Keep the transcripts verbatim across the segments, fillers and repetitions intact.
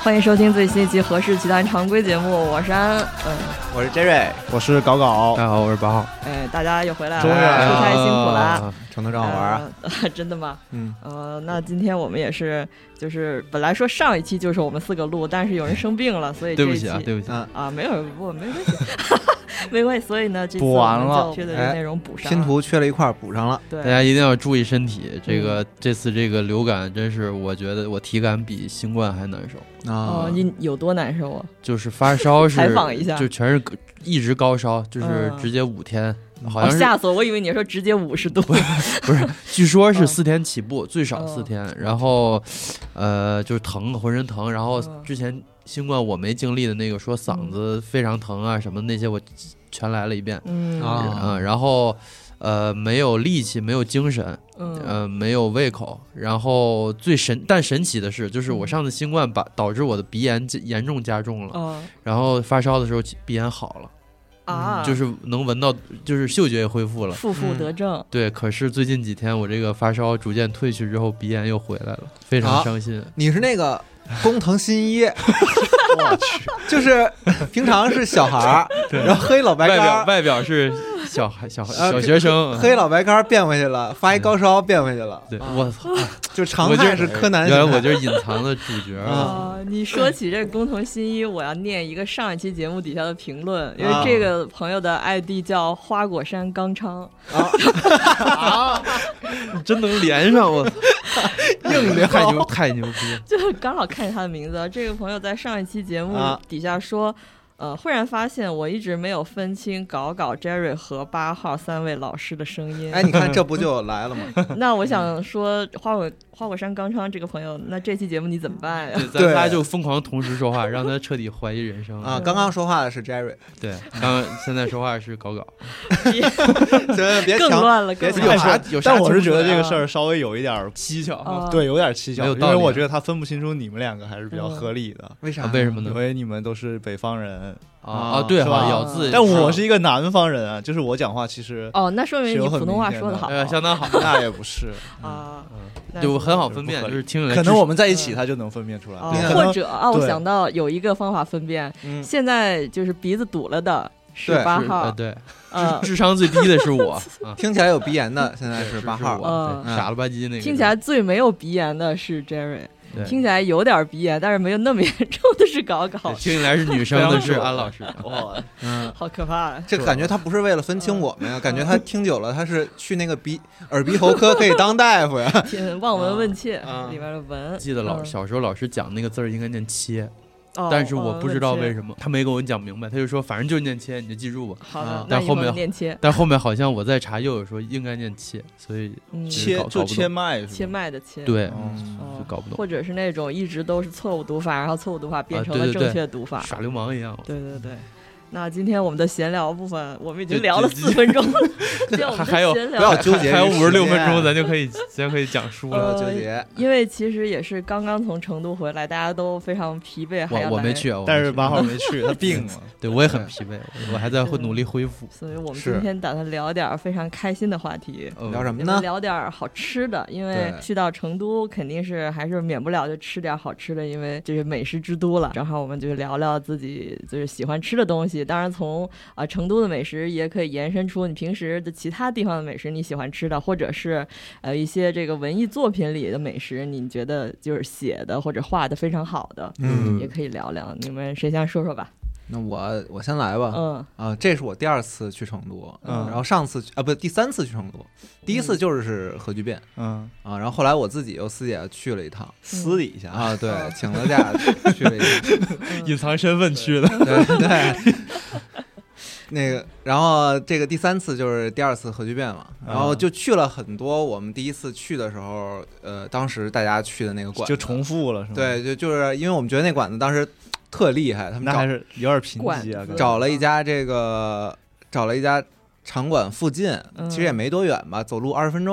欢迎收听最新一期《何氏奇谈》常规节目，我是安，嗯， 我是 Jerry， 我是搞搞， 大家好，我是八号。 哎，大家又回来了， 终于来了， 出差辛苦了。 成都真好玩啊、 呃！真的吗？ 嗯， 呃，那今天我们也是，就是本来说上一期就是我们四个录，但是有人生病了，所以这一期对不起啊，对不起啊，啊没有不没关系，没关系。所以呢，这次补完了， 缺的内容补上、 哎，拼图缺了一块补上了。 对， 大家一定要注意身体。这个、嗯、这次这个流感真是，我觉得我体感比新冠还难受啊！哦，你有多难受啊？ 就是发烧是， 采访一下， 就全是一直高烧，就是直接五天。嗯好像是、 哦、吓死我！我以为你说直接五十度， 不是，据说是四天起步，哦、最少四天。然后，呃，就是疼，浑身疼。然后之前新冠我没经历的那个，说嗓子非常疼啊什么的那些，我全来了一遍。 嗯啊、呃，然后呃没有力气，没有精神， 嗯、 呃没有胃口。然后最神但神奇的是，就是我上次新冠把导致我的鼻炎严重加重了。 嗯、 然后发烧的时候鼻炎好了。 啊， 就是能闻到，就是嗅觉也恢复了， 负负得正、嗯。 对，可是最近几天我这个发烧逐渐退去之后，鼻炎又回来了，非常伤心。 啊、你是那个工藤新一，我去，就是平常是小孩，然后黑老白干， 外表外表是小孩小小学生， 黑老白干变回去了，发一高烧变回去了。 对，我操， 就常态是柯南。 原来我就是隐藏的主角啊！你说起这个工藤新一，我要念一个上一期节目底下的评论，因为这个朋友的 I D 叫花果山刚昌啊，你真能连上我， 硬聊， 太牛太牛逼！ 就刚好看见他的名字，这个朋友在上一期节目底下说。啊呃，忽然发现我一直没有分清搞搞 Jerry 和八号三位老师的声音。 哎，你看这不就来了吗？ 那我想说，花果花果山刚昌这个朋友，那这期节目你怎么办呀？ 对，咱仨就疯狂同时说话，让他彻底怀疑人生啊！刚刚说话的是 Jerry， 对，刚刚现在说话是搞搞， 行，别更乱了， 别有啥有啥。但我是觉得这个事儿儿稍微有一点蹊跷， 啊、 对，有点蹊跷， 因为我觉得他分不清楚你们两个还是比较合理的。 嗯、为啥？ 为什么呢？ 因为你们都是北方人。 啊啊，对哈，咬字。 但我是一个南方人啊，就是我讲话其实哦，那说明你普通话说的好， 呃，相当好。 那也不是啊， 就很好分辨，就是听起来可能我们在一起他就能分辨出来。 或者啊，我想到有一个方法分辨，现在就是鼻子堵了的是八号， 对，智商最低的是我， 听起来有鼻炎的现在是八号， 傻了吧唧那个。 听起来最没有鼻炎的是 Jerry。听起来有点鼻炎，但是没有那么严重的是搞搞。 听起来是女生的是安老师， 哇， 嗯， 好可怕、啊！ 这感觉他不是为了分清我们呀，感觉他听久了，他是去那个鼻耳鼻喉科可以当大夫呀。 望闻问切、 啊、 里面的闻。 记得老小时候老师讲那个字儿应该念切。 哦、 但是我不知道为什么，他没给我讲明白，他就说反正就是念切，你就记住吧。 好的， 啊、但后面念切， 但后面好像我在查又有说应该念切，所以切就切麦， 切麦的切， 对， 嗯、 就搞不懂。 或者是那种一直都是错误读法，然后错误读法变成了正确读法， 啊、对对对耍流氓一样。 对对对。那今天我们的闲聊部分，我们已经聊了四分钟了， 还还有不要纠结， 还有五十六分钟，咱就可以咱可以讲书了。 不要纠结， 因为其实也是刚刚从成都回来，大家都非常疲惫，还要我我没去啊， 但是八号没去，他病了。 对，我也很疲惫，我还在努力恢复。 所以我们今天打算聊点非常开心的话题， 聊什么呢？ 聊点好吃的，因为去到成都肯定是还是免不了就吃点好吃的，因为这是美食之都了。正好我们就聊聊自己就是喜欢吃的东西，当然从啊，成都的美食也可以延伸出你平时的其他地方的美食你喜欢吃的，或者是呃一些这个文艺作品里的美食，你觉得就是写的或者画的非常好的， 嗯， 也可以聊聊。你们谁先说说吧？ 那我我先来吧。 嗯啊，这是我第二次去成都，嗯，然后上次啊不第三次去成都，第一次就是核聚变， 嗯啊，然后后来我自己又私底下去了一趟， 私底下啊，对，请了假去了一趟， 隐藏身份去的， 对对。那个，然后这个第三次就是第二次核聚变嘛，然后就去了很多我们第一次去的时候，呃，当时大家去的那个馆子， 就重复了，是吗？ 对，就就是因为我们觉得那馆子当时特厉害，他们那还是有点贫瘠啊， 找了一家这个找了一家场馆附近，其实也没多远吧，走路二十分钟。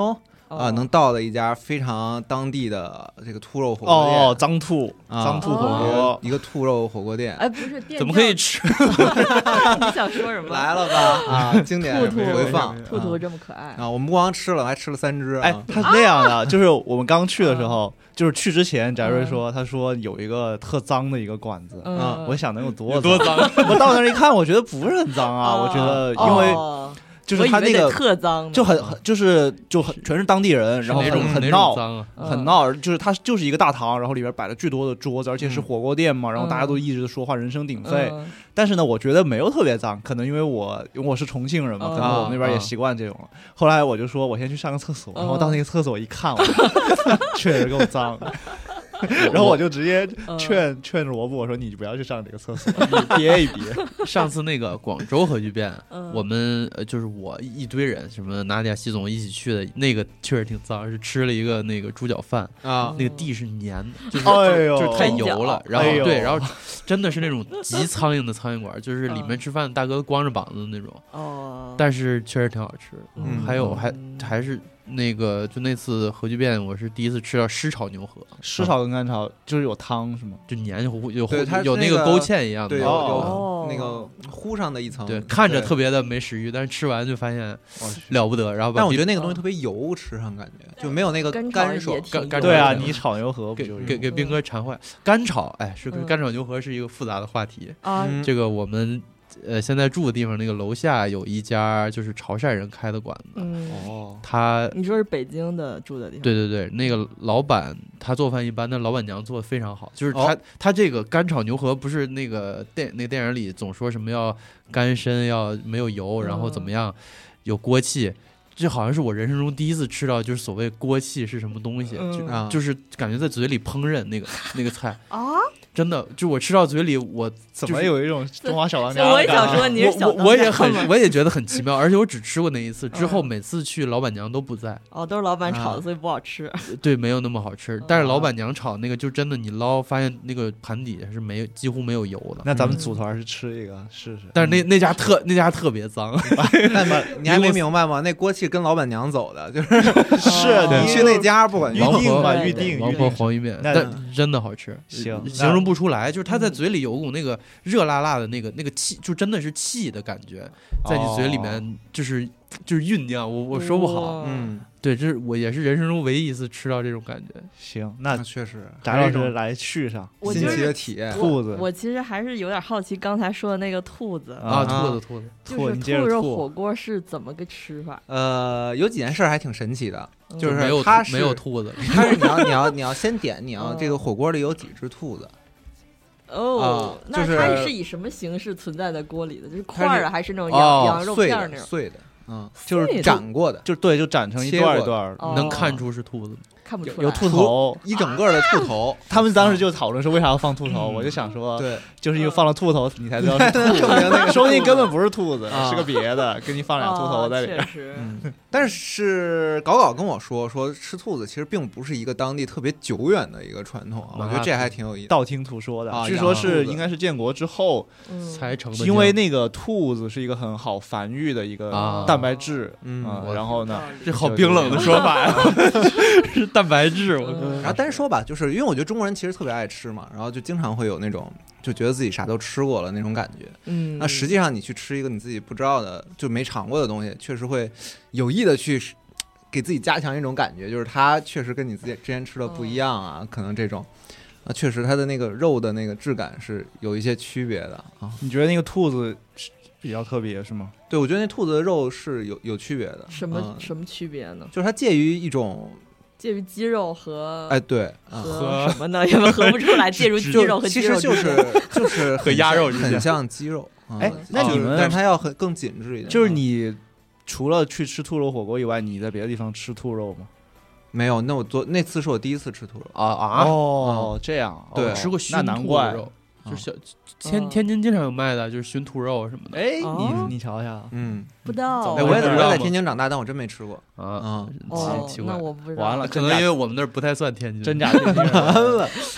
啊，能到的一家非常当地的这个兔肉火锅店。 哦，脏兔，脏兔火锅， 一个兔肉火锅店。 哎，不是， 怎么可以吃？ 你想说什么？ 来了吧？啊，经典回放， 兔兔这么可爱啊！我们不光吃了，还吃了三只。 哎，他是那样的，就是我们刚去的时候。就是去之前，翟瑞说，他说有一个特脏的一个馆子， 嗯， 我想能有多多脏？ 我到那儿一看，我觉得不是很脏啊，我觉得因为就是他那个特脏， 就很就是就很全是当地人，然后很很闹，很闹，就是他就是一个大堂，然后里边摆了巨多的桌子，而且是火锅店嘛，然后大家都一直说话，人声鼎沸。但是呢，我觉得没有特别脏，可能因为我因为我是重庆人嘛，可能我们那边也习惯这种了。后来我就说我先去上个厕所，然后到那个厕所一看，确实够脏。然后我就直接劝、嗯、劝萝卜，我说你不要去上这个厕所，你憋一憋。 上次那个广州核聚变， 嗯、 我们呃就是我一堆人，什么娜迪亚、习总一起去的，那个确实挺脏，是吃了一个那个猪脚饭啊，那个地是黏的，就是、 哎、 就是太油了，然后、 哎、 对，然后真的是那种极苍蝇的苍蝇馆，就是里面吃饭大哥光着膀子的那种， 哦， 但是确实挺好吃。 嗯， 还有还还是。那个就那次核聚变，我是第一次吃到湿炒牛河。 湿炒跟干炒就是有汤是吗？ 就黏糊有有有那个勾芡一样的， 对，有有那个糊上的一层。 对，看着特别的没食欲，但是吃完就发现了不得。然后， 但我觉得那个东西特别油，吃上感觉就没有那个干爽。 干干对啊，你炒牛河给给给斌哥馋坏。干炒，哎，是干炒牛河是一个复杂的话题啊。这个我们。呃，现在住的地方那个楼下有一家就是潮汕人开的馆子， 嗯， 哦， 他你说是北京的住的地方？ 对对对，那个老板他做饭一般，但老板娘做的非常好，就是他、哦、他这个干炒牛河不是那个电那个电影里总说什么要干身要没有油，然后怎么样、嗯、有锅气。这好像是我人生中第一次吃到，就是所谓锅气是什么东西， 嗯、 就、啊、就是感觉在嘴里烹饪那个那个菜啊， 真的就我吃到嘴里，我、就是、 怎么有一种中华小当家？ 我也想说你是小当家， 我, 我也很我也觉得很奇妙，而且我只吃过那一次，之后每次去老板娘都不在， 哦，都是老板炒的，啊、所以不好吃。 对，没有那么好吃，但是老板娘炒那个就真的你捞发现那个盘底下是没有几乎没有油的。 那咱们组团是吃一个试试， 但是那那家特那家特别脏， 你还没明白吗？那锅气跟老板娘走。就是是你去那家不管预定吧，预定王婆黄鱼面，但真的好吃， 行， 形容不出来。就是它在嘴里有股那个热辣辣的那个那个气，就真的是气的感觉，在你嘴里面就是就是酝酿。我我说不好， 嗯， 对，这是我也是人生中唯一一次吃到这种感觉。 行，那确实， 翟老师来续上新奇的体验。 兔子， 我其实还是有点好奇，刚才说的那个兔子啊，兔子兔子， 就是兔肉火锅是怎么个吃法？ 呃，有几件事还挺神奇的，就是没有它是没有兔子， 它是你要你要你要先点，你要这个火锅里有几只兔子。 哦，那它是以什么形式存在在锅里的？就是块儿啊，还是那种羊羊肉片那种碎的？嗯，就是斩过的， 就对，就斩成一段一段， 能看出是兔子。 看不出来有兔头， 一整个的兔头。 他们当时就讨论说为啥要放兔头，我就想说，对，就是因为放了兔头，你才知道是兔子，说不定根本不是兔子，是个别的，给你放俩兔头在里边。 嗯，但是搞搞跟我说，说吃兔子其实并不是一个当地特别久远的一个传统啊，我觉得这还挺有意思。 道听途说的，据说是应该是建国之后才成的， 因为那个兔子是一个很好繁育的一个蛋白质，嗯，然后呢， 这好冰冷的说法呀，是。蛋白质，我、 嗯、然后单说吧，就是因为我觉得中国人其实特别爱吃嘛，然后就经常会有那种就觉得自己啥都吃过了那种感觉。 嗯， 那实际上你去吃一个你自己不知道的就没尝过的东西，确实会有意的去给自己加强一种感觉，就是它确实跟你自己之前吃的不一样啊，嗯、可能这种啊，确实它的那个肉的那个质感是有一些区别的啊。 你觉得那个兔子比较特别是吗？ 对，我觉得那兔子的肉是有有区别的。 什么、 嗯、 什么区别呢？ 就是它介于一种。 介于鸡肉和哎对和什么呢？因为合不出来，介于鸡肉和鸡肉， 其实就是就是和鸭肉很像鸡肉。 哎，那你们， 但是它要很更紧致一点。 就是你除了去吃兔肉火锅以外，你在别的地方吃兔肉吗？ 没有，那我做那次是我第一次吃兔肉啊啊哦，这样对， 吃过熏兔肉。就是小天天津经常有卖的，就是熏兔肉什么的。 哎，你你瞧瞧， 嗯， 不知道。 哎，我也我也在天津长大，但我真没吃过啊。 嗯，哦，那我不知道。 完了， 可能因为我们那儿不太算天津， 真假天津完了。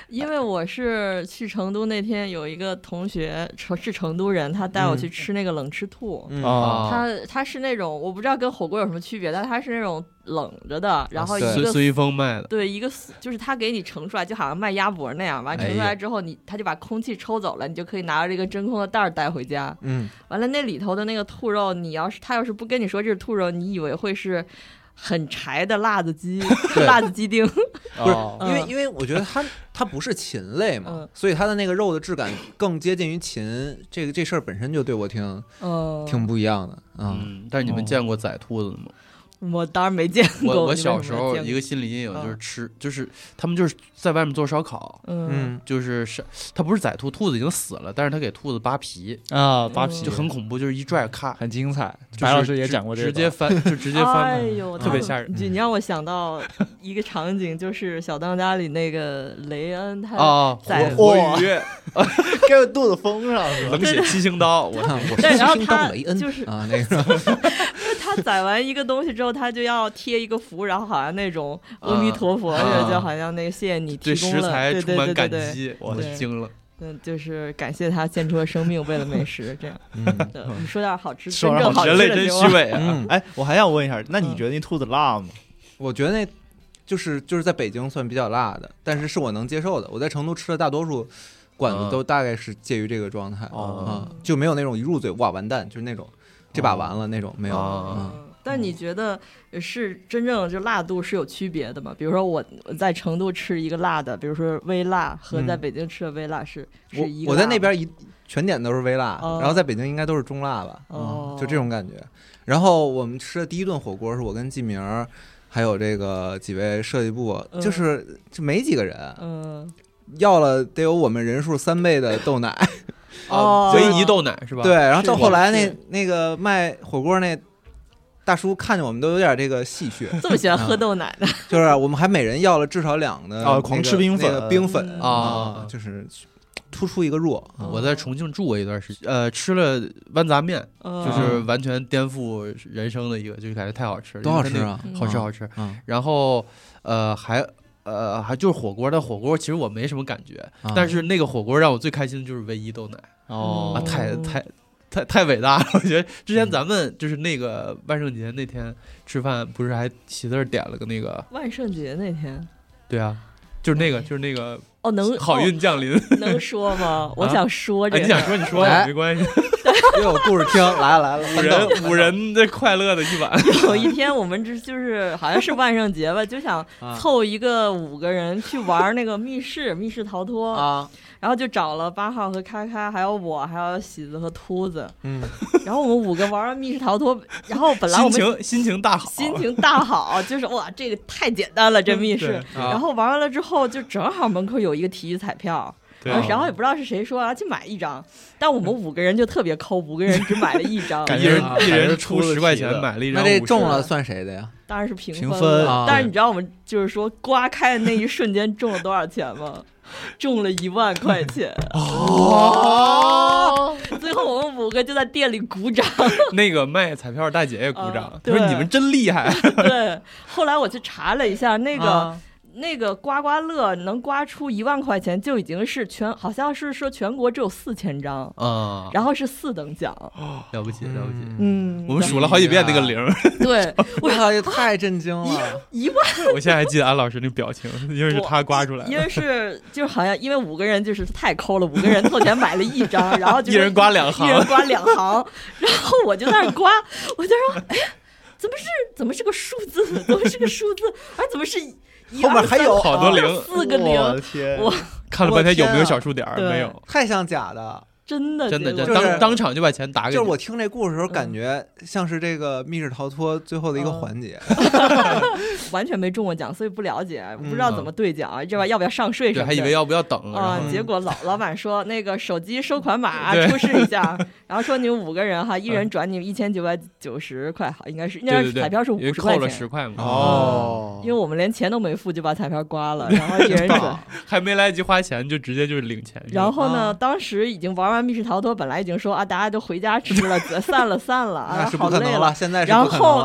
因为我是去成都那天有一个同学是成都人，他带我去吃那个冷吃兔。 嗯啊， 他他是那种我不知道跟火锅有什么区别，但他是那种冷着的，然后一个随随风卖的。 对，一个就是他给你盛出来，就好像卖鸭脖那样，完盛出来之后你，他就把空气抽走了，你就可以拿着这个真空的袋儿带回家。 嗯， 完了那里头的那个兔肉，你要是他要是不跟你说这是兔肉，你以为会是很柴的辣子鸡、辣子鸡丁。 不是，因为因为我觉得它它不是禽类嘛， 嗯、 所以它的那个肉的质感更接近于禽。这个这事儿本身就对我挺、 嗯、 挺不一样的。 嗯，嗯但是你们见过宰兔子的吗？ 我当然没见过。 我我小时候一个心理阴影就是吃，嗯、就是他们就是在外面做烧烤， 嗯， 就是是他不是宰兔，兔子已经死了，但是他给兔子扒皮啊，扒皮就很恐怖，就是一拽咔， 很精彩。 就是、 白老师也讲过这个， 直接翻就直接翻， 哎呦， 特别吓人。 你让我想到一个场景，就是小当家里那个雷恩他啊， 宰活鱼， 给我肚子封上， 冷血七星刀，我看过。 对，然后他就是啊那个。 他宰完一个东西之后，他就要贴一个符，然后好像那种阿弥陀佛似的，就好像那个谢谢你提供了， 对食材充满感激， 我惊了。 嗯，就是感谢他献出了生命，为了美食，这样。 嗯， 你说点好吃， 说真正好吃的， 人类真虚伪啊！ 嗯、哎，我还想问一下，那你觉得那兔子辣吗？ 嗯、我觉得那就是就是在北京算比较辣的，但是是我能接受的。我在成都吃的大多数馆子都大概是介于这个状态， 哦、 嗯，就没有那种一入嘴哇完蛋，就是那种这把完了那种，没有。 哦嗯但你觉得是真正就辣度是有区别的吗？比如说我在成都吃一个辣的，比如说微辣，和在北京吃的微辣是、嗯、是一个。 我在那边一全点都是微辣、 哦， 然后在北京应该都是中辣吧， 哦、 嗯，就这种感觉。然后我们吃的第一顿火锅是我跟季明还有这个几位设计部， 嗯、 就是就没几个人， 嗯， 要了得有我们人数三倍的豆奶， 哦， 唯一豆奶是吧？ 对，然后到后来那那个卖火锅那。大叔看着我们都有点这个戏谑， 这么喜欢喝豆奶的、 嗯，就是我们还每人要了至少两的、那个、 啊，狂吃冰粉， 那个、冰粉啊、 嗯，就是突出一个弱。 嗯、我在重庆住过一段时间，呃，吃了豌杂面、 嗯， 就是完全颠覆人生的一个，就感觉太好吃了， 多好吃啊， 好吃好吃。 嗯、 然后呃还呃还就是火锅，但火锅其实我没什么感觉， 嗯、 但是那个火锅让我最开心的就是唯一豆奶哦， 啊，太太。太太伟大了！我觉得之前咱们就是那个万圣节那天吃饭，不是还喜字点了个那个万圣节那天？ 对啊，就是那个，就是那个哦，能好运降临， 哦、能说吗？我想说这个， 啊、你想说你说、哎、没关系， 也有故事听。来了来了， 五人五人的快乐的一晚。 有一天我们这就是好像是万圣节吧，就想凑一个五个人去玩那个密室密室逃脱啊。 然后就找了八号和开开，还有我，还有喜子和秃子。 嗯， 然后我们五个玩完密室逃脱，然后本来我们心情心情大好， 心情大好，就是哇，这个太简单了，这密室。 嗯、 然后玩完了之后，就正好门口有一个体育彩票。 对， 然后也不知道是谁说啊，去买一张，但我们五个人就特别抠，五个人只买了一张， 一人一人出十块钱买了一张， 那这中了算谁的呀？ 当然是平分。 分分啊、 但是你知道我们就是说刮开的那一瞬间中了多少钱吗？中了一万块钱哦！ 最后我们五个就在店里鼓掌， 那个卖彩票大姐也鼓掌， 啊、 说你们真厉害。 对，后来我去查了一下，那个。 啊那个刮刮乐能刮出一万块钱，就已经是全，好像是说全国只有四千张啊， 然后是四等奖， 哦、了不起了不起， 嗯， 我们数了好几遍那个零， 对， 我靠，也太震惊了， 一万， 我现在还记得安老师那表情，因为是他刮出来的， 因为是就好像因为五个人就是太抠了，五个人凑钱买了一张，然后就一人刮两行， 一人刮两行，然后我就在那刮，我就说，哎，怎么是怎么是个数字？怎么是个数字？哎，怎么是？ 后面还有好多零， 四个零， 我的天！ 我看了半天有没有小数点，没有， 太像假的。 真的真的， 就是当当场就把钱打给你。 就是我听这故事的时候，感觉像是这个密室逃脱最后的一个环节， 嗯、完全没中过奖，所以不了解，不知道怎么兑奖，这、嗯、吧要不要上税什么的， 还以为要不要等啊、嗯。结果老老板说那个手机收款码出示一下，然后说你们五个人哈，一人转你们一千九百九十块，好，应该是应该是彩票是五十块钱， 扣了十块嘛。 哦、 嗯，因为我们连钱都没付就把彩票刮了，然后一人转， 还没来得及花钱就直接就是领钱。 然后呢，啊、当时已经玩完密室逃脱，本来已经说啊，大家都回家吃了，散了散了啊， 那是不可能好累了。 现在是然后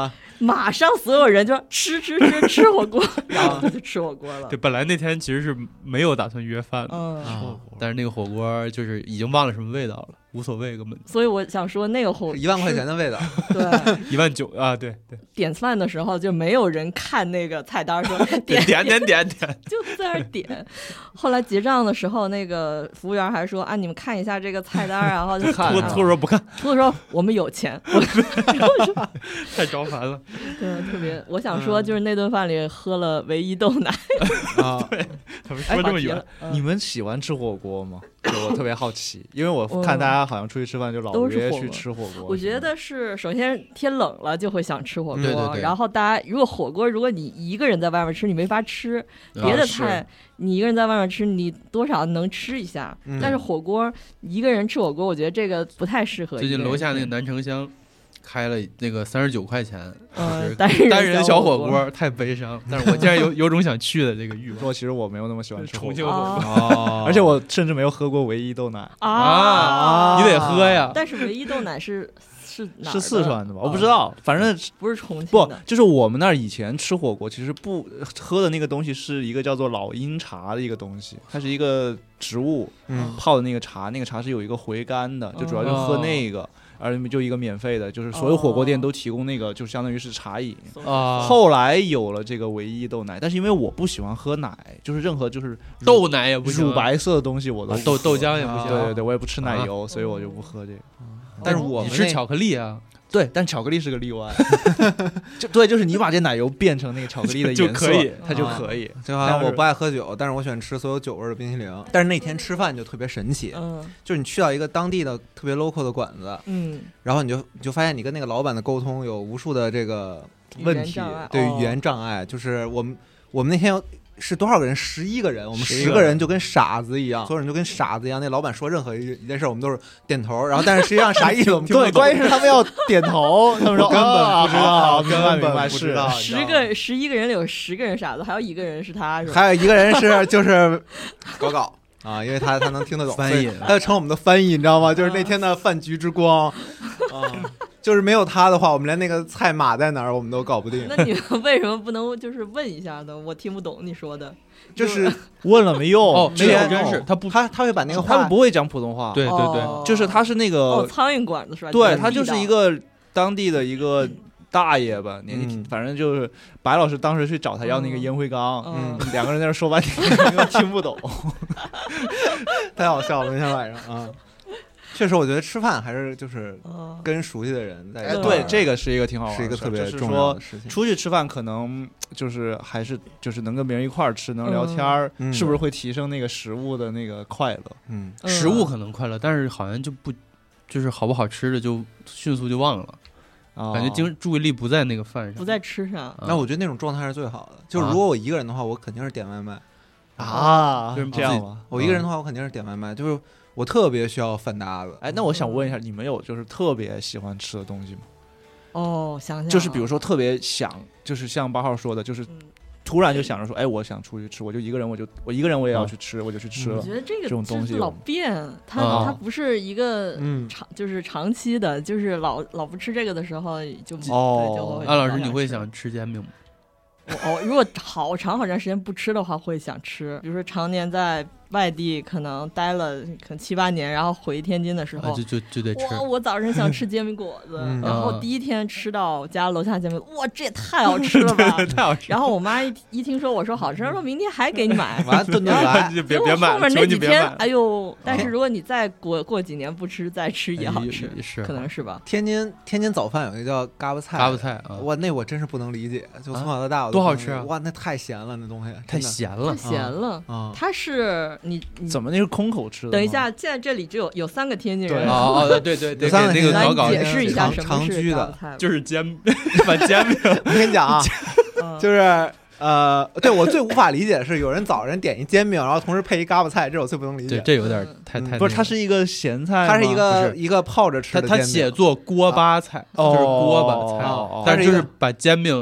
马上所有人就吃吃吃吃火锅，然后就吃火锅了。 对，本来那天其实是没有打算约饭的， 嗯， 啊、但是那个火锅就是已经忘了什么味道了，无所谓根本。 所以我想说，那个火一万块钱的味道， 对， 一万九啊，对对。 点饭的时候就没有人看那个菜单说点点点点点， 就在那点。后来结账的时候，那个服务员还说啊，你们看一下这个菜单，然后就看。 秃秃说不看， 秃子说我们有钱， 太招烦了。 对，特别。我想说，就是那顿饭里喝了唯一豆奶啊， 对，他们说这么远。 你们喜欢吃火锅吗？我特别好奇，因为我看大家好像出去吃饭就老约去吃火锅。 我觉得是，首先天冷了就会想吃火锅， 对对对， 然后大家如果火锅，如果你一个人在外面吃，你没法吃别的菜。啊，你一个人在外面吃，你多少能吃一下，嗯，但是火锅一个人吃火锅，我觉得这个不太适合。 最近楼下那个南城乡开了那个三十九块钱， 嗯， 单人单人小火锅， 锅太悲伤。但是我竟然有有种想去的这个欲望。 说其实我没有那么喜欢吃重庆火锅， 哦，而且我甚至没有喝过唯一豆奶啊， 啊你得喝呀。 但是唯一豆奶是。是哪是四川的吧？我不知道，反正不是重庆不，就是我们那儿以前吃火锅，其实不喝的那个东西是一个叫做老鹰茶的一个东西，它是一个植物，嗯，泡的那个茶，那个茶是有一个回甘的，就主要就喝那个。而就一个免费的，就是所有火锅店都提供那个，就相当于是茶饮啊。后来有了这个唯一豆奶，但是因为我不喜欢喝奶，就是任何就是豆奶也不行， 乳白色的东西我都豆豆浆也不行。 对对对，我也不吃奶油，所以我就不喝这个。 但是我们是巧克力啊， 对，但巧克力是个例外。就对，就是你把这奶油变成那个巧克力的颜色，它就可以。 就好像我不爱喝酒，但是我喜欢吃所有酒味的冰淇淋。但是那天吃饭就特别神奇，嗯，就是你去到一个当地的特别 local 的馆子，嗯，然后你就你就发现你跟那个老板的沟通有无数的这个问题，对语言障碍。就是我们我们那天有。是多少个人？十一个人，我们十个人就跟傻子一样，所有人就跟傻子一样。那老板说任何一件事，我们都是点头，然后但是实际上啥意思我们听不懂。 对，关键是他们要点头，他们说根本不知道， 根本明白不知道。 十个十一个人里有十个人傻子，还有一个人是他，是吧？ 还有一个人是就是搞搞啊，因为他他能听得懂翻译， 他就成我们的翻译，你知道吗？就是那天的饭局之光啊。就是没有他的话，我们连那个菜码在哪儿我们都搞不定。 那你们为什么不能就是问一下呢？我听不懂你说的， 就是问了没用。 哦， 没有， 真是他不他他会把那个话， 他们不会讲普通话。 对对对， 哦、 就是他是那个哦，苍蝇馆子是吧？ 对，他就是一个当地的一个大爷吧，年纪、 嗯、 反正就是白老师当时去找他要那个烟灰缸， 嗯， 嗯两个人在那说半天，因为听不懂， 太好笑了那天晚上啊。确实，我觉得吃饭还是就是跟熟悉的人在一起、 哦。对，这个是一个挺好玩的， 是一个特别重要的事情。 就是、出去吃饭可能就是还是就是能跟别人一块儿吃，能聊天、嗯，是不是会提升那个食物的那个快乐？ 嗯， 食物可能快乐，但是好像就不就是好不好吃的就迅速就忘了。哦、感觉精注意力不在那个饭上， 不在吃上。 那、嗯、我觉得那种状态是最好的。就是如果我一个人的话，我肯定是点外卖。 啊， 就是这样吗？我一个人的话，我肯定是点外卖。就是我特别需要饭搭子。 哎，那我想问一下，你们有就是特别喜欢吃的东西吗？ 哦，想想， 就是比如说特别想，就是像八号说的，就是。突然就想着说，哎，我想出去吃，我就一个人，我就我一个人我也要去吃，嗯、我就去吃了。 我觉得这个这种东西老变，它、嗯、它不是一个长、嗯、就是长期的，就是老老不吃这个的时候就哦。 对就会安老师，你会想吃煎饼吗？ 哦，如果好长好长时间不吃的话，会想吃。比如说常年在外地可能待了可能七八年，然后回天津的时候， 啊、就就就得吃。 哇，我早上想吃煎饼果子，嗯、然后第一天吃到家楼下煎饼，哇，这也太好吃了吧！ 太好吃。 然后我妈一一听说我说好吃，说明天还给你买， 完顿顿来， 就别别买。 后面那几天，哎呦！但是如果你再过过几年不吃，再吃也好吃， 哎、是可能是吧？ 天津天津早饭有一个叫嘎巴菜， 嘎巴菜啊， 哇，那我真是不能理解，就从小到大我多好吃啊！ 哇，那太咸了，那东西太咸了， 太咸了啊！它是你怎么那是空口吃的？ 等一下，现在这里只有有三个天津人哦哦，对对对， 三个那个搞搞解释一下什么是嘎巴菜， 就是煎把煎饼。 我跟你讲啊，就是呃，对我最无法理解的是，有人早上点一煎饼，然后同时配一嘎巴菜，这我最不能理解。 这有点太太不是，它是一个咸菜， 它是一个一个泡着吃的煎饼。 它写作锅巴菜，就是锅巴菜，但是就是把煎饼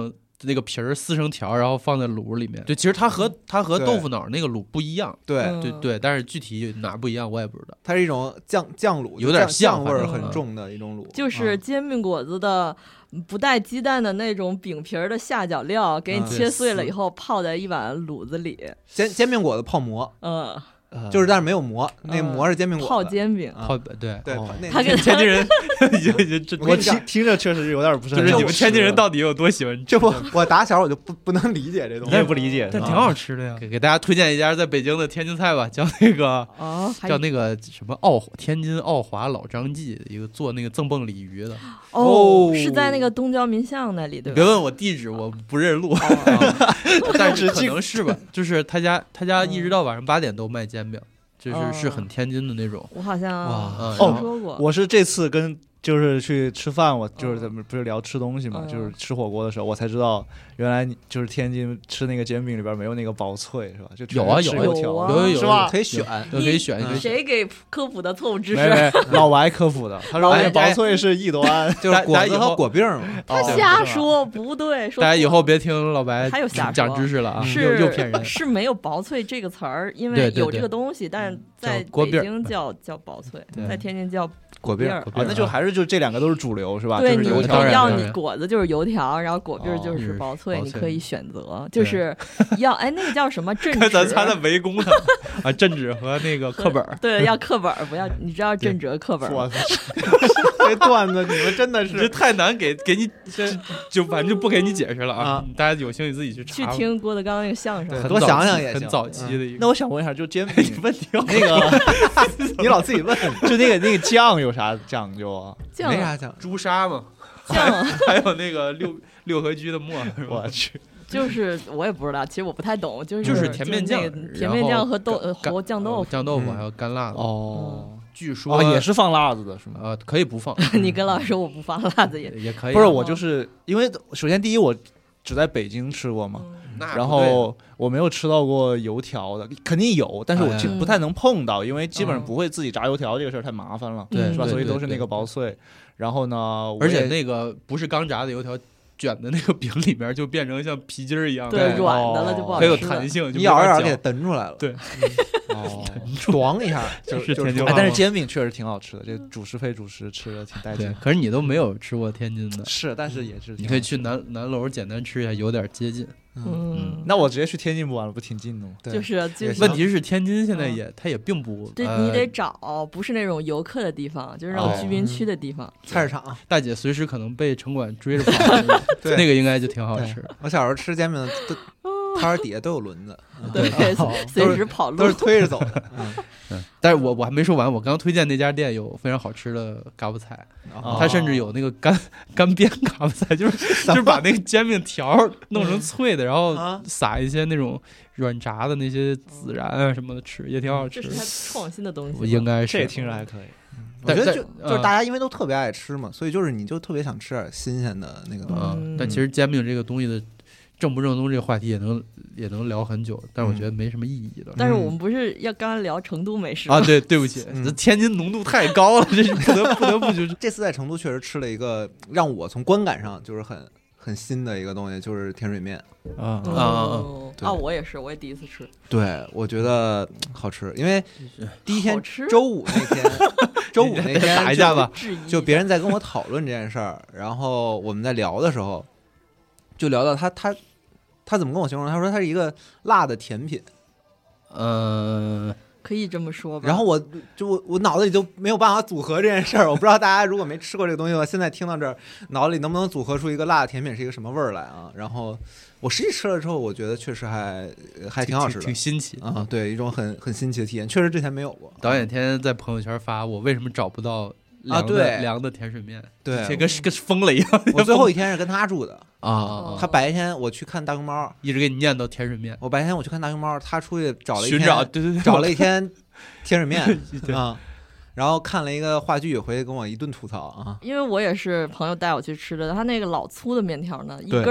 那个皮儿撕成条，然后放在卤里面。对，其实它和它和豆腐脑那个卤不一样。 对嗯、 对对，但是具体哪不一样我也不知道。 它是一种酱酱卤， 有点像酱味儿很重的一种卤， 就是煎饼果子的不带鸡蛋的那种饼皮儿的下脚料，给你切碎了以后泡在一碗卤子里。 煎煎饼果子泡馍， 嗯。 就是但是没有馍，那个馍是煎饼果子， 泡煎饼， 泡对对， 他跟天津人已经已经我听听着确实有点不是， 就是你们天津人到底有多喜欢？ 这不我打小我就不不能理解这东西， 我也不理解， 但挺好吃的呀。给给大家推荐一家在北京的天津菜吧，叫那个哦， 叫那个什么奥天津奥华老张记，一个做那个赠蹦鲤鱼的。 哦，是在那个东郊民巷那里对吧？ 别问我地址，我不认路，但是可能是吧。就是他家他家一直到晚上八点都卖煎饼。就是是很天津的那种， 我好像哇听说过。 我是这次跟就是去吃饭，我就是咱们不是聊吃东西嘛，嗯、就是吃火锅的时候，我才知道原来就是天津吃那个煎饼里边没有那个薄脆是吧？就有啊有油条啊有有有是吧？ 可以选， 可以选一个。 谁给科普的错误知识？ 没没老白科普的，他说那薄脆是一端， 就是果子和果饼嘛。 他瞎说不对， 大家以后别听老白还有瞎讲知识了啊， 是又骗人。 是没有薄脆这个词儿，因为有这个东西，但是在北京叫叫薄脆，在天津叫果饼啊， 那就还是就这两个都是主流是吧？ 对， 就是你要你果子就是油条，然后果饼就是薄脆，你可以选择，就是要哎那个叫什么镇纸？ 咱咱在围攻他啊，镇纸和那个课本。 对，要课本，不要你知道镇纸和课本。 我这段子你们真的是这太难给给你，就反正就不给你解释了啊！大家有兴趣自己去查。 去听郭德纲那个相声， 多想想也很早期的一个。 那我想问一下，就煎饼问题那个， 你老自己问， 就那个那个酱有啥讲究啊？ 没啥讲， 朱砂嘛， 酱还有那个六六合居的沫， 我去。 就是我也不知道，其实我不太懂，就是就是甜面酱、 甜面酱和豆呃和酱豆腐、 酱豆腐还有干辣的哦。 据说也是放辣子的是吗？ 呃，可以不放。 你跟老师说我不放辣子也也可以。 不是我就是因为首先第一我只在北京吃过嘛，然后我没有吃到过油条的，肯定有，但是我其实不太能碰到，因为基本上不会自己炸油条这个事儿太麻烦了， 对， 是吧？所以都是那个薄脆。然后呢， 而且那个不是刚炸的油条。卷的那个饼里面就变成像皮筋儿一样， 对，软的了就不好吃，很有弹性， 你咬着咬着给它蹬出来了， 对， 哦，咣一下就是天津。 哎，但是煎饼确实挺好吃的，这主食配主食吃的挺带劲。 可是你都没有吃过天津的， 是，但是也是你可以去南南楼简单吃一下，有点接近。 嗯， 那我直接去天津不完了，不挺近的吗？ 就是就是。 问题是天津现在也它也并不， 对你得找不是那种游客的地方，就是那种居民区的地方， 菜市场。 大姐随时可能被城管追着跑，那个应该就挺好吃。 我小时候吃煎饼都摊儿底下都有轮子， 对，随时跑路都是推着走的。 嗯，但是我我还没说完，我刚推荐那家店有非常好吃的嘎巴菜，它甚至有那个干干煸嘎巴菜，就是就是把那个煎饼条弄成脆的，然后撒一些那种软炸的那些孜然啊什么的吃，也挺好吃。 这是它创新的东西， 应该是这也听着还可以。 我觉得就就是大家因为都特别爱吃嘛，所以就是你就特别想吃点新鲜的那个东西。 但其实煎饼这个东西的正不正宗这个话题也能也能聊很久，但是我觉得没什么意义的。 但是我们不是要刚刚聊成都美食啊？对，对不起，天津浓度太高了，这是不得不得不就是这次在成都确实吃了一个让我从观感上就是很很新的一个东西，就是甜水面啊啊啊！我也是，我也第一次吃。 对，我觉得好吃，因为第一天周五那天，周五那天打一架吧， 就别人在跟我讨论这件事儿，然后我们在聊的时候，就聊到他他他怎么跟我形容？他说他是一个辣的甜品， 呃。 可以这么说吧。 然后我就我我脑子里就没有办法组合这件事儿，我不知道大家如果没吃过这个东西的话，现在听到这儿，脑子里能不能组合出一个辣的甜品是一个什么味儿来啊？然后我实际吃了之后，我觉得确实还还挺好吃的， 挺新奇啊，对，一种很很新奇的体验，确实之前没有过。 导演天天在朋友圈发我为什么找不到凉的、 啊、对凉的甜水面， 对， 这跟跟疯了一样。 我最后一天是跟他住的啊， 他白天我去看大熊猫， 一直给你念叨甜水面。 我白天我去看大熊猫，他出去找了一天， 寻找，对对对， 找了一天甜水面啊，然后看了一个话剧，回去跟我一顿吐槽啊。 因为我也是朋友带我去吃的，他那个老粗的面条呢，一根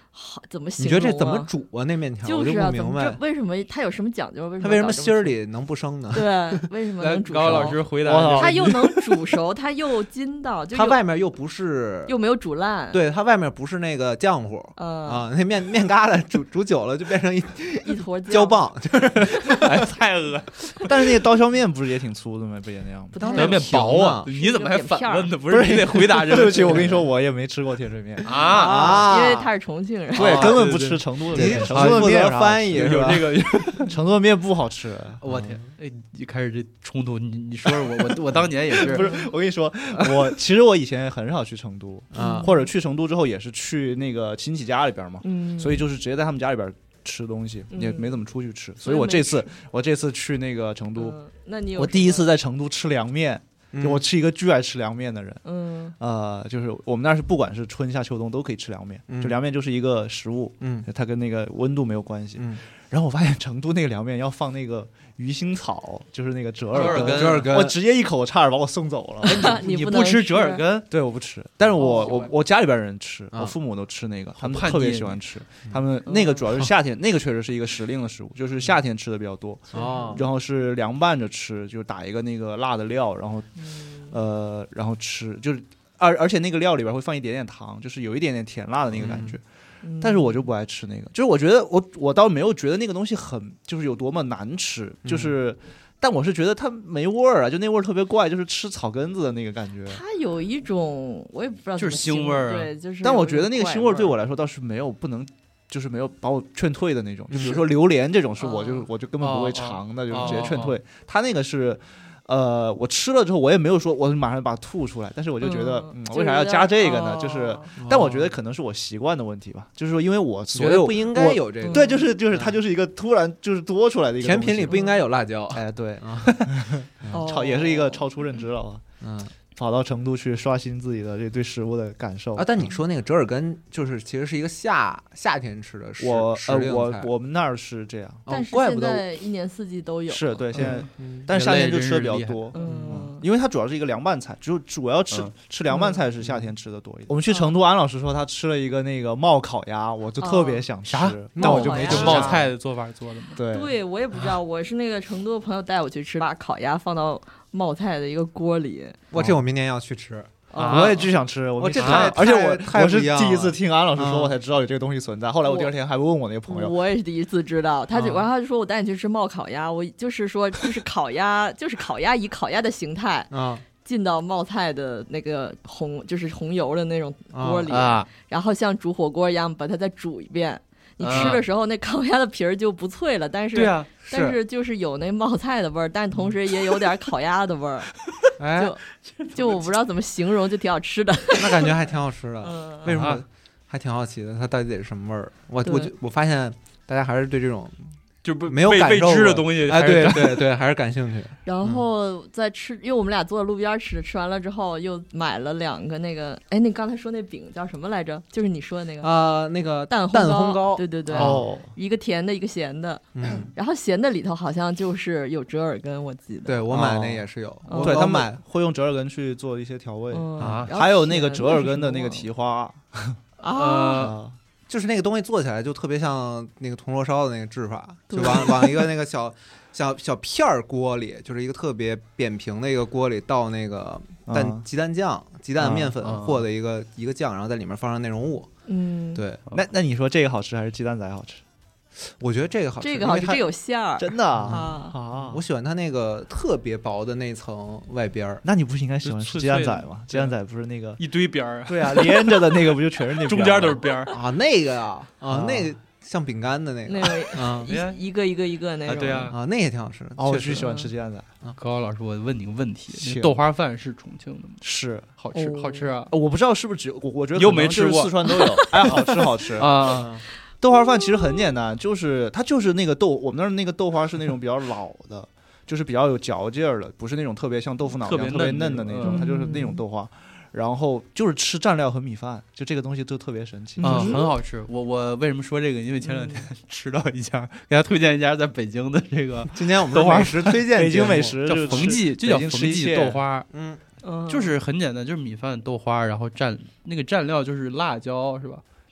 好怎么形容、啊？ 你觉得这怎么煮啊？那面条就是啊， 我就不明白为什么它有什么讲究？为什么它为什么芯儿里能不生呢？ 对，为什么能煮熟？ 高老师回答， 它又能煮熟，它又筋道，就它外面又不是又没有煮烂， 对，它外面不是那个浆糊、 嗯、 啊，那面面疙瘩煮煮久了就变成一一坨胶棒，就是哎太恶。但是那个刀削面不是也挺粗的吗？不也那样吗？ 刀削面薄啊！你怎么还反问的？不是你得回答这个？ 对不起，我跟你说，我也没吃过天水面啊啊，因为他是重庆人， 对，根本不吃成都的面。成都的面翻译有这个，成都的面不好吃。 我天，哎，一开始这冲突，你你说说我我我当年也是， 不是我跟你说，我其实我以前很少去成都， 嗯、 或者去成都之后也是去那个亲戚家里边嘛， 嗯、 所以就是直接在他们家里边吃东西， 嗯、 也没怎么出去吃。所以我这次我这次去那个成都， 嗯、那你有我第一次在成都吃凉面。就我是一个巨爱吃凉面的人， 嗯， 呃，就是我们那是不管是春夏秋冬都可以吃凉面， 嗯、 就凉面就是一个食物， 嗯， 它跟那个温度没有关系， 嗯。 然后我发现成都那个凉面要放那个鱼腥草，就是那个折耳根， 折耳根， 我直接一口差点把我送走了。 你你不吃折耳根？对，我不吃，但是我、 哦、 我我家里边人吃， 啊、 我父母都吃那个，他们叛逆特别喜欢吃。他们那个主要是夏天，那个确实是一个时令的食物，就是夏天吃的比较多。 哦， 然后是凉拌着吃，就打一个那个辣的料，然后。 嗯呃，然后吃就是而而且那个料里边会放一点点糖，就是有一点点甜辣的那个感觉。 嗯、 但是我就不爱吃那个，就是我觉得我我倒没有觉得那个东西很就是有多么难吃，就是。嗯但我是觉得它没味儿啊，就那味儿特别怪，就是吃草根子的那个感觉。 它有一种我也不知道， 就是腥味儿、啊， 对，就是。 但我觉得那个腥味儿对我来说倒是没有不能，就是没有把我劝退的那种。就比如说榴莲这种，是我就、哦、我就根本不会尝的， 哦、 就直接劝退。哦、它那个是。呃，我吃了之后，我也没有说我马上把它吐出来，但是我就觉得，嗯，嗯为啥要加这个呢？ 哦、 就是，但我觉得可能是我习惯的问题吧。就是说，因为我所有不应该有这个， 对，就是就是它就是一个突然就是多出来的一个甜品里不应该有辣椒， 哎，对， 哦、 超也是一个超出认知了啊， 嗯。 跑到成都去刷新自己的这对食物的感受啊！但你说那个折耳根，就是其实是一个夏夏天吃的时我时令菜。 我我们那儿是这样， 但是现在一年四季都有。 是对，现在， 嗯、 但是夏天就吃的比较多， 嗯， 因为它主要是一个凉拌菜，就主要吃、嗯、吃凉拌菜是夏天吃的多一点。我们去成都，安老师说他吃了一个那个冒烤鸭，我就特别想吃， 啥？ 但我就没吃。 冒菜的做法做的吗？ 对， 对我也不知道，我是那个成都的朋友带我去吃，把烤鸭放到冒菜的一个锅里。 我这我明年要去吃。 啊、我也巨想吃，我我这太， 而且我太我是第一次听安老师说， 嗯、 我才知道有这个东西存在。后来我第二天还问我那个朋友， 我也是第一次知道，他就、 嗯、 然后他就说我带你去吃冒烤鸭，我就是说就是烤鸭，就是烤鸭以烤鸭的形态啊。 进到冒菜的那个红，就是红油的那种锅里， 啊、 然后像煮火锅一样把它再煮一遍。你吃的时候，那烤鸭的皮儿就不脆了，但是对啊， 但是就是有那冒菜的味儿，但同时也有点烤鸭的味儿。 哎， 就就我不知道怎么形容，就挺好吃的。 那感觉还挺好吃的。 嗯、 为什么？还挺好奇的，它到底得是什么味儿？我我我发现大家还是对这种。 就不没有感受未知的东西， 哎，对对对，还是感兴趣。 然后在吃，因为我们俩坐在路边吃，吃完了之后又买了两个那个，哎，那刚才说那饼叫什么来着？就是你说的那个啊、呃，那个蛋蛋烘糕， 对对对， 哦， 一个甜的，一个咸的。 嗯， 然后咸的里头好像就是有折耳根，我记得。 对我买的那也是有， 哦、 对他们买会用折耳根去做一些调味、 嗯、 啊，还有那个折耳根的那个蹄花啊。 呃就是那个东西做起来就特别像那个铜锣烧的那个制法，就往往一个那个小小小片儿锅里，就是一个特别扁平的一个锅里倒那个蛋、嗯、鸡蛋酱、鸡蛋面粉和的一个、嗯、一个酱，然后在里面放上内容物。 嗯， 对。 那那你说这个好吃还是鸡蛋仔好吃？ 我觉得这个好吃， 这个好吃，这有馅儿， 真的啊啊！ 我喜欢它那个特别薄的那层外边。 那你不是应该喜欢吃鸡蛋仔吗？鸡蛋仔不是那个一堆边儿？ 对啊，连着的那个不就全是那中间都是边儿啊？那个啊啊，那个像饼干的那个， 那个啊，一一个一个一个那种， 对啊啊，那也挺好吃的。 哦，我最喜欢吃鸡蛋仔。 高高老师，我问你个问题：豆花饭是重庆的吗？ 是， 好吃，好吃啊！ 我不知道是不是只有我，我觉得又没吃过， 四川都有。哎，好吃，好吃啊！ 豆花饭其实很简单，就是它就是那个豆，我们那儿那个豆花是那种比较老的，就是比较有嚼劲儿的，不是那种特别像豆腐脑一样特别嫩的那种，它就是那种豆花。然后就是吃蘸料和米饭，就这个东西就特别神奇啊、嗯，很好吃。我我为什么说这个？因为前两天吃到一家，给大家推荐一家在北京的这个， 今天我们豆花美食推荐， 北京美食叫冯记，就叫冯记豆花。 嗯， 就是很简单，就是米饭、豆花，然后蘸那个蘸料就是辣椒，是吧？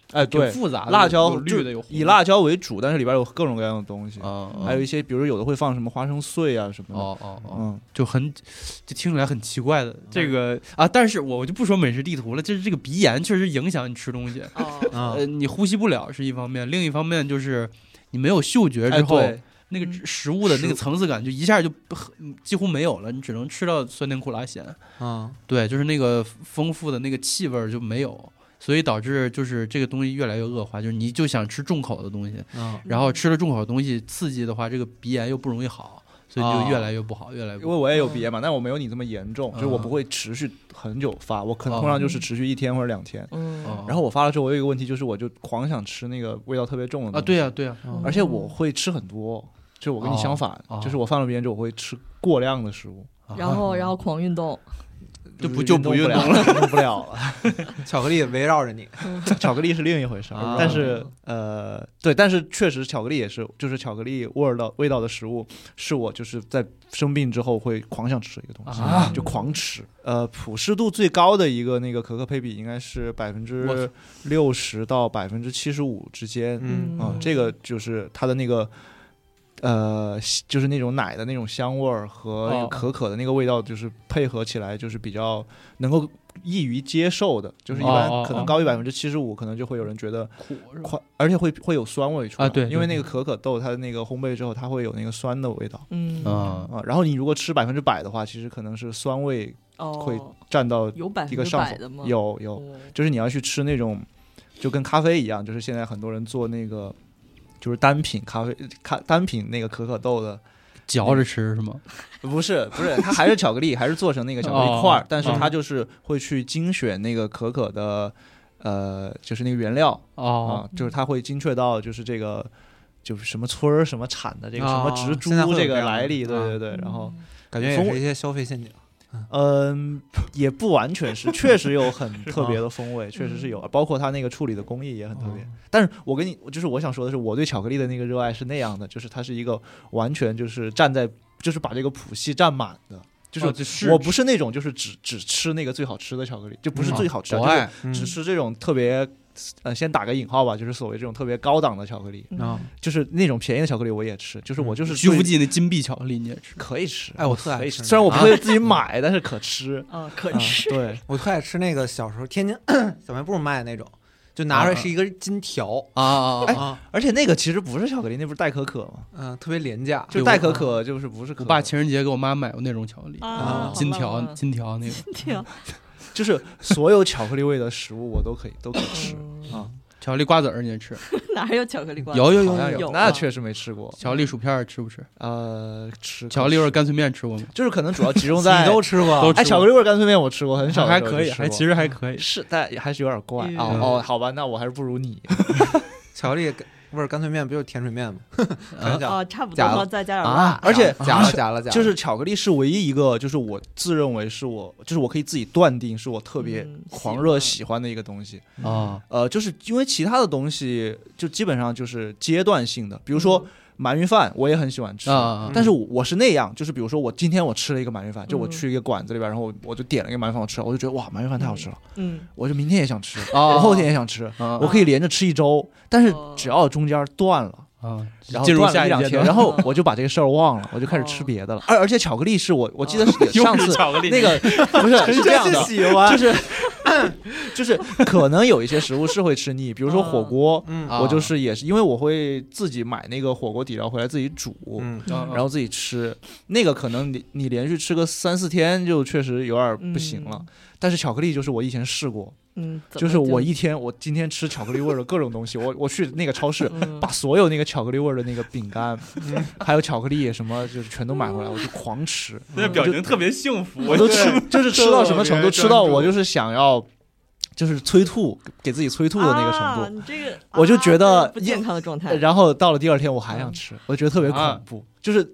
哎，对， 复杂的， 辣椒有绿的有以辣椒为主，但是里边有各种各样的东西， 啊， 还有一些，比如有的会放什么花生碎啊什么的， 哦哦哦， 嗯， 就很，就听起来很奇怪的这个啊，但是我就不说美食地图了，就是这个鼻炎确实影响你吃东西， 哦， 呃，你呼吸不了是一方面，另一方面就是你没有嗅觉之后。 哎那个食物的那个层次感就一下就几乎没有了，你只能吃到酸甜苦辣咸。 嗯， 对，就是那个丰富的那个气味就没有，所以导致就是这个东西越来越恶化，就是你就想吃重口的东西， 嗯， 然后吃了重口的东西刺激的话，这个鼻炎又不容易好。所以就越来越不好，越来越不好。 因为我也有鼻炎嘛，但我没有你这么严重，就是我不会持续很久发，我可能通常就是持续一天或者两天。 嗯， 然后我发了之后，我有一个问题，就是我就狂想吃那个味道特别重的东西啊，对呀对呀， 而且我会吃很多，就是我跟你相反，就是我犯了鼻炎之后，我会吃过量的食物， 然后然后狂运动。 就不就不运动了，动不了了。 巧克力围绕着你， 巧克力是另一回事，啊、但是呃，对，但是确实巧克力也是，就是巧克力味道味道的食物，是我就是在生病之后会狂想吃的一个东西，啊、就狂吃。呃，普适度最高的一个那个可可配比应该是百分之六十到百分之七十五之间， 嗯啊、呃，这个就是它的那个。呃，就是那种奶的那种香味儿和那个可可的那个味道，就是配合起来就是比较能够易于接受的。就是一般可能高于百分之七十五，可能就会有人觉得苦，而且会会有酸味出来。 啊，对， 因为那个可可豆它的那个烘焙之后，它会有那个酸的味道。 嗯啊、呃，然后你如果吃百分之百的话，其实可能是酸味会占到一个上风。 哦、 有有，就是你要去吃那种，就跟咖啡一样，就是现在很多人做那个。就是单品咖啡，咖单品那个可可豆的， 嚼着吃是吗？ 不是，不是，它还是巧克力，还是做成那个巧克力块儿，哦、但是它就是会去精选那个可可的，呃，就是那个原料哦、 啊，就是它会精确到就是这个，就是什么村儿什么产的这个、哦、什么植株这个来历，对对对，然后感觉也是一些消费陷阱。 嗯，也不完全是，确实有很特别的风味，确实是有，包括它那个处理的工艺也很特别。嗯、但是我跟你，就是我想说的是，我对巧克力的那个热爱是那样的，就是它是一个完全就是站在，就是把这个谱系占满的。就是我不是那种就是只只吃那个最好吃的巧克力，就不是最好吃的，嗯、就是只吃这种特别。呃，先打个引号吧，就是所谓这种特别高档的巧克力， 嗯、 就是那种便宜的巧克力我也吃，就是我就是徐福记那金币巧克力你也吃， 可以吃， 哎，我特爱吃，虽然我不会自己买，啊、但是可吃啊，可吃。 啊、对， 我特爱吃那个小时候天津小卖部卖的那种，就拿出来是一个金条啊啊啊啊！而且那个其实不是巧克力，那不是代可可吗？ 嗯、呃，特别廉价， 就代可可就是不是可可。 我爸情人节给我妈买过那种巧克力啊， 金条金条那个， 金条， 就是所有巧克力味的食物我都可以都可以吃啊。 巧克力瓜子儿你也吃？ 哪有巧克力瓜子？ 有有有有有， 那确实没吃过。 巧克力薯片吃不吃？ 呃，吃。 巧克力味干脆面吃过吗？ 就是可能主要集中在你都吃过。 哎，巧克力味干脆面我吃过，很少。 还可以，还其实还可以。 是，但还是有点怪。哦哦，好吧，那我还是不如你。 巧克力味儿干脆面不就是甜水面吗？ 啊，差不多，再加点辣。 而且加了加了加了， 就是巧克力是唯一一个，就是我自认为是我，就是我可以自己断定是我特别狂热喜欢的一个东西啊。 呃，就是因为其他的东西就基本上就是阶段性的，比如说。鳗鱼饭我也很喜欢吃， 啊、 但是我是那样，就是比如说我今天我吃了一个鳗鱼饭，就我去一个馆子里边，然后我我就点了一个鳗鱼饭，我吃了，我就觉得哇，鳗鱼饭太好吃了， 嗯， 我就明天也想吃，啊、我后天也想吃，啊、我可以连着吃一周，但是只要中间断了。 啊， 然后断了一两天，然后我就把这个事儿忘了，我就开始吃别的了。而而且巧克力是我我记得上次那个不是是这样的，就是就是可能有一些食物是会吃腻，比如说火锅，我就是也是因为我会自己买那个火锅底料回来自己煮，然后自己吃，那个可能你你连续吃个三四天就确实有点不行了。但是巧克力就是我以前试过。 嗯， 就是我一天，我今天吃巧克力味的各种东西，我我去那个超市，嗯、把所有那个巧克力味的那个饼干，嗯、还有巧克力什么，就是全都买回来，我就狂吃。 那表情特别幸福， 我都吃，就是吃到什么程度？吃到我就是想要，就是催吐，给自己催吐的那个程度。 啊、你这个， 我就觉得、 啊、不健康的状态。 然后到了第二天，我还想吃，我就觉得特别恐怖，啊、就是。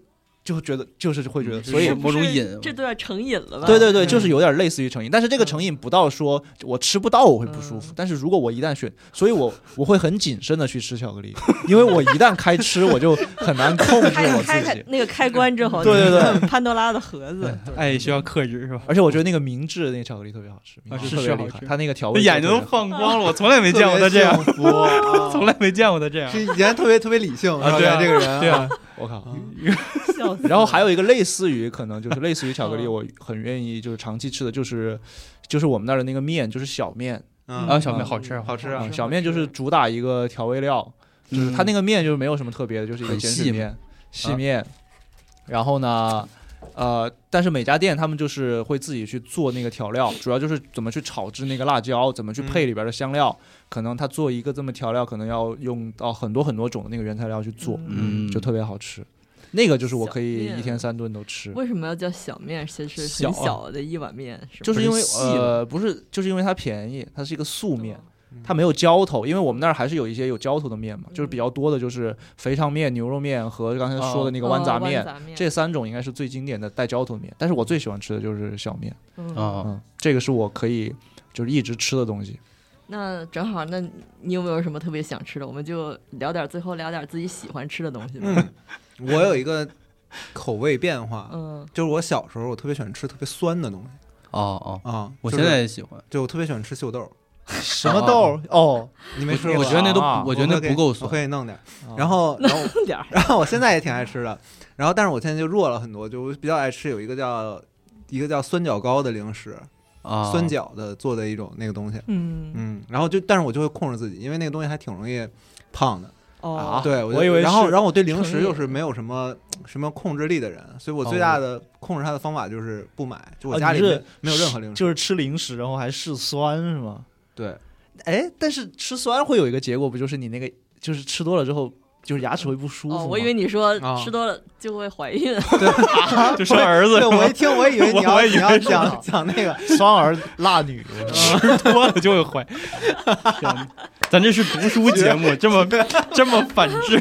就觉得就是会觉得，所以某种瘾， 这都要成瘾了吧？ 对对对，就是有点类似于成瘾，但是这个成瘾不到说我吃不到我会不舒服，但是如果我一旦选，所以我我会很谨慎的去吃巧克力，因为我一旦开吃，我就很难控制我自己。 那个开关之后， 对对对， 潘多拉的盒子， 爱需要克制是吧？ 而且我觉得那个明治那个巧克力特别好吃，明治特别厉害，它那个调味眼睛都放光了，我从来没见过他这样，从来没见过他这样， 是以前特别特别理性啊， 对这个人， 对啊。我靠！然后还有一个类似于，可能就是类似于巧克力，我很愿意就是长期吃的就是，就是我们那儿的那个面，就是小面啊，小面好吃好吃啊！ 小面就是主打一个调味料，就是它那个面就是没有什么特别的，就是一个碱水面、细面。然后呢，呃，但是每家店他们就是会自己去做那个调料，主要就是怎么去炒制那个辣椒，怎么去配里边的香料。可能他做一个这么调料，可能要用到很多很多种的那个原材料去做， 嗯， 就特别好吃。那个就是我可以一天三顿都吃。 为什么要叫小面？其实是很小的一碗面，是就是因为呃不是，就是因为它便宜，它是一个素面，它没有浇头。因为我们那儿还是有一些有浇头的面嘛，就是比较多的就是肥肠面、牛肉面和刚才说的那个豌杂面， 哦、 这三种应该是最经典的带浇头面。但是我最喜欢吃的就是小面， 嗯， 嗯这个是我可以就是一直吃的东西。 那正好，那你有没有什么特别想吃的？我们就聊点，最后聊点自己喜欢吃的东西吧。 嗯，我有一个口味变化， 嗯， 就是我小时候我特别喜欢吃特别酸的东西。 哦哦啊， 我现在也喜欢， 对我特别喜欢吃秀豆。 什么豆？哦， 你没吃过？ 我觉得那都，我觉得那不够酸， 我可以弄点。然后，然后，然后我现在也挺爱吃的。然后，但是我现在就弱了很多，就比较爱吃有一个叫一个叫酸角糕的零食。 啊， 酸角的做的一种那个东西， 嗯嗯，然后就，但是我就会控制自己，因为那个东西还挺容易胖的。 哦， 对， 我以为， 然后，然后我对零食又是没有什么什么控制力的人，所以我最大的控制它的方法就是不买，就我家里面没有任何零食， 就是吃零食，然后还试酸是吗？ 对， 哎，但是吃酸会有一个结果，不就是你那个就是吃多了之后。就是牙齿会不舒服、 哦。我以为你说吃多了就会怀孕， 对、 啊，就生儿子。 对，我一听我以为你要你要讲讲那个双儿辣女， 吃多了就会怀。咱这是读书节目，这么这么反制。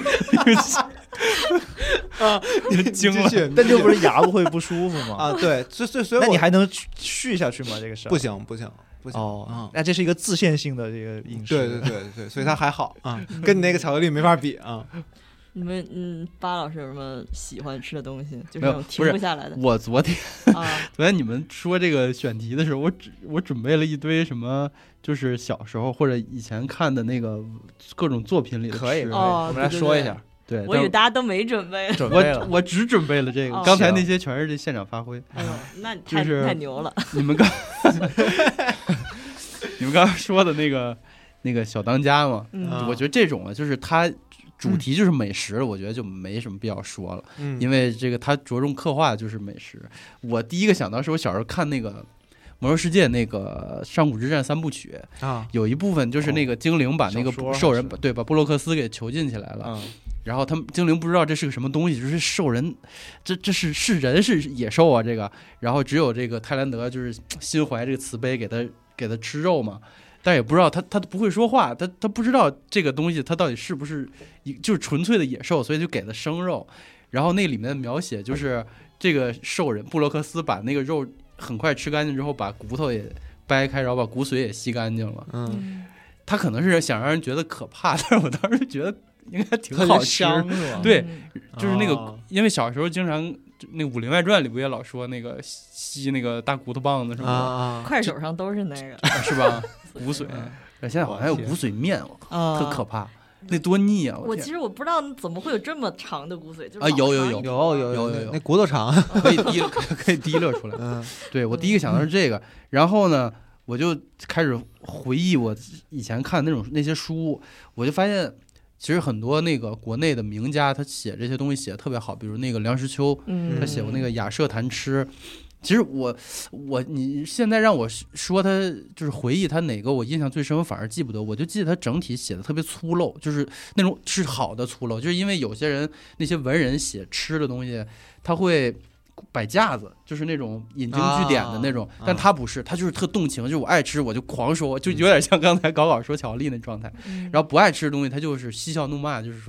啊， 你惊了，但就不是牙不会不舒服吗？ 啊，对，所以所以所以， 那你还能续下去吗？这个事不行不行。不行哦、 嗯， 那这是一个自限性的这个饮食， 对对对对，所以它还好啊，跟你那个巧克力没法比啊。 你们嗯，巴老师有什么喜欢吃的东西？就是那种停不下来的。 我昨天啊， 昨天你们说这个选题的时候，我只我准备了一堆什么，就是小时候或者以前看的那个各种作品里的。 可以， 哦， 我们来说一下。 对， 我以为大家都没准备， 准备了， 我只准备了这个， 哦、 刚才那些全是这现场发挥。 哎呦，那太、 就是、 太牛了！ 你们刚你们刚刚说的那个那个小当家嘛， 嗯、 我觉得这种啊，就是它主题就是美食，嗯、我觉得就没什么必要说了， 嗯、 因为这个它着重刻画就是美食。我第一个想到是我小时候看那个。魔兽世界那个上古之战三部曲啊， 有一部分就是那个精灵把那个兽人，对，把布洛克斯给囚禁起来了。 嗯、 然后他们精灵不知道这是个什么东西，就是兽人，这这是是人是野兽啊这个。然后只有这个泰兰德就是心怀这个慈悲，给他给他吃肉嘛，但也不知道他他不会说话，他他不知道这个东西他到底是不是就是纯粹的野兽，所以就给他生肉。然后那里面的描写就是这个兽人布洛克斯把那个肉。很快吃干净之后，把骨头也掰开，然后把骨髓也吸干净了。 嗯， 他可能是想让人觉得可怕，但是我当时觉得应该挺好吃，对，就是那个， 哦、 因为小时候经常那个《武林外传》里不也老说那个吸那个大骨头棒子什么的， 啊、 快手上都是那个， 是吧？骨髓，现在好像还有骨髓面，我靠， 啊、 特可怕。那多腻啊！ 我, 我其实我不知道怎么会有这么长的骨髓，就是啊，有有有有有有有有， 那骨头长可以滴可以滴勒出来。 嗯， 对我第一个想到是这个，然后呢，我就开始回忆我以前看那种那些书，我就发现其实很多那个国内的名家他写这些东西写的特别好，比如那个梁实秋， 嗯， 他写过那个《雅舍谈吃》。其实我我你现在让我说他就是回忆他哪个我印象最深，我反而记不得，我就记得他整体写的特别粗陋，就是那种是好的粗陋，就是因为有些人那些文人写吃的东西，他会摆架子，就是那种引经据典的那种，啊、但他不是，他就是特动情，就是我爱吃我就狂说，就有点像刚才搞搞说巧克力那状态， 嗯、 然后不爱吃的东西他就是嬉笑怒骂，就是说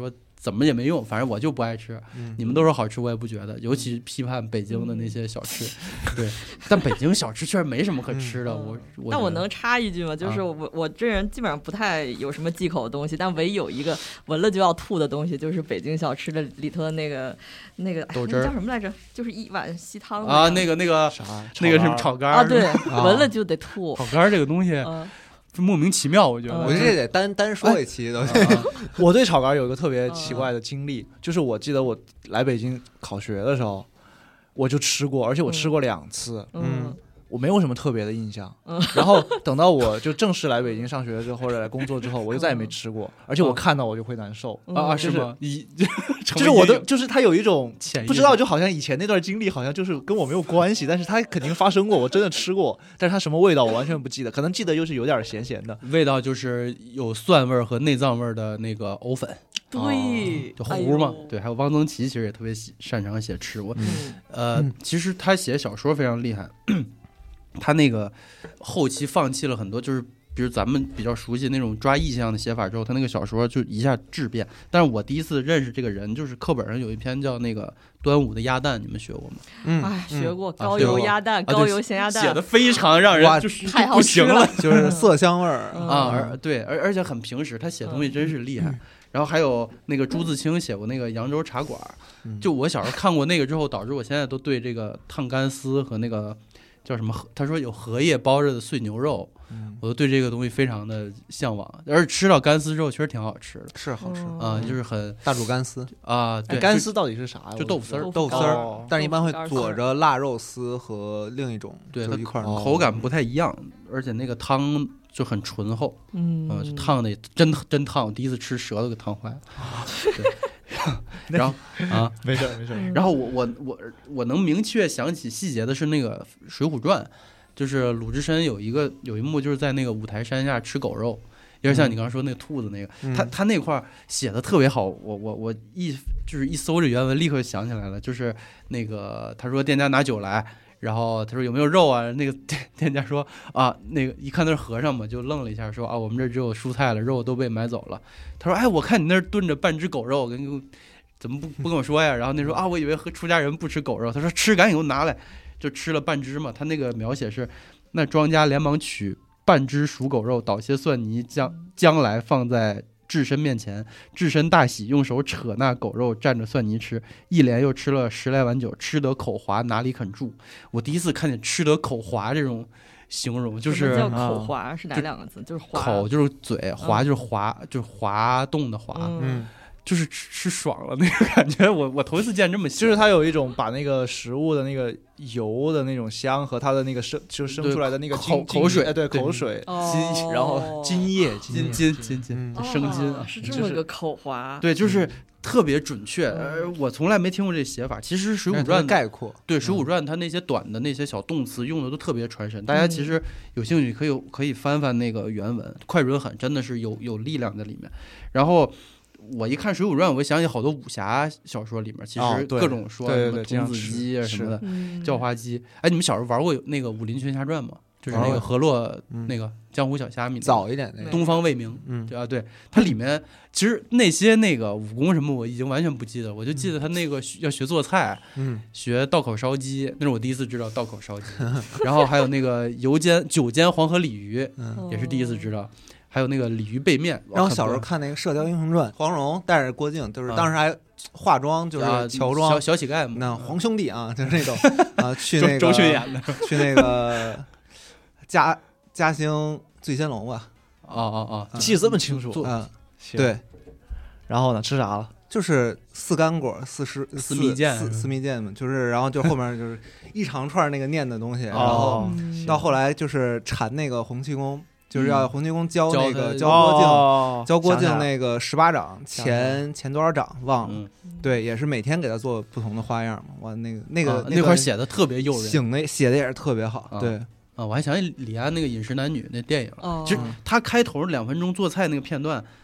怎么也没用，反正我就不爱吃。 嗯、 你们都说好吃，我也不觉得。尤其批判北京的那些小吃，嗯、对，但北京小吃确实没什么可吃的。嗯、我我那我能插一句吗？就是我、啊、我这人基本上不太有什么忌口的东西，但唯有一个闻了就要吐的东西，就是北京小吃的里头的那个那个豆汁儿、 哎、叫什么来着？就是一碗稀汤啊，那个那个啥？ 那个是炒肝啊，对，闻了就得吐。 炒肝这个东西。嗯莫名其妙，我觉得， 我觉得这得单单说一期都。 哎、我对炒肝有一个特别奇怪的经历，就是我记得我来北京考学的时候，我就吃过，而且我吃过两次， 嗯， 嗯我没有什么特别的印象。嗯、然后等到我就正式来北京上学之后或者来工作之后，我就再也没吃过，而且我看到我就会难受、 嗯、 啊， 是吗？ 一就是我的，就是它有一种不知道，就好像以前那段经历好像就是跟我没有关系，但是它肯定发生过，我真的吃过，但是它什么味道我完全不记得，可能记得就是有点咸咸的味道，就是有蒜味和内脏味的那个藕粉。 对、 哦，就糊嘛、哎。对，还有汪曾祺其实也特别擅长写吃。我、嗯、呃、嗯，其实他写小说非常厉害。他那个后期放弃了很多，就是比如咱们比较熟悉那种抓意象的写法之后，他那个小说就一下质变。但是我第一次认识这个人，就是课本上有一篇叫那个端午的鸭蛋，你们学过吗？ 嗯，哎，学过高油鸭蛋，啊、高油咸鸭蛋， 写的非常让人就是太好吃了， 就是色香味儿、 嗯、 啊，而对，而而且很平实，他写东西真是厉害。嗯、然后还有那个朱自清写过那个扬州茶馆，嗯、就我小时候看过那个之后，导致我现在都对这个烫干丝和那个。叫什么？他说有荷叶包着的碎牛肉，嗯、我都对这个东西非常的向往。而且吃到干丝之后，确实挺好吃的， 是好吃啊、 哦嗯， 就是很大煮干丝啊。对， 干丝到底是啥呀？ 就豆腐丝儿， 豆腐丝儿，但是一般会裹着腊肉丝和另一种， 对， 就一块儿，口感不太一样，而且那个汤就很醇厚， 嗯， 呃、烫的真真烫，我第一次吃舌头给烫坏了。对。然后啊， 没事没事。 然后我我我我能明确想起细节的是那个《水浒传》，就是鲁智深有一个有一幕就是在那个五台山下吃狗肉，有点像你刚刚说那个兔子那个，嗯、他他那块写的特别好，我我我一就是一搜这原文立刻想起来了，就是那个他说店家拿酒来。然后他说有没有肉啊？那个店店家说啊，那个一看那是和尚嘛，就愣了一下，说啊，我们这只有蔬菜了，肉都被买走了。他说，哎，我看你那儿炖着半只狗肉，跟怎么不不跟我说呀？然后那说啊，我以为和出家人不吃狗肉。他说吃，赶紧给我拿来，就吃了半只嘛。他那个描写是，那庄家连忙取半只熟狗肉，捣些蒜泥，将将来放在智深面前，智深大喜，用手扯那狗肉蘸着蒜泥吃，一连又吃了十来碗酒，吃得口滑，哪里肯住？我第一次看见吃得口滑这种形容，就是叫口滑、啊、是哪两个字？就是滑， 口就是嘴，滑就是滑，嗯、就是滑动的滑， 嗯， 就是吃吃爽了那个感觉。我我头一次见这么， 就是它有一种把那个食物的那个油的那种香和它的那个生就生出来的那个口口水， 哎，对， 对口水， 金， 然后津液， 津津津津，生津啊，是这么个口滑， 对，就是特别准确。呃，我从来没听过这写法。其实《水浒传》 概括， 对，《水浒传》它那些短的那些小动词用的都特别传神。大家其实有兴趣可以可以翻翻那个原文，快准狠，真的是有有力量在里面。然后。我一看《水浒传》，我会想起好多武侠小说里面，其实各种说什么童子鸡啊什么的，叫花鸡。哎，你们小时候玩过那个《武林群侠传》吗？就是那个河洛那个江湖小虾米， 早一点那个东方未明，嗯啊，对，它里面其实那些那个武功什么我已经完全不记得，我就记得他那个要学做菜， 嗯， 学道口烧鸡，那是我第一次知道道口烧鸡。然后还有那个油煎九煎黄河鲤鱼， 嗯， 也是第一次知道。还有那个鲤鱼背面， 然后小时候看那个《射雕英雄传》，黄蓉带着郭靖，就是当时还化妆，就是乔装， 小小乞丐嘛， 那黄兄弟啊，就是那种啊，去那个周迅演的， 去那个嘉嘉兴醉仙楼吧。 哦哦哦， 记得这么清楚啊？对。 然后呢，吃啥了？ 就是四干果、四十四蜜饯、 四四蜜饯嘛，就是然后就后面就是一长串那个念的东西，然后到后来就是缠那个洪七公。就是要洪七公教那个、嗯、教郭靖、哦、教郭靖那个十八掌前前多少掌忘了、嗯，对，也是每天给他做不同的花样嘛。哇，那个那个、 啊、那块写的特别诱人， 醒的写的也是特别好。 啊、 对啊，我还想起李安那个《饮食男女》那电影， 哦、 其实他开头两分钟做菜那个片段，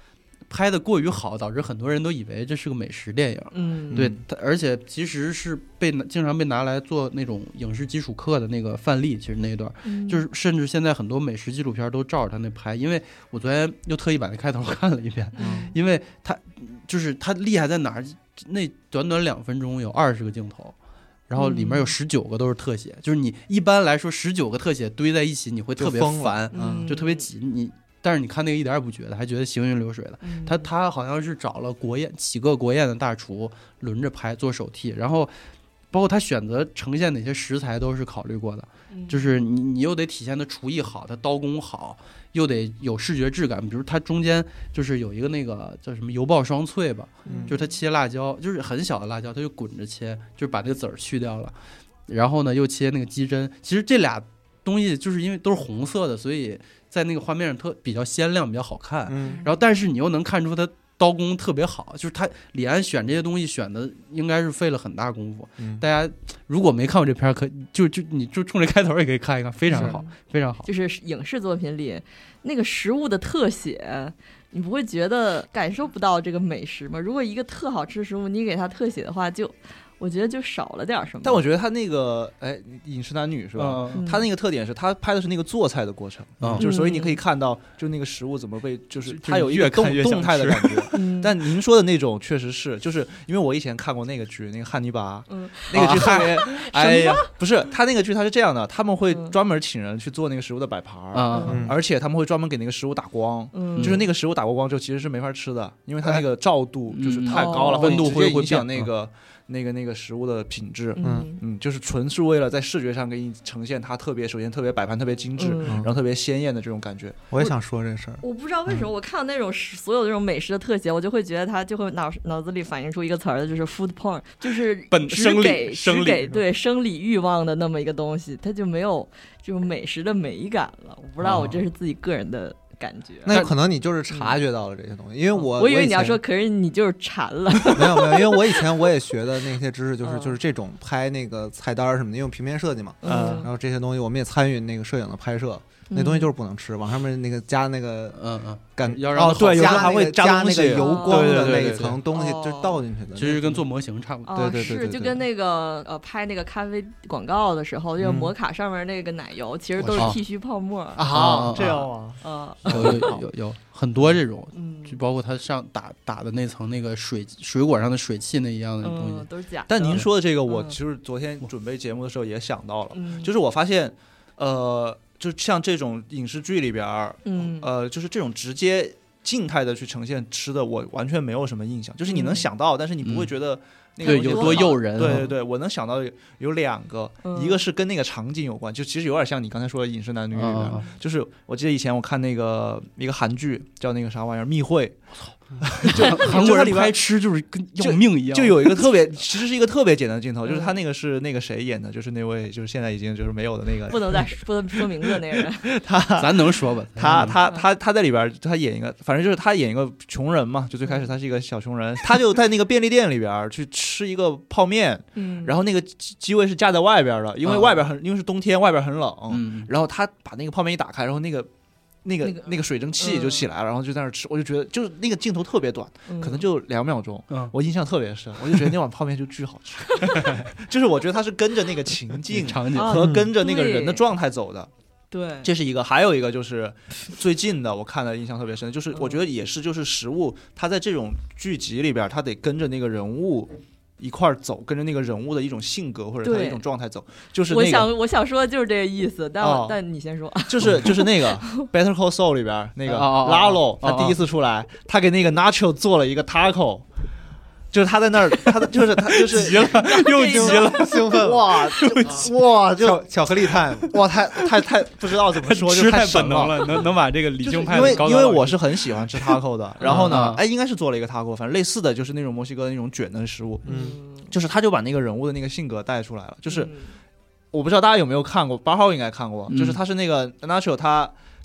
拍的过于好，导致很多人都以为这是个美食电影。 嗯， 对，而且其实是被经常被拿来做那种影视基础课的那个范例。其实那一段、嗯、就是甚至现在很多美食纪录片都照着他那拍，因为我昨天又特意把那开头看了一遍，嗯、因为他就是他厉害在哪儿？那短短两分钟有二十个镜头。然后里面有十九个都是特写、嗯，就是你一般来说十九个特写堆在一起，你会特别烦，就, 嗯、就特别挤。你但是你看那个一点也不觉得，还觉得行云流水的。嗯、他他好像是找了国宴几个国宴的大厨轮着拍做手替，然后包括他选择呈现哪些食材都是考虑过的，嗯、就是你你又得体现他厨艺好，他刀工好。又得有视觉质感，比如它中间就是有一个那个叫什么油爆双脆吧、嗯，就是它切辣椒，就是很小的辣椒，它就滚着切，就是把那个籽儿去掉了，然后呢又切那个鸡胗。其实这俩东西就是因为都是红色的，所以在那个画面上特比较鲜亮，比较好看。嗯、然后但是你又能看出它刀工特别好，就是他李安选这些东西选的应该是费了很大功夫。嗯、大家如果没看过这片，可就就你就冲着开头也可以看一看，非常好，非常好。 就是影视作品里那个食物的特写，你不会觉得感受不到这个美食吗？如果一个特好吃的食物，你给它特写的话，就。我觉得就少了点什么。 但我觉得他那个哎，饮食男女是吧？嗯、他那个特点是他拍的是那个做菜的过程，嗯、就是所以你可以看到，就那个食物怎么被，就是它有一个动动态的感觉。嗯、但您说的那种确实是，就是因为我以前看过那个剧，那个汉尼拔，嗯、那个剧特别，啊、哎呀，不是他那个剧他是这样的，他们会专门请人去做那个食物的摆盘，嗯、而且他们会专门给那个食物打光，嗯、就是那个食物打过光之后其实是没法吃的，因为它那个照度就是太高了，嗯、温度会影响那个。那个那个食物的品质，嗯嗯，就是纯是为了在视觉上给你呈现它特别，首先特别摆盘特别精致，嗯、然后特别鲜艳的这种感觉。 我也想说这事儿， 我不知道为什么，我看到那种所有这种美食的特写，我就会觉得它就会脑脑子里反映出一个词儿，就是 food porn， 就是本生理生理对生理欲望的那么一个东西，它就没有这种美食的美感了。我不知道，我这是自己个人的。感觉那可能你就是察觉到了这些东西，因为我我以为你要说，可是你就是馋了。 没有没有，因为我以前我也学的那些知识，就是就是这种拍那个菜单什么的，因为平面设计嘛，嗯，然后这些东西我们也参与那个摄影的拍摄。那东西就是不能吃，往上面那个加那个嗯嗯， 感要让对，有时候还会加那个油光的那一层东西，就倒进去的。 其实跟做模型差不多。 对对对， 是就跟那个呃拍那个咖啡广告的时候，就是摩卡上面那个奶油，其实都是剃须泡沫啊。这样啊？ 啊， 有有有有很多这种，就包括它上打打的那层那个水水果上的水汽那一样的东西， 都是假的。 但您说的这个，我其实昨天准备节目的时候也想到了，就是我发现，呃。就像这种影视剧里边，嗯，呃，就是这种直接静态的去呈现吃的，我完全没有什么印象。就是你能想到，嗯、但是你不会觉得那个对有多诱人。 对对对，我能想到有两个，嗯、一个是跟那个场景有关，就其实有点像你刚才说的《饮食男女》里边，嗯、就是我记得以前我看那个一个韩剧叫那个啥玩意儿《密会》。 就韩国人拍吃就是跟要命一样， 就有一个特别，其实是一个特别简单的镜头，就是他那个是那个谁演的，就是那位就是现在已经就是没有的那个， 不能再不能说名字的那个人， 他咱能说吧？ 他他他他在里边，他演一个，反正就是他演一个穷人嘛，就最开始他是一个小穷人，他就在那个便利店里边去吃一个泡面，嗯，然后那个机位是架在外边的，因为外边很因为是冬天，外边很冷，嗯，然后他把那个泡面一打开，然后那个。那个、那个、那个水蒸气就起来了，嗯、然后就在那儿吃，我就觉得就是那个镜头特别短，嗯、可能就两秒钟，嗯、我印象特别深，我就觉得那碗泡面就巨好吃，就是我觉得它是跟着那个情境场景和跟着那个人的状态走的， 对， 这是一个，还有一个就是最近的我看的印象特别深，就是我觉得也是就是食物，它在这种剧集里边，它得跟着那个人物。一块走，跟着那个人物的一种性格或者他的一种状态走，就是那个。 我想我想说的就是这个意思，但、哦、但你先说。 就是就是那个 Better Call Saul 里边那个拉洛，他第一次出来，他给那个 Nacho 做了一个 taco。就是他在那儿，他就是他就是急了，又急了， 兴奋哇哇，就巧克力time， 哇，太太太不知道怎么说， 就太本能了，能能把这个理性派。 因为因为我是很喜欢吃 taco 的，然后呢，哎，应该是做了一个 taco， 反正类似的就是那种墨西哥的那种卷的食物，嗯，就是他就把那个人物的那个性格带出来了，就是我不知道大家有没有看过，八号应该看过，就是他是那个 Nacho 他。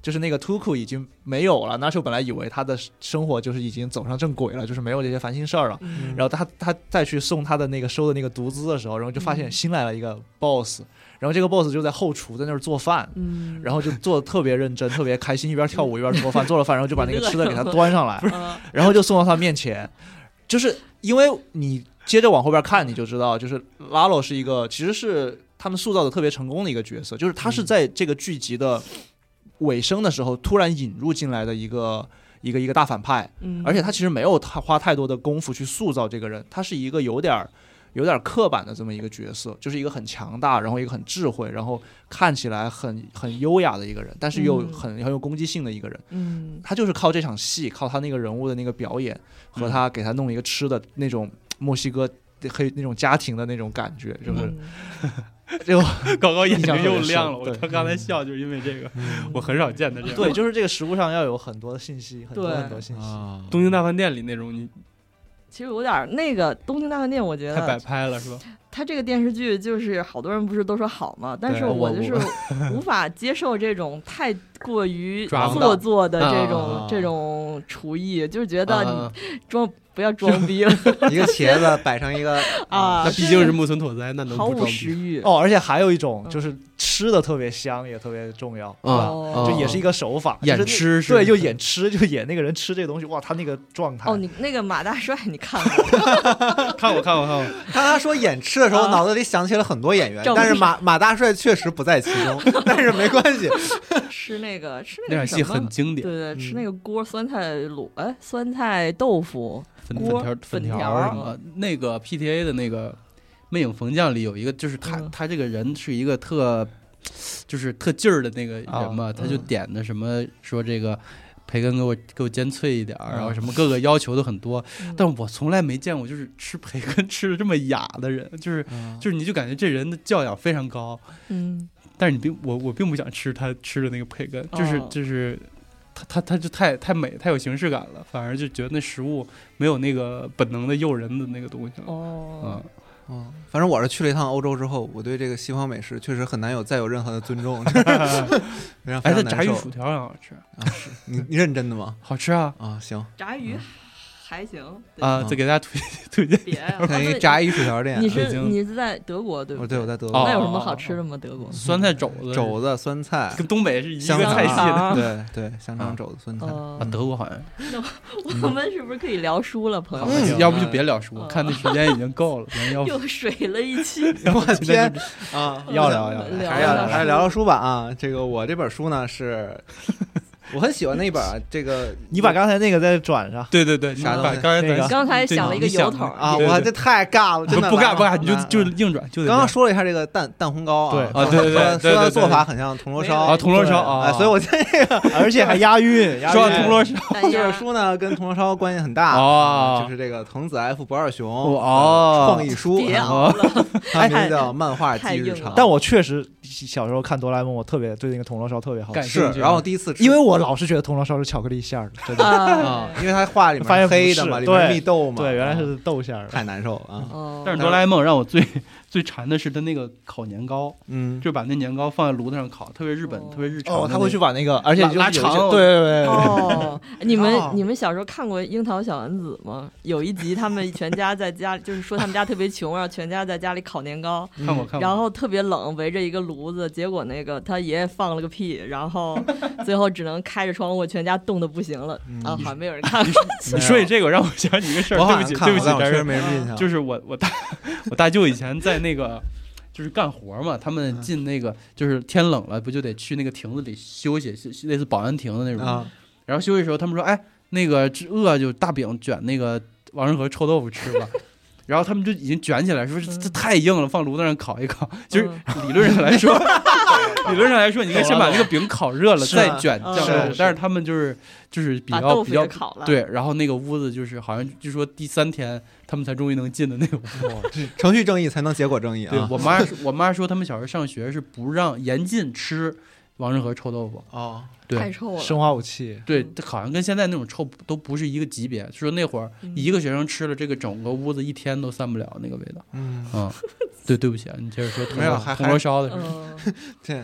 就是那个 Tuku 已经没有了，那时候本来以为他的生活就是已经走上正轨了，就是没有这些烦心事儿了。嗯、然后他他再去送他的那个收的那个毒资的时候，然后就发现新来了一个 boss，、嗯、然后这个 boss 就在后厨在那儿做饭，嗯、然后就做的特别认真，特别开心，一边跳舞一边做饭，做了饭然后就把那个吃的给他端上来，然后就送到他面前。就是因为你接着往后边看，你就知道，就是 Lalo 是一个其实是他们塑造的特别成功的一个角色，就是他是在这个剧集的尾声的时候突然引入进来的一个一个一个大反派，嗯，而且他其实没有花太多的功夫去塑造这个人，他是一个有点有点刻板的这么一个角色，就是一个很强大，然后一个很智慧，然后看起来很很优雅的一个人，但是又很很有攻击性的一个人，嗯，他就是靠这场戏，靠他那个人物的那个表演和他给他弄一个吃的那种墨西哥黑那种家庭的那种感觉，就是。嗯就高高眼睛又亮了，我他刚才笑就是因为这个，嗯、我很少见的这样。 对，就是这个食物上要有很多的信息，很多很多信息。 啊、东京大饭店里那种，你其实有点那个东京大饭店，我觉得太摆拍了，是吧？ 他这个电视剧就是好多人不是都说好嘛，但是我就是无法接受这种太过于做作的这种、啊、这种厨艺，就是觉得你装。不要装逼了， 一个茄子摆成一个啊， 那毕竟是木村拓哉，那能不装逼？ 毫无食欲哦。而且还有一种就是吃的特别香，也特别重要啊、嗯，就也是一个手法， 演吃是， 对，就演吃，就演那个人吃这个东西，哇，他那个状态。 哦，你那个马大帅你看过？ 看过，看过，看过。 当他说演吃的时候，脑子里想起了很多演员，但是马马大帅确实不在其中，但是没关系。 吃那个吃那个那场戏很经典， 对对，吃那个锅酸菜卤，哎，酸菜豆腐。 粉粉条粉条什么？ 那个 P T A 的那个《魅影逢将》里有一个，就是他、嗯、他这个人是一个特就是特劲儿的那个人嘛，啊、他就点的什么说这个培根给我给我煎脆一点，嗯、然后什么各个要求都很多，嗯、但我从来没见过就是吃培根吃的这么雅的人，就是、嗯、就是你就感觉这人的教养非常高，嗯，但是你并我我并不想吃他吃的那个培根，就是就是。他他他就太太美太有形式感了，反而就觉得那食物没有那个本能的诱人的那个东西了。哦， 嗯，嗯，反正我是去了一趟欧洲之后，我对这个西方美食确实很难有再有任何的尊重。非常哎，那炸鱼薯条很好吃啊！是你你认真的吗？ 好吃啊！ 啊，行， 炸鱼。还行啊，再给大家推推荐。 别呀， 看一个炸鱼薯条店。 你是你是在德国对不对？对，我在德国。 那有什么好吃的吗？德国酸菜肘子， 肘子酸菜， 跟东北是一个菜系的。 对对，香肠肘子酸菜啊，德国好像。 那我们是不是可以聊书了，朋友们？要不就别聊书，看那时间已经够了。 又水了一期， 我天啊！ 要聊要聊，还是还是聊聊书吧啊！这个我这本书呢是。我很喜欢那一本啊，这个你把刚才那个再转上， 对对对， 啥东西？刚才那个刚才想了一个由头啊，我这太尬了，真的不尬不尬，你就就是硬转。就刚刚说了一下这个蛋蛋烘糕啊，对啊对对对， 说的做法很像铜锣烧啊，铜锣烧啊， 所以我这个而且还押韵， 说铜锣烧。 这本书呢跟铜锣烧关系很大啊， 就是这个藤子 F 不二雄哦创意书， 别熬了， 它名叫《漫画记日常》。 但我确实小时候看哆啦 A 梦，我特别对那个铜锣烧特别好感兴趣。然后第一次， 因为我老是觉得铜锣烧是巧克力馅儿的，真的啊，因为它画里面黑的嘛，里面蜜豆嘛， 对，原来是豆馅儿， 太难受啊。 但是哆啦 A 梦让我最最馋的是它那个烤年糕， 嗯， 就把那年糕放在炉子上烤，特别日本，特别日常。 哦，他会去把那个，而且拉长， 对对对。 哦，你们你们小时候看过《樱桃小丸子》吗？有一集他们全家在家，就是说他们家特别穷，然后全家在家里烤年糕， 看过看过， 然后特别冷，围着一个炉子，结果那个他爷爷放了个屁，然后最后只能开着窗户，全家冻得不行了。啊，好像没有人看过。 你说起这个，让我想起一个事儿，对不起对不起， 但是没人印象。 就是我我大我大舅以前在那个就是干活嘛，他们进那个就是天冷了，不就得去那个亭子里休息，类似保安亭的那种。然后休息的时候，他们说，哎，那个饿就大饼卷那个王致和臭豆腐吃吧。然后他们就已经卷起来，说这太硬了，放炉子上烤一烤。其实理论上来说，理论上来说，你应该先把那个饼烤热了再卷酱油。但是他们就是就是比较比较对，然后那个屋子就是好像就说第三天他们才终于能进的那个屋。 程序正义才能结果正义啊！ 对我妈，我妈说他们小时候上学是不让严禁吃王致和臭豆腐哦， 对， 太臭了， 生化武器。 对，好像跟现在那种臭都不是一个级别。说那会儿一个学生吃了这个整个屋子一天都散不了那个味道。嗯嗯，对，对不起啊，你接着说铜锣铜锣烧的事。 对，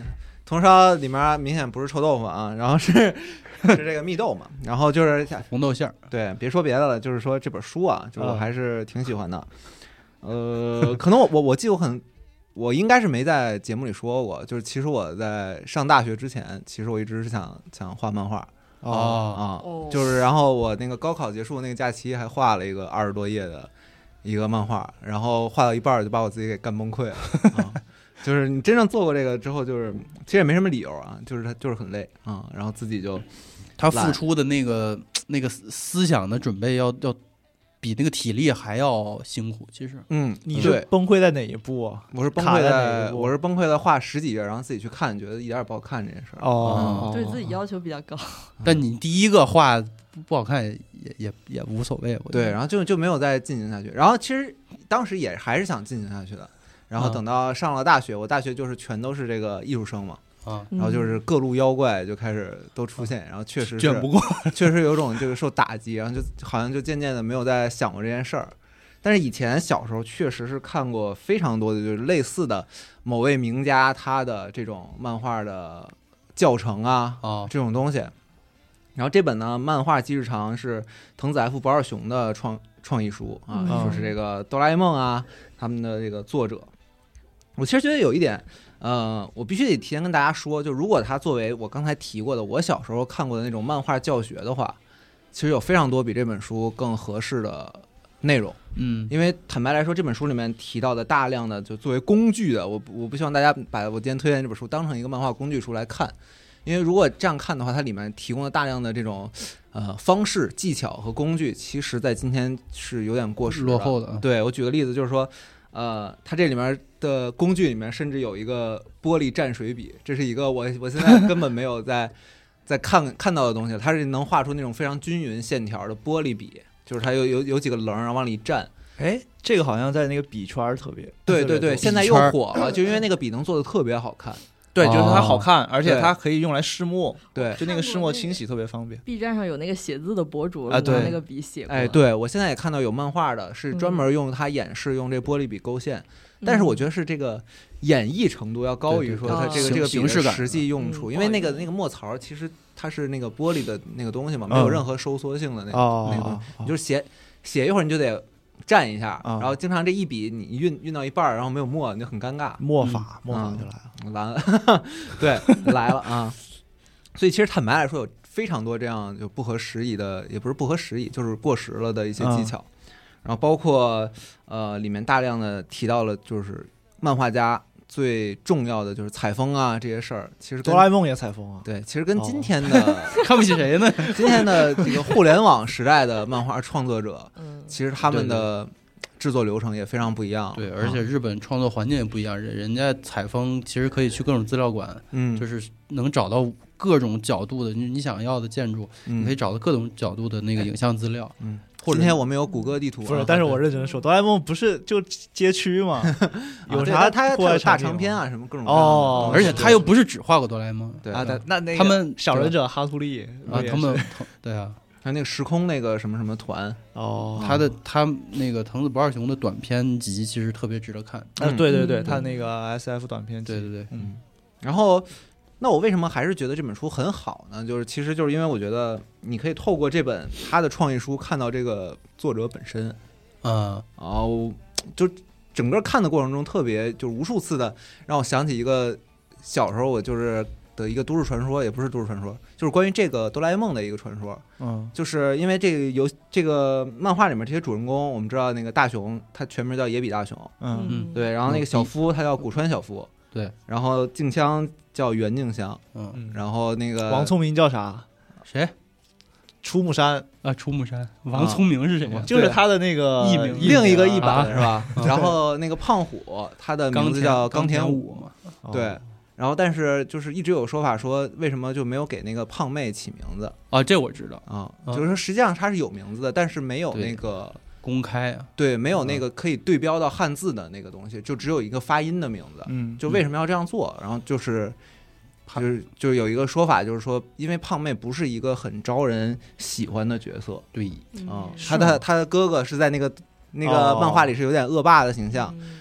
铜烧里面明显不是臭豆腐啊，然后是是这个蜜豆嘛，然后就是红豆馅儿。 对，别说别的了，就是说这本书啊，就我还是挺喜欢的。呃，可能我我我记得我很，我应该是没在节目里说过，就是其实我在上大学之前，其实我一直是想想画漫画。 哦啊，就是然后我那个高考结束那个假期还画了一个二十多页的一个漫画，然后画到一半就把我自己给干崩溃了。啊，就是你真正做过这个之后，就是其实也没什么理由啊，就是他就是很累啊，然后自己就他付出的那个那个思想的准备要要比那个体力还要辛苦。其实， 嗯， 你是崩溃在哪一步啊？ 我是崩溃在我是崩溃在画十几页，然后自己去看，觉得一点也不好看这件事儿。 哦， 对自己要求比较高。 但你第一个画不好看也也也无所谓。 对，然后就就没有再进行下去。然后其实当时也还是想进行下去的。然后等到上了大学，我大学就是全都是这个艺术生嘛。 啊， 然后就是各路妖怪就开始都出现，然后确实是卷不过， 确实有种这个受打击，然后就好像就渐渐的没有再想过这件事儿。但是以前小时候确实是看过非常多的就是类似的某位名家他的这种漫画的教程啊， 哦， 这种东西。然后这本呢，漫画记日常是藤子 F 不二雄的创创意书啊， 嗯、 就是这个哆啦 A 梦啊他们的这个作者。我其实觉得有一点。呃，我必须得提前跟大家说，就如果它作为我刚才提过的我小时候看过的那种漫画教学的话，其实有非常多比这本书更合适的内容。 嗯， 因为坦白来说，这本书里面提到的大量的就作为工具的，我我不希望大家把我今天推荐这本书当成一个漫画工具书来看，因为如果这样看的话，它里面提供的大量的这种呃方式、技巧和工具，其实在今天是有点过时落后的。 对，我举个例子，就是说。呃，它这里面的工具里面甚至有一个玻璃蘸水笔，这是一个我我现在根本没有在在看看到的东西，它是能画出那种非常均匀线条的玻璃笔，就是它有有有几个棱然后往里蘸。 哎，这个好像在那个笔圈特别， 对对对，现在又火了，就因为那个笔能做的特别好看。 对，就是它好看，而且它可以用来试墨。 对， 就那个试墨清洗特别方便。 B 站上有那个写字的博主啊，对， 那个笔写过。 哎，对我现在也看到有漫画的，是专门用它演示用这玻璃笔勾线。嗯、但是我觉得是这个演绎程度要高于说它这个这个笔的实际用处，因为那个那个墨槽其实它是那个玻璃的那个东西嘛，没有任何收缩性的那个、 嗯、 那个，你就是写写一会儿你就得。蘸一下，然后经常这一笔你运运到一半，然后没有墨，你就很尴尬。 墨法，墨法就来了， 完了，对，来了啊！所以其实坦白来说，有非常多这样就不合时宜的，也不是不合时宜，就是过时了的一些技巧。嗯、然后包括呃，里面大量的提到了，就是漫画家最重要的就是采风啊这些事儿。其实哆啦 A 梦也采风啊。 对，其实跟今天的、哦、 看不起谁呢？ 今天的这个互联网时代的漫画创作者。其实他们的制作流程也非常不一样， 对，而且日本创作环境也不一样，人人家采风其实可以去各种资料馆， 嗯， 就是能找到各种角度的你你想要的建筑， 嗯、 你可以找到各种角度的那个影像资料， 嗯。今天我们有谷歌地图、啊， 不是，但是我认真说，哆啦 A 梦不是就街区吗？有啥？ 它它有大长篇啊，什么各种哦， 而且他又不是只画过哆啦 A 梦， 对啊，那那他们小忍者哈图利啊，他们对啊。 还有那个时空那个什么什么团哦， 他的他那个藤子不二雄的短篇集其实特别值得看。 嗯，对对对，他那个 S F 短篇集， 对对对， 嗯。然后，那我为什么还是觉得这本书很好呢？就是其实就是因为我觉得你可以透过这本他的创意书看到这个作者本身， 啊， 然后就整个看的过程中特别就是无数次的让我想起一个小时候我就是。的一个都市传说，也不是都市传说，就是关于这个哆啦 A 梦的一个传说。 嗯， 就是因为这个游这个漫画里面这些主人公，我们知道那个大雄，他全名叫野比大雄。 嗯嗯， 对。然后那个小夫他叫古川小夫。 对。 然后静香叫袁静香。 嗯。 然后那个王聪明叫啥？ 谁？ 出木山啊，出木山。王聪明是谁呀？ 就是他的那个艺名， 另一个译版是吧？然后那个胖虎，他的名字叫冈田武嘛。 对。然后，但是就是一直有说法说，为什么就没有给那个胖妹起名字啊？这我知道啊，就是说实际上她是有名字的，但是没有那个公开啊， 对，没有那个可以对标到汉字的那个东西，就只有一个发音的名字。 嗯， 就为什么要这样做？然后就是，就是就是有一个说法，就是说，因为胖妹不是一个很招人喜欢的角色， 对， 啊，她的她的哥哥是在那个那个漫画里是有点恶霸的形象。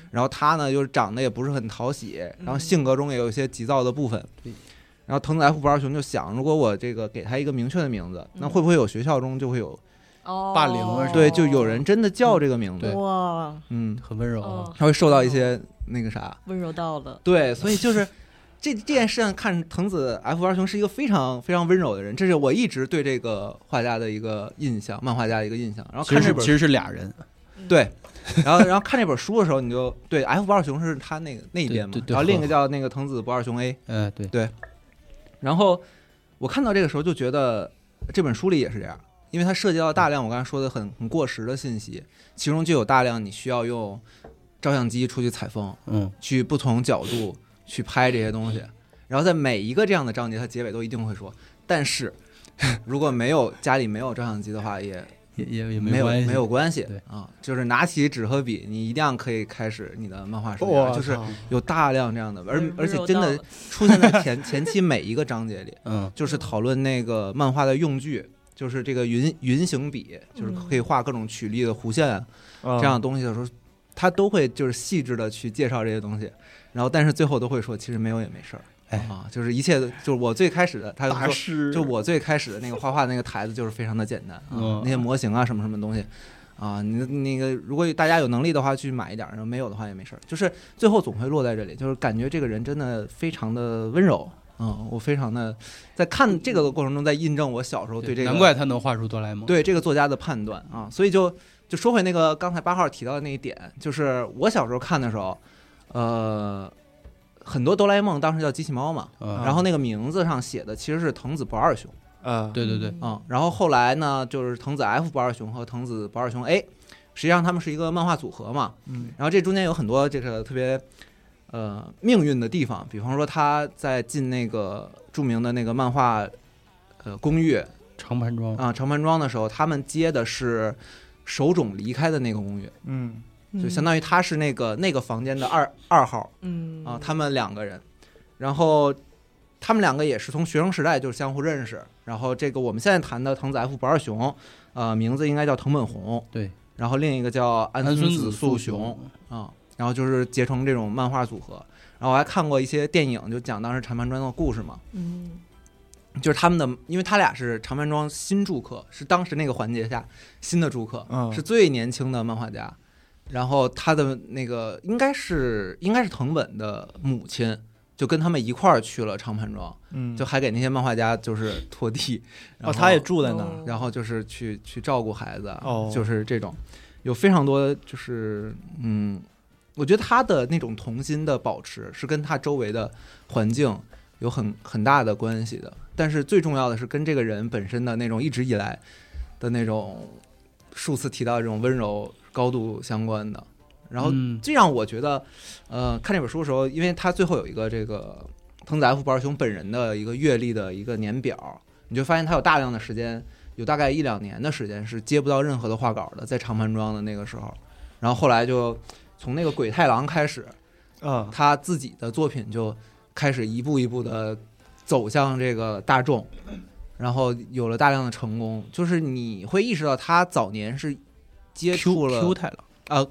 然后他呢又长得也不是很讨喜，然后性格中也有一些急躁的部分。 对。 然后藤子 F 不二雄就想，如果我这个给他一个明确的名字，那会不会有学校中就会有霸凌啊？ 对，就有人真的叫这个名字。 哇， 嗯， 很温柔， 他会受到一些那个啥温柔到了。 对，所以就是这这件事上看，藤子 F 不二雄是一个非常非常温柔的人，这是我一直对这个画家的一个印象，漫画家的一个印象。然后看这本其实是俩人， 对。然后，然后看这本书的时候，你就对 F 不二雄是他那个那一边嘛，然后另一个叫那个藤子不二雄 A， 嗯，对对。然后我看到这个时候就觉得这本书里也是这样，因为它涉及到大量我刚才说的很很过时的信息，其中就有大量你需要用照相机出去采风， 嗯， 去不同角度去拍这些东西。然后在每一个这样的章节，它结尾都一定会说，但是如果没有家里没有照相机的话，也也也也没有没有关系对啊，就是拿起纸和笔，你一定可以开始你的漫画生涯，就是有大量这样的，而而且真的出现在前前期每一个章节里， 嗯， 就是讨论那个漫画的用具，就是这个云云形笔，就是可以画各种曲率的弧线、嗯、这样的东西的时候，他都会就是细致的去介绍这些东西，然后但是最后都会说，其实没有也没事儿。 哎啊，就是一切，就是我最开始的，他大说，就我最开始的那个画画那个台子，就是非常的简单啊， 嗯、 那些模型啊，什么什么东西，啊，你那个如果大家有能力的话，去买一点，然后没有的话也没事儿，就是最后总会落在这里，就是感觉这个人真的非常的温柔，嗯，我非常的在看这个的过程中，在印证我小时候对这个， 难怪他能画出哆啦 A 梦， 对这个作家的判断啊，所以就就说回那个刚才八号提到的那一点，就是我小时候看的时候，呃。很多哆啦 A 梦当时叫机器猫嘛、嗯，然后那个名字上写的其实是藤子不二雄， 啊、嗯，对对对， 嗯，然后后来呢，就是藤子 F 不二雄和藤子不二雄 A， 实际上他们是一个漫画组合嘛，嗯，然后这中间有很多这个特别呃命运的地方，比方说他在进那个著名的那个漫画呃公寓长盘庄啊长盘庄的时候，他们接的是手冢离开的那个公寓， 嗯。 就相当于他是那个那个房间的二二号， 嗯啊，他们两个人，然后他们两个也是从学生时代就相互认识，然后这个我们现在谈的藤子 F 不二雄，呃，名字应该叫藤本弘， 对， 然后另一个叫安孙子素雄啊，然后就是结成这种漫画组合，然后我还看过一些电影，就讲当时长盘庄的故事嘛， 嗯， 就是他们的，因为他俩是长盘庄新住客，是当时那个环节下新的住客， 嗯、 是最年轻的漫画家。然后他的那个应该是应该是藤本的母亲，就跟他们一块儿去了长盘庄， 嗯， 就还给那些漫画家就是拖地，然后哦，他也住在那儿， 然后就是去去照顾孩子， 哦， 就是这种，有非常多就是嗯，我觉得他的那种童心的保持是跟他周围的环境有很很大的关系的，但是最重要的是跟这个人本身的那种一直以来的那种数次提到这种温柔高度相关的。然后最让我觉得呃看这本书的时候，因为他最后有一个这个藤子 F 不二雄本人的一个阅历的一个年表，你就发现他有大量的时间，有大概一两年的时间是接不到任何的画稿的，在长盘庄的那个时候。然后后来就从那个鬼太郎开始啊， 他自己的作品就开始一步一步的走向这个大众，然后有了大量的成功。就是你会意识到他早年是接触了 Q, Q 太郎啊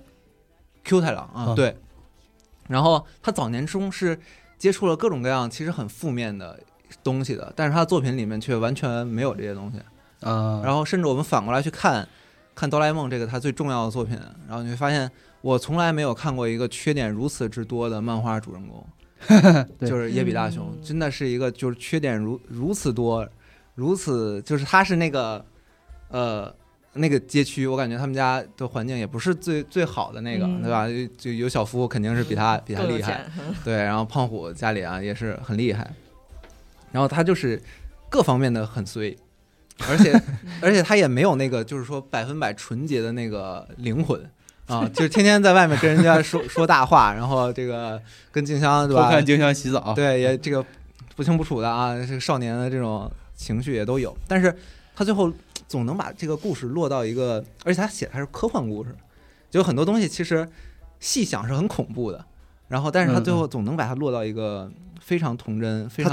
Q 太郎啊、嗯、对，然后他早年中是接触了各种各样其实很负面的东西的，但是他的作品里面却完全没有这些东西啊、嗯。 然后甚至我们反过来去看看哆啦 A 梦这个他最重要的作品，然后你会发现我从来没有看过一个缺点如此之多的漫画主人公就是野比大雄、嗯、真的是一个就是缺点如如此多，如此就是他是那个呃那个街区，我感觉他们家的环境也不是最最好的那个、嗯、对吧，就有小夫肯定是比他比他厉害，对，然后胖虎家里啊也是很厉害，然后他就是各方面的很衰，而且而且他也没有那个就是说百分百纯洁的那个灵魂啊，就是天天在外面跟人家说说大话，然后这个跟静香对吧？ 偷看静香洗澡， 对，也这个不清不楚的啊，这个少年的这种情绪也都有，但是他最后总能把这个故事落到一个，而且他写的还是科幻故事，就很多东西其实细想是很恐怖的，然后但是他最后总能把它落到一个非常童真、非常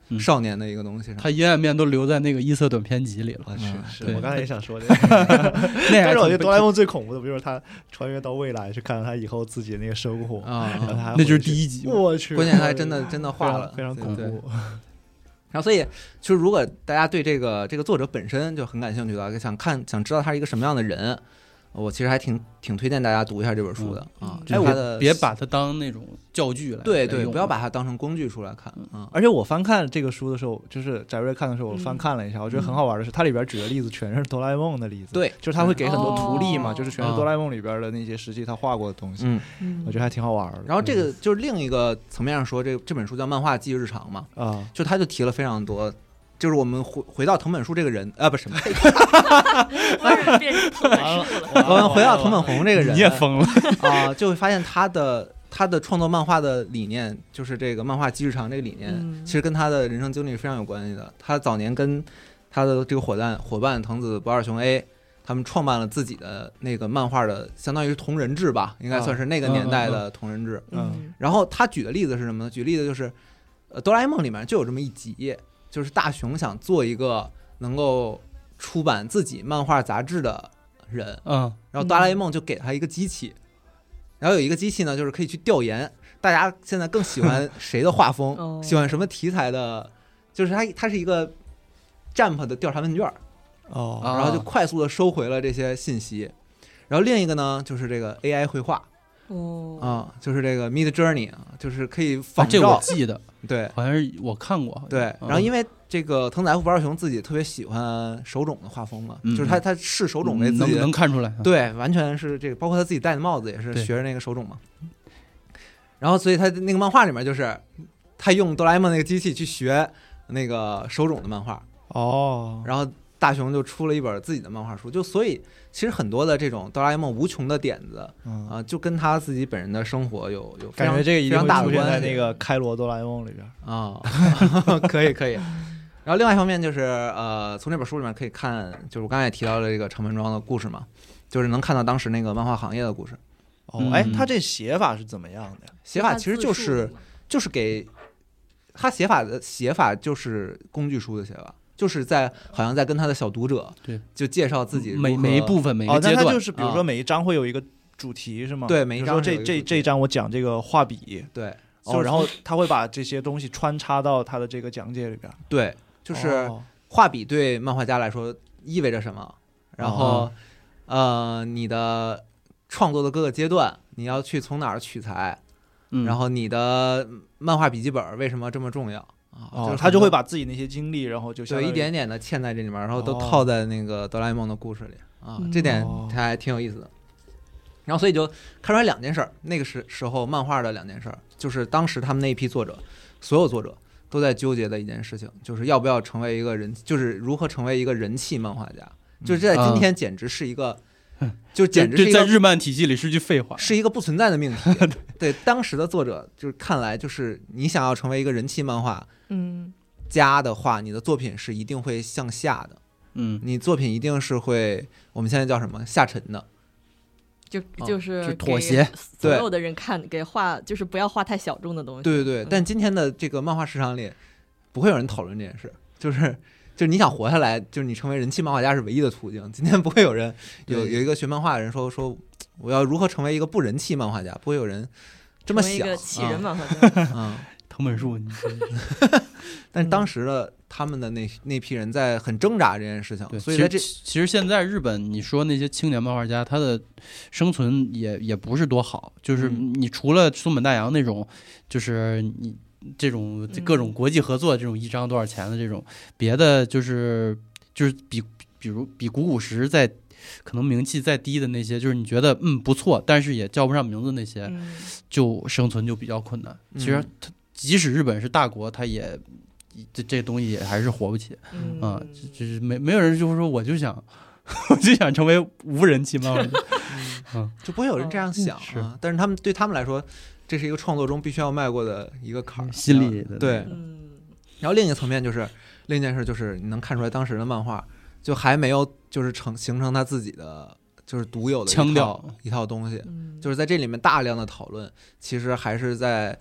少年的一个东西上。 他阴暗面都留在那个异色短篇集里了。 是是，我刚才也想说这个。 但是我觉得哆啦 A 梦最恐怖的，不就是他穿越到未来去看到他以后自己的那个生活啊？ 那就是第一集。 我去， 关键他还真的真的画了， 非常恐怖。 然后，所以就是如果大家对这个这个作者本身就很感兴趣的，想看想知道他是一个什么样的人。我其实还挺挺推荐大家读一下这本书的、嗯、啊！ 哎，我别把它当那种教具来， 对对，不要把它当成工具书来看啊、嗯！ 而且我翻看这个书的时候，就是翟瑞看的时候，我翻看了一下，嗯、我觉得很好玩的是，它里边举的例子全是哆啦 A 梦的例子， 对， 就是他会给很多图例嘛， 哦、 就是全是哆啦 A 梦里边的那些实际他画过的东西， 嗯， 我觉得还挺好玩的。 然后这个就是另一个层面上说，这这本书叫《漫画记日常》嘛， 啊， 就他就提了非常多。就是我们回回到藤本树这个人啊，不是什么， 我变成藤本树了。 我们回到藤本弘这个人， 你也疯了啊、呃！就会发现他的他的创作漫画的理念，就是这个漫画记日常这个理念， 嗯、 其实跟他的人生经历是非常有关系的。他早年跟他的这个伙伴伙伴藤子不二雄 A， 他们创办了自己的那个漫画的，相当于是同人志吧，应该算是那个年代的同人志。 嗯，嗯嗯然后他举的例子是什么呢？举例子就是，呃，哆啦 A 梦里面就有这么一集。就是大雄想做一个能够出版自己漫画杂志的人， 嗯， 然后哆啦 A 梦就给他一个机器，然后有一个机器呢，就是可以去调研大家现在更喜欢谁的画风，喜欢什么题材的，就是它它是一个 Jump 的调查问卷， 哦， 然后就快速的收回了这些信息。然后另一个呢，就是这个 A I 绘画。 哦， 啊，就是这个 Mid Journey 啊，就是可以仿照， 这我记得， 对， 好像是我看过， 对。然后因为这个藤子 F 不二雄自己特别喜欢手冢的画风嘛， 嗯、 就是他他视手冢为自己的、 嗯、能能看出来， 对，完全是这个，包括他自己戴的帽子也是学着那个手冢嘛。然后所以他那个漫画里面就是他用哆啦 A 梦那个机器去学那个手冢的漫画哦， 然后大雄就出了一本自己的漫画书，就所以其实很多的这种哆啦 A 梦无穷的点子啊、 嗯呃，就跟他自己本人的生活有有感觉这个一定会出现在那个开罗哆啦 A 梦里边啊，可以可以。然后另外一方面就是呃，从这本书里面可以看，就是我刚才也提到了这个长门庄的故事嘛，就是能看到当时那个漫画行业的故事。 哦，哎，他这写法是怎么样的呀？ 写法其实就是就是给他写法的写法就是工具书的写法。就是在好像在跟他的小读者对就介绍自己每每一部分每一个阶段， 哦，那他就是比如说每一章会有一个主题是吗？ 对，每一章这这这一章我讲这个画笔， 对， 哦，然后他会把这些东西穿插到他的这个讲解里边。 对，就是画笔对漫画家来说意味着什么，然后、哦、呃，你的创作的各个阶段，你要去从哪儿取材， 嗯、 然后你的漫画笔记本为什么这么重要？ 哦，他就会把自己那些经历，然后就对一点点的嵌在这里面，然后都套在那个哆啦 A 梦的故事里、哦、啊，这点还挺有意思的。然后所以就看出来两件事，那个时时候漫画的两件事，就是当时他们那一批作者，所有作者都在纠结的一件事情，就是要不要成为一个人，就是如何成为一个人气漫画家，就是这在今天简直是一个。 嗯就简直是一个在日漫体系里是句废话， 是一个不存在的命题。对当时的作者，就是看来就是你想要成为一个人气漫画嗯家的话，你的作品是一定会向下的， 嗯， 你作品一定是会我们现在叫什么下沉的， 就就是是妥协， 所有的人看给画就是不要画太小众的东西。 对对对，嗯、但今天的这个漫画市场里，不会有人讨论这件事，就是。就是你想活下来，就是你成为人气漫画家是唯一的途径。今天不会有人有有一个学漫画的人说说我要如何成为一个不人气漫画家，不会有人这么想。 成为一个气人漫画家， 嗯， 藤本树， 但是当时的他们的那那批人在很挣扎这件事情， 对， 所以在这其实现在日本你说那些青年漫画家，他的生存也也不是多好，就是你除了松本大洋那种，就是你。这种各种国际合作这种一张多少钱的这种，别的就是就是比比如比古古石在可能名气再低的那些，就是你觉得嗯不错，但是也叫不上名字那些， 嗯、 就生存就比较困难。其实它即使日本是大国，它也这这东西也还是活不起啊、 嗯嗯，就是没没有人就是说我就想我就想成为无人气漫画家， 嗯，就不会有人这样想啊。 是但是他们对他们来说。这是一个创作中必须要迈过的一个坎儿， 心理的对。 嗯、 然后另一个层面就是另一件事，就是你能看出来当时的漫画就还没有就是成形成他自己的就是独有的腔调一套东西， 嗯、 就是在这里面大量的讨论，其实还是在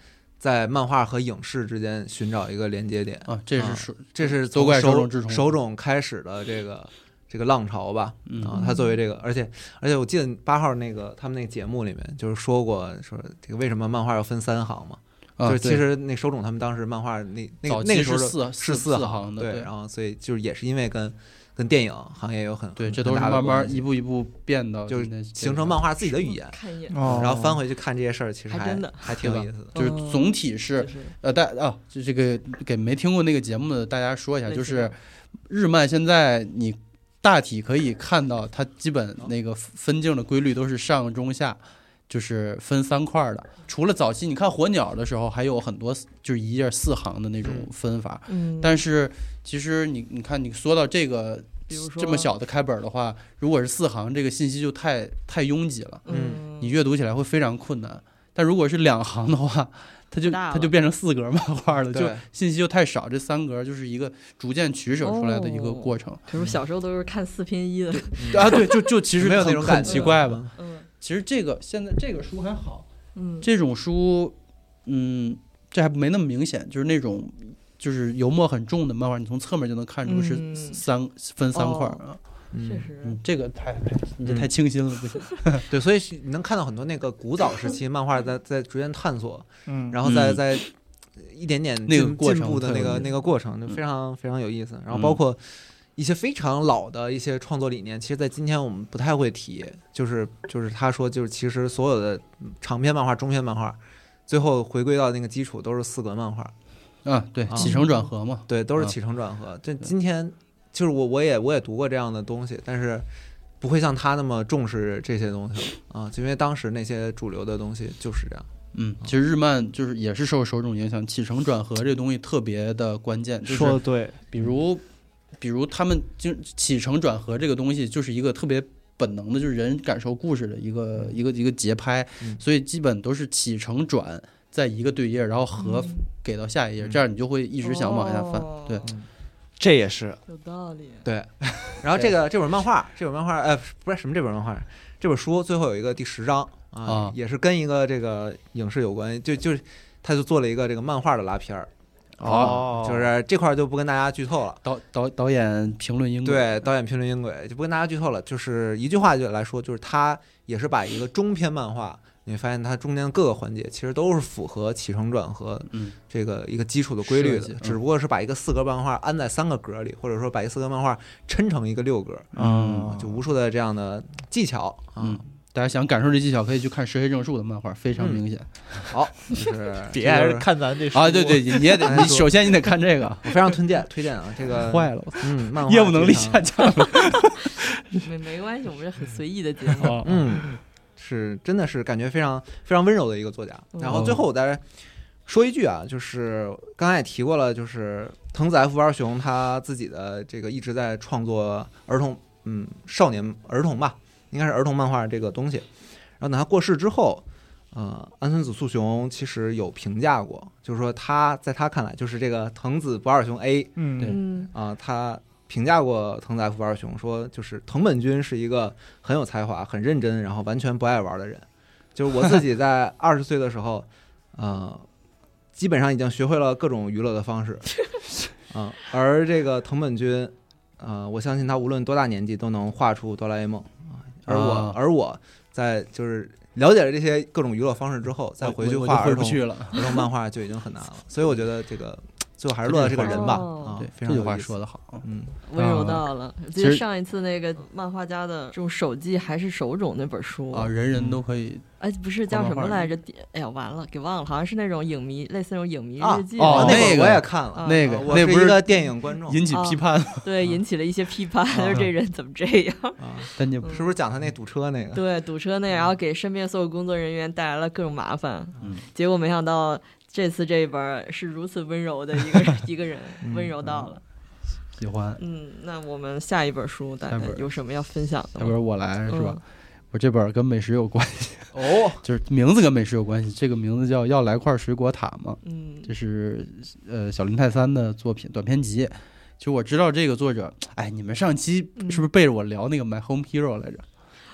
在漫画和影视之间寻找一个连接点啊，这是手、 啊、这是都怪手手冢治虫手冢开始的这个这个浪潮吧， 嗯啊，他作为这个，而且而且我记得八号那个他们那个节目里面就是说过说这个为什么漫画要分三行嘛。 啊、 就是其实那手冢他们当时漫画那那个那个时候是四是四行的，对， 然后所以就是也是因为跟跟电影行业有很对，这都是慢慢一步一步变到就是形成漫画自己的语言，然后翻回去看这些事儿，其实还真的还挺有意思的。 就是总体是、 哦、 呃，大啊，就这个给没听过那个节目的大家说一下，就是日漫现在你大体可以看到它基本那个分镜的规律都是上中下。就是分三块的，除了早期你看火鸟的时候还有很多就是一页四行的那种分法， 嗯， 但是其实你你看你说到这个比如说这么小的开本的话，如果是四行，这个信息就太太拥挤了， 嗯， 你阅读起来会非常困难。但如果是两行的话，它就它就变成四格漫画了，就信息就太少。这三格就是一个逐渐取舍出来的一个过程。 比如、哦、小时候都是看四拼一的， 对啊，对，就就其实没有那种感很奇怪吧。 嗯其实这个现在这个书还好， 嗯， 这种书，嗯，这还没那么明显，就是那种就是油墨很重的漫画，你从侧面就能看出是三、嗯、分三块啊。 哦确实、 嗯，这个太太你这太清新了，不行。 对，所以你能看到很多那个古早时期漫画在在逐渐探索， 嗯， 然后再在一点点那个过程进步的那个那个过程，就非常非常有意思。然后包括一些非常老的一些创作理念，其实在今天我们不太会提，就是就是他说就是其实所有的长篇漫画、中篇漫画，最后回归到那个基础都是四格漫画。 啊，对，起承转合嘛， 对，都是起承转合。这今天就是我我也我也读过这样的东西，但是不会像他那么重视这些东西了啊，就因为当时那些主流的东西就是这样。 嗯，其实日漫就是也是受手冢影响，起承转合这个东西特别的关键。就是、 说的对， 比如比如他们就起承转合这个东西就是一个特别本能的，就是人感受故事的一个一个一个节拍， 嗯、 所以基本都是起承转在一个对页，然后合给到下一页， 嗯、 这样你就会一直想往下翻。哦、对、 嗯， 这也是有道理。 对，然后这个这本漫画，这本漫画，呃，不是什么这本漫画，这本书最后有一个第十章啊， 啊也是跟一个这个影视有关，就就是他就做了一个这个漫画的拉片儿。 哦， 就是这块就不跟大家剧透了。 导导导演评论音轨， 对，导演评论音轨就不跟大家剧透了。就是一句话就来说，就是他也是把一个中篇漫画，你会发现它中间各个环节其实都是符合起承转合这个一个基础的规律的， 嗯、 只不过是把一个四格漫画安在三个格里，或者说把一个四格漫画抻成一个六格， 嗯， 就无数的这样的技巧啊。 嗯，大家想感受这技巧，可以去看石黑正树的漫画，非常明显。 嗯、好，就是别还是看咱这书啊，对对，你也得，你首先你得看这个， 我非常推荐推荐啊，这个坏了， 嗯，漫画业务能力下降了。 没没关系，我们是很随意的节目。 嗯，是真的是感觉非常非常温柔的一个作家。然后最后我再说一句啊，就是刚才也提过了，就是藤子 F 不二雄他自己的这个一直在创作儿童，嗯，少年儿童吧。应该是儿童漫画这个东西，然后等他过世之后，呃，安村子素雄其实有评价过，就是说他在他看来，就是这个藤子不二雄 A， 嗯， 对啊、呃，他评价过藤子 F 不二雄，说就是藤本君是一个很有才华、很认真，然后完全不爱玩的人。就是我自己在二十岁的时候，呃，基本上已经学会了各种娱乐的方式，啊、呃，而这个藤本君，呃，我相信他无论多大年纪都能画出哆啦 A 梦。而我、啊，而我在就是了解了这些各种娱乐方式之后，再回去画儿童儿童漫画就已经很难了。所以我觉得这个最后还是落在这个人吧。 哦、 啊， 对， 非常这句话说得好， 嗯， 温柔到了。我记得上一次那个漫画家的这种手记还是手冢那本书啊，人人都可以。 哎，不是叫什么来着？哎呀，完了，给忘了，好像是那种影迷，类似那种影迷日记。 哦， 那个我也看了， 啊、 那个我是一个电影观众， 引起批判。 啊、对，引起了一些批判，说、啊、这人怎么这样？ 啊， 但你是不是讲他那堵车那个？ 对，堵车那个，然后给身边所有工作人员带来了各种麻烦。 嗯， 结果没想到这次这一本是如此温柔的一个一个人，温柔到了。 喜欢。 嗯，那我们下一本书大概有什么要分享的？ 下本我来是吧？ 嗯， 我这本跟美食有关系哦， 就是名字跟美食有关系。这个名字叫《要来块水果塔》嘛， 嗯， 这是呃小林泰三的作品短篇集。其实我知道这个作者，哎，你们上期是不是背着我聊那个《My Home Hero》来着？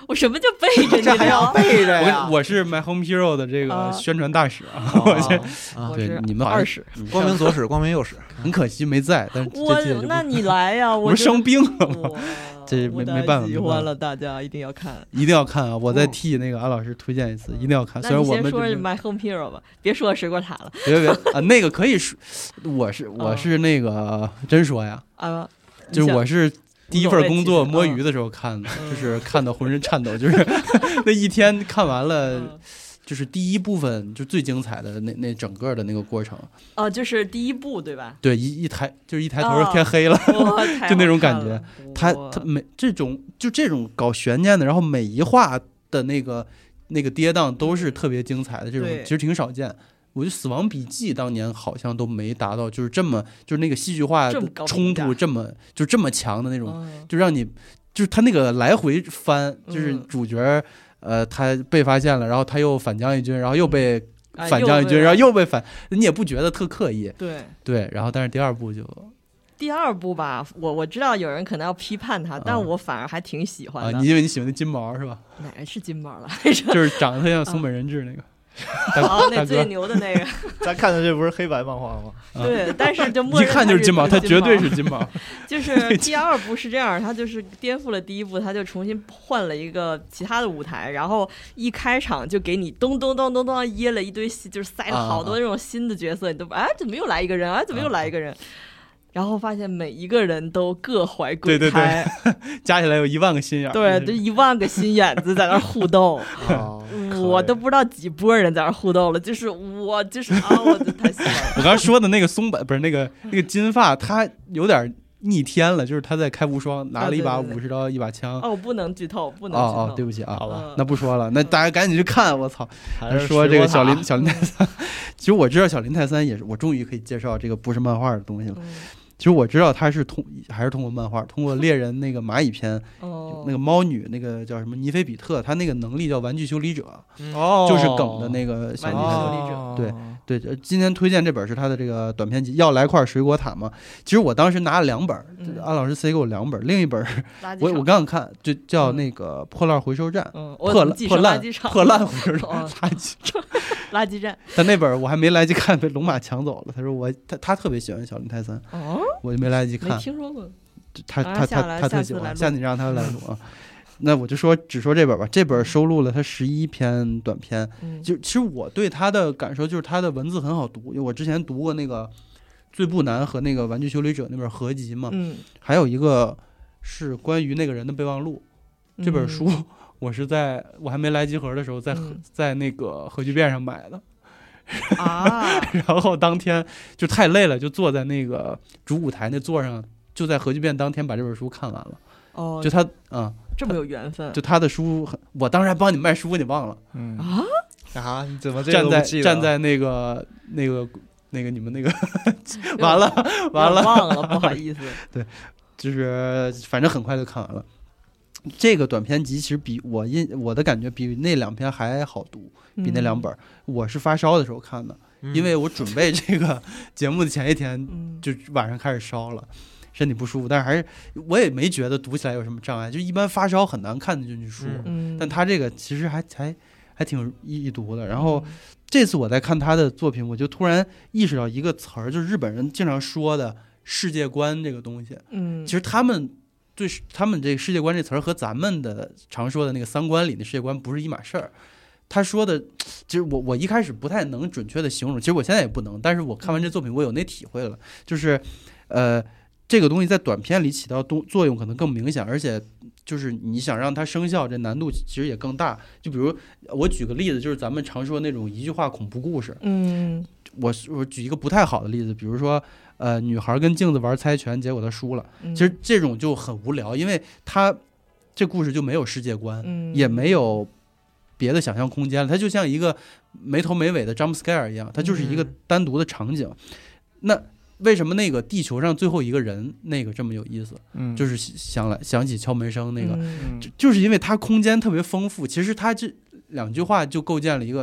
我什么就背着？ 这还要背着呀？ 我我是 My Home Hero 的这个宣传大使啊！ 我这对你们二使， 光明左使，光明右使。 很可惜没在，但是我那你来呀！我生病了，这没没办法。 喜欢了，大家一定要看， 一定要看啊！我再替那个安老师推荐一次，一定要看。虽然我们先说 My Home Hero 吧，别说水果塔了。 别别啊，那个可以说，我是我是那个真说呀啊， 就是我是。第一份工作摸鱼的时候看的，嗯、就是看到浑身颤抖，就是那一天看完了，嗯、就是第一部分就最精彩的那那整个的那个过程。 哦，就是第一部对吧？ 对，一一抬就是一抬头天黑了， 哦、 就那种感觉。他他每这种就这种搞悬念的，然后每一话的那个那个跌宕都是特别精彩的，这种其实挺少见。我觉得《死亡笔记》当年好像都没达到，就是这么就是那个戏剧化的冲突这么就这么强的那种，嗯、就让你就是他那个来回翻，就是主角、嗯、呃他被发现了，然后他又反将一军，然后又被反将一军， 哎、 然后又被反，你也不觉得特刻意。 对对，然后但是第二部就。 第二部吧，我我知道有人可能要批判他，嗯、但我反而还挺喜欢的。 啊，你因为你喜欢那金毛是吧？ 哪个是金毛来着？ 就是长得特像松本人志那个。 嗯哦，那最牛的那个， 咱看的这不是黑白漫画吗？ 对，但是就默认一看就是金毛， 他绝对是金毛。 就是第二部是这样，他就是颠覆了第一部，他就重新换了一个其他的舞台，然后一开场就给你咚咚咚咚咚噎了一堆戏，就是塞了好多那种新的角色，你都哎怎么又来一个人？哎怎么又来一个人？然后发现每一个人都各怀鬼胎， 对对对，加起来有一万个心眼， 对，这一万个心眼子在那互动， 哦、 我都不知道几波人在那互动了，就是我就是啊，我就太喜欢了。 我刚说的那个松本不是那个那个金发，他有点逆天了，就是他在开无双拿了一把武士刀，一把枪。 哦，不能剧透，不能剧透。 哦哦，对不起啊， 好吧， 那不说了，那大家赶紧去看。我操，还是说这个小林小林泰三，其实我知道小林泰三也是，我终于可以介绍这个不是漫画的东西了。嗯其实我知道他是通还是通过漫画，通过猎人那个蚂蚁篇， 哦、 那个猫女那个叫什么尼菲比特，他那个能力叫玩具修理者， 哦， 就是梗的那个小玩具修理者。 哦、对对，今天推荐这本是他的这个短篇集，要来块水果塔嘛。其实我当时拿了两本，嗯、安老师塞给我两本，另一本我我刚刚看就叫那个破烂回收站， 嗯、 破烂破烂破烂回收站， 哦、 垃圾站。 垃圾站， 但那本我还没来及看，被龙马抢走了。他说我他他特别喜欢小林泰三， 哦， 我就没来及看。 没听说过， 他他他他特喜欢， 下次你让他来录啊。那我就说只说这本吧，这本收录了他十一篇短篇。 嗯、 就其实我对他的感受就是他的文字很好读，因为我之前读过那个《最不难》和那个《玩具修理者》那本合集嘛， 嗯， 还有一个是关于那个人的备忘录， 嗯、 这本书。我是在我还没来集合的时候在，在、嗯、在那个核聚变上买的， 啊， 然后当天就太累了，就坐在那个主舞台那座上，就在核聚变当天把这本书看完了。 哦， 就他啊， 这么有缘分。 就他的书，我当时还帮你卖书，你忘了？ 嗯啊啊，你怎么这站在站在那个那个那个你们那个完了完了忘了，不好意思。 对，就是反正很快就看完了。这个短篇集其实比我印我的感觉比那两篇还好读，比那两本、嗯、我是发烧的时候看的、嗯、因为我准备这个节目的前一天就晚上开始烧了、嗯、身体不舒服，但是还是我也没觉得读起来有什么障碍，就一般发烧很难看进去书、 嗯、 但他这个其实还还还挺易读的。然后这次我在看他的作品，我就突然意识到一个词儿，就是日本人经常说的世界观这个东西。 嗯， 其实他们对他们这个世界观这词儿和咱们的常说的那个三观里的世界观不是一码事儿。他说的，其实我我一开始不太能准确的形容，其实我现在也不能，但是我看完这作品我有那体会了，就是呃这个东西在短片里起到作用可能更明显，而且就是你想让它生效，这难度其实也更大。就比如我举个例子，就是咱们常说那种一句话恐怖故事， 嗯， 我我举一个不太好的例子，比如说呃女孩跟镜子玩猜拳，结果她输了，其实这种就很无聊，因为她这故事就没有世界观、嗯、也没有别的想象空间了，它就像一个没头没尾的 jump scare 一样，它就是一个单独的场景、嗯、那为什么那个地球上最后一个人那个这么有意思？嗯，就是想来想起敲门声那个、嗯就，就是因为它空间特别丰富。其实它这两句话就构建了一个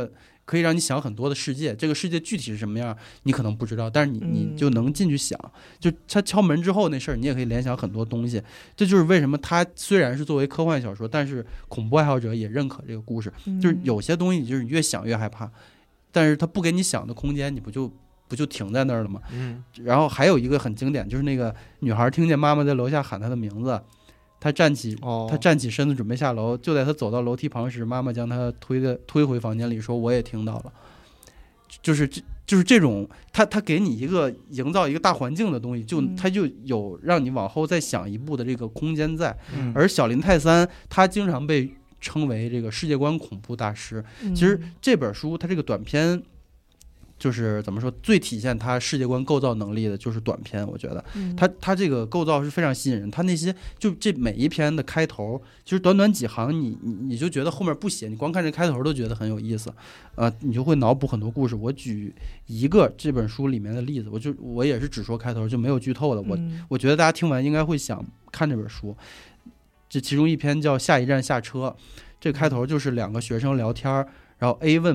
可以让你想很多的世界，这个世界具体是什么样你可能不知道，但是你你就能进去想，就他敲门之后那事儿你也可以联想很多东西。这就是为什么他虽然是作为科幻小说，但是恐怖爱好者也认可这个故事，就是有些东西就是你越想越害怕，但是他不给你想的空间，你不就不就停在那儿了吗？ 嗯， 然后还有一个很经典，就是那个女孩听见妈妈在楼下喊她的名字，她站起， 哦、 她站起身子准备下楼，就在她走到楼梯旁时，妈妈将她推的推回房间里，说：“我也听到了。”就是这就是这种，他他给你一个营造一个大环境的东西，就他就有让你往后再想一步的这个空间在。 嗯、 而小林泰三他经常被称为这个世界观恐怖大师。 嗯、 其实这本书他这个短篇。就是怎么说，最体现他世界观构造能力的就是短篇，我觉得，他他这个构造是非常吸引人。他那些就这每一篇的开头，其实短短几行你，你你就觉得后面不写，你光看这开头都觉得很有意思，呃，你就会脑补很多故事。我举一个这本书里面的例子，我就我也是只说开头，就没有剧透的。我我觉得大家听完应该会想看这本书。这其中一篇叫《下一站下车》，这开头就是两个学生聊天，然后 A 问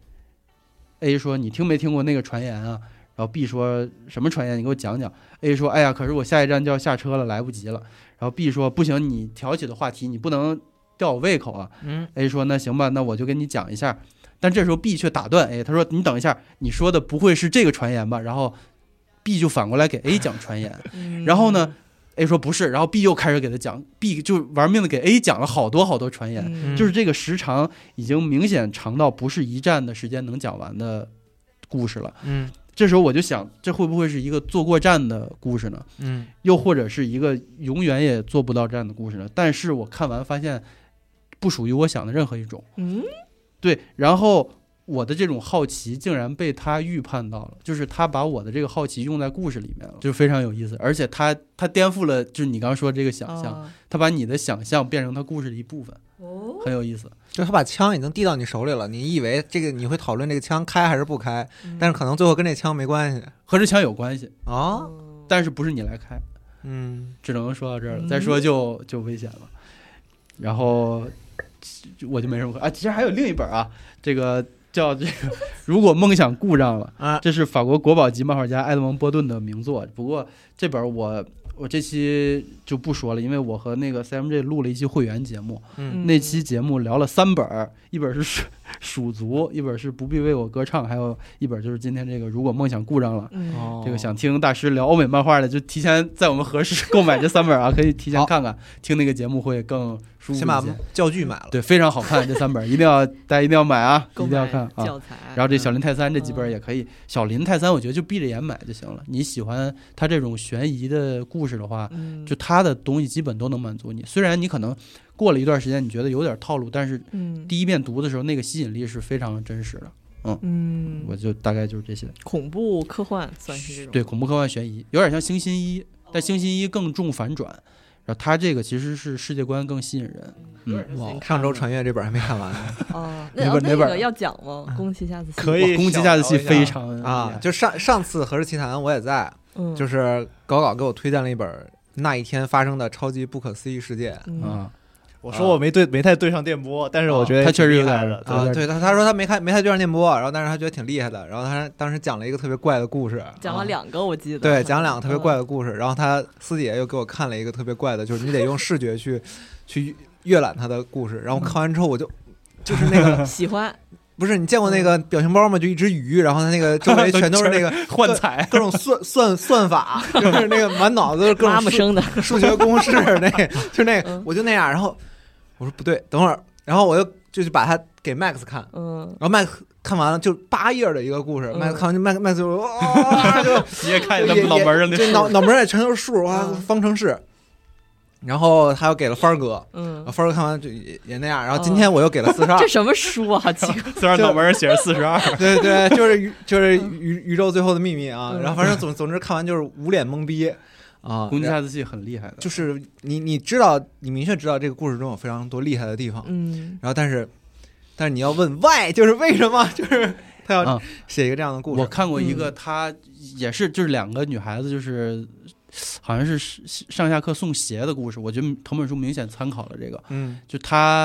B。A 说：“你听没听过那个传言啊？”然后 B 说：“什么传言？你给我讲讲。”A 说：“哎呀，可是我下一站就要下车了，来不及了。”然后 B 说：“不行，你挑起的话题，你不能吊我胃口啊。” 嗯 ，A 说：“那行吧，那我就跟你讲一下。”但这时候 B 却打断 A， 他说：“你等一下，你说的不会是这个传言吧？”然后 B 就反过来给 A 讲传言，然后呢 A 说不是，然后 B 又开始给他讲 ，B 就玩命的给 A 讲了好多好多传言， 嗯、 就是这个时长已经明显长到不是一站的时间能讲完的故事了。 嗯， 这时候我就想，这会不会是一个坐过站的故事呢？ 嗯， 又或者是一个永远也坐不到站的故事呢？但是我看完发现，不属于我想的任何一种。 嗯， 对，然后。我的这种好奇竟然被他预判到了，就是他把我的这个好奇用在故事里面了，就非常有意思。而且他他颠覆了，就是你刚刚说这个想象， 哦、 他把你的想象变成他故事的一部分， 哦、 很有意思。 就他把枪已经递到你手里了，你以为这个你会讨论这个枪开还是不开， 嗯、 但是可能最后跟这枪没关系， 和这枪有关系啊、 哦， 但是不是你来开， 嗯， 只能说到这儿了，再说就就危险了。然后我就没什么啊，其实还有另一本啊，这个。叫这个，如果梦想故障了啊，这是法国国宝级漫画家埃德蒙·波顿的名作。不过这本我我这期就不说了，因为我和那个 C M J 录了一期会员节目， 嗯， 那期节目聊了三本，一本是蜀族，一本是不必为我歌唱，还有一本就是今天这个如果梦想故障了。 嗯， 这个想听大师聊欧美漫画的，就提前在我们合适购买这三本啊，可以提前看看，听那个节目会更舒服一些。 先把教具买了， 对，非常好看这三本，一定要大家一定要买啊，一定要看啊。 教材。 然后这小林泰三这几本也可以，嗯、小林泰三我觉得就闭着眼买就行了。你喜欢他这种悬疑的故事的话， 嗯、 就他的东西基本都能满足你。虽然你可能过了一段时间你觉得有点套路，但是第一遍读的时候那个吸引力是非常真实的。嗯嗯， 我就大概就是这些。 恐怖科幻算是这种。 对，恐怖科幻悬疑有点像星星一，但星星一更重反转。然后他这个其实是世界观更吸引人。嗯， 哇，上周传阅这本还没看完呢。 哦，那那个要讲吗？宫崎夏子可以， 宫崎夏子系非常啊。就上上次《何氏奇谈》我也在， 嗯， 就是搞搞给我推荐了一本《那一天发生的超级不可思议事件》 啊。 我说我没对没太对上电波，但是我觉得他确实有点的啊。对他他说他没看没太对上电波，然后但是他觉得挺厉害的。然后他当时讲了一个特别怪的故事， 讲了两个我记得。 对，讲两个特别怪的故事。然后他师姐又给我看了一个特别怪的，就是你得用视觉去去阅览他的故事。然后看完之后我就就是那个喜欢。 不是你见过那个表情包吗？就一只鱼，然后它那个周围全都是那个幻彩， 各种算算算法，就是那个满脑子各种妈妈生的数学公式，那就那个我就那样。然后我说不对，等会儿，然后我又就去把它给 Max 看， 嗯， 然后 Max 看完了就八页的一个故事， 嗯、 Max 看完就 Max Max 就哇就你也看见他脑门上那数，脑脑门上也全都是数哇， 嗯、 方程式。然后他又给了帆儿哥， 嗯， 帆儿哥看完就也也那样。然后今天我又给了四十二， 这什么书啊？奇怪， 虽然脑门上写着四十二， 对对，就是宇就是宇宇宙最后的秘密啊。然后反正总总之看完就是捂脸懵逼啊。 宫崎夏子系很厉害的， 就是你你知道你明确知道这个故事中有非常多厉害的地方， 嗯， 然后但是但是你要问 why 就是为什么，就是他要写一个这样的故事。 我看过一个，他也是就是两个女孩子就是。好像是上下课送鞋的故事，我觉得藤本树明显参考了这个。 嗯， 就他，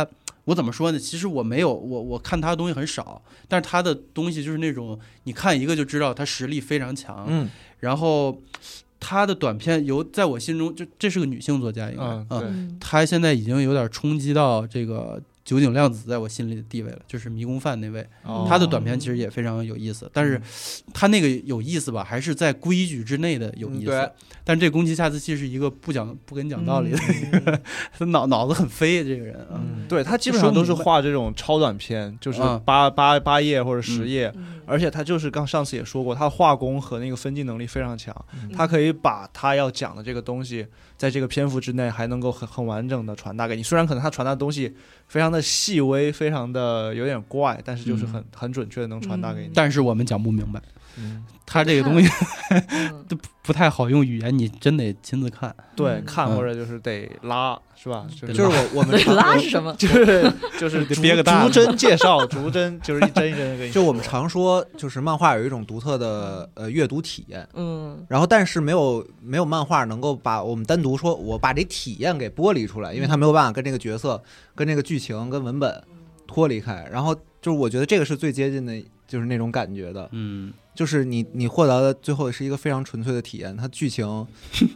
我怎么说呢？其实我没有，我我看他的东西很少，但是他的东西就是那种你看一个就知道他实力非常强。 嗯， 然后他的短片有在我心中，就这是个女性作家，应该嗯， 啊， 对， 他现在已经有点冲击到这个酒井亮子在我心里的地位了，就是迷宫饭那位。 哦他的短片其实也非常有意思，但是他那个有意思吧，还是在规矩之内的有意思。 嗯、 但这宫崎夏次希是一个不讲不跟你讲道理的一个人，他脑脑子很飞，这个人啊。 嗯，对他基本上都是画这种超短片，就是八八八页或者十页， 嗯、 而且他就是刚上次也说过，他画工和那个分镜能力非常强，嗯、他可以把他要讲的这个东西，在这个篇幅之内还能够很很完整的传达给你。虽然可能他传达的东西非常的细微，非常的有点怪，但是就是很、嗯、很准确的能传达给你。 但是我们讲不明白。 嗯， 他这个东西都不太好用语言，你真得亲自看。 对，看或者就是得拉，是吧？ 就是、就是我我们拉是什么？ 就是就是得憋个大逐帧介绍，逐帧就是一帧一帧的给你。 就我们常说，就是漫画有一种独特的呃阅读体验， 嗯， 然后但是没有没有漫画能够把我们单独说我把这体验给剥离出来，因为它没有办法跟这个角色、跟这个剧情、跟文本脱离开。然后就是我觉得这个是最接近的，就是那种感觉的， 嗯。 就是你你获得的最后是一个非常纯粹的体验，它剧情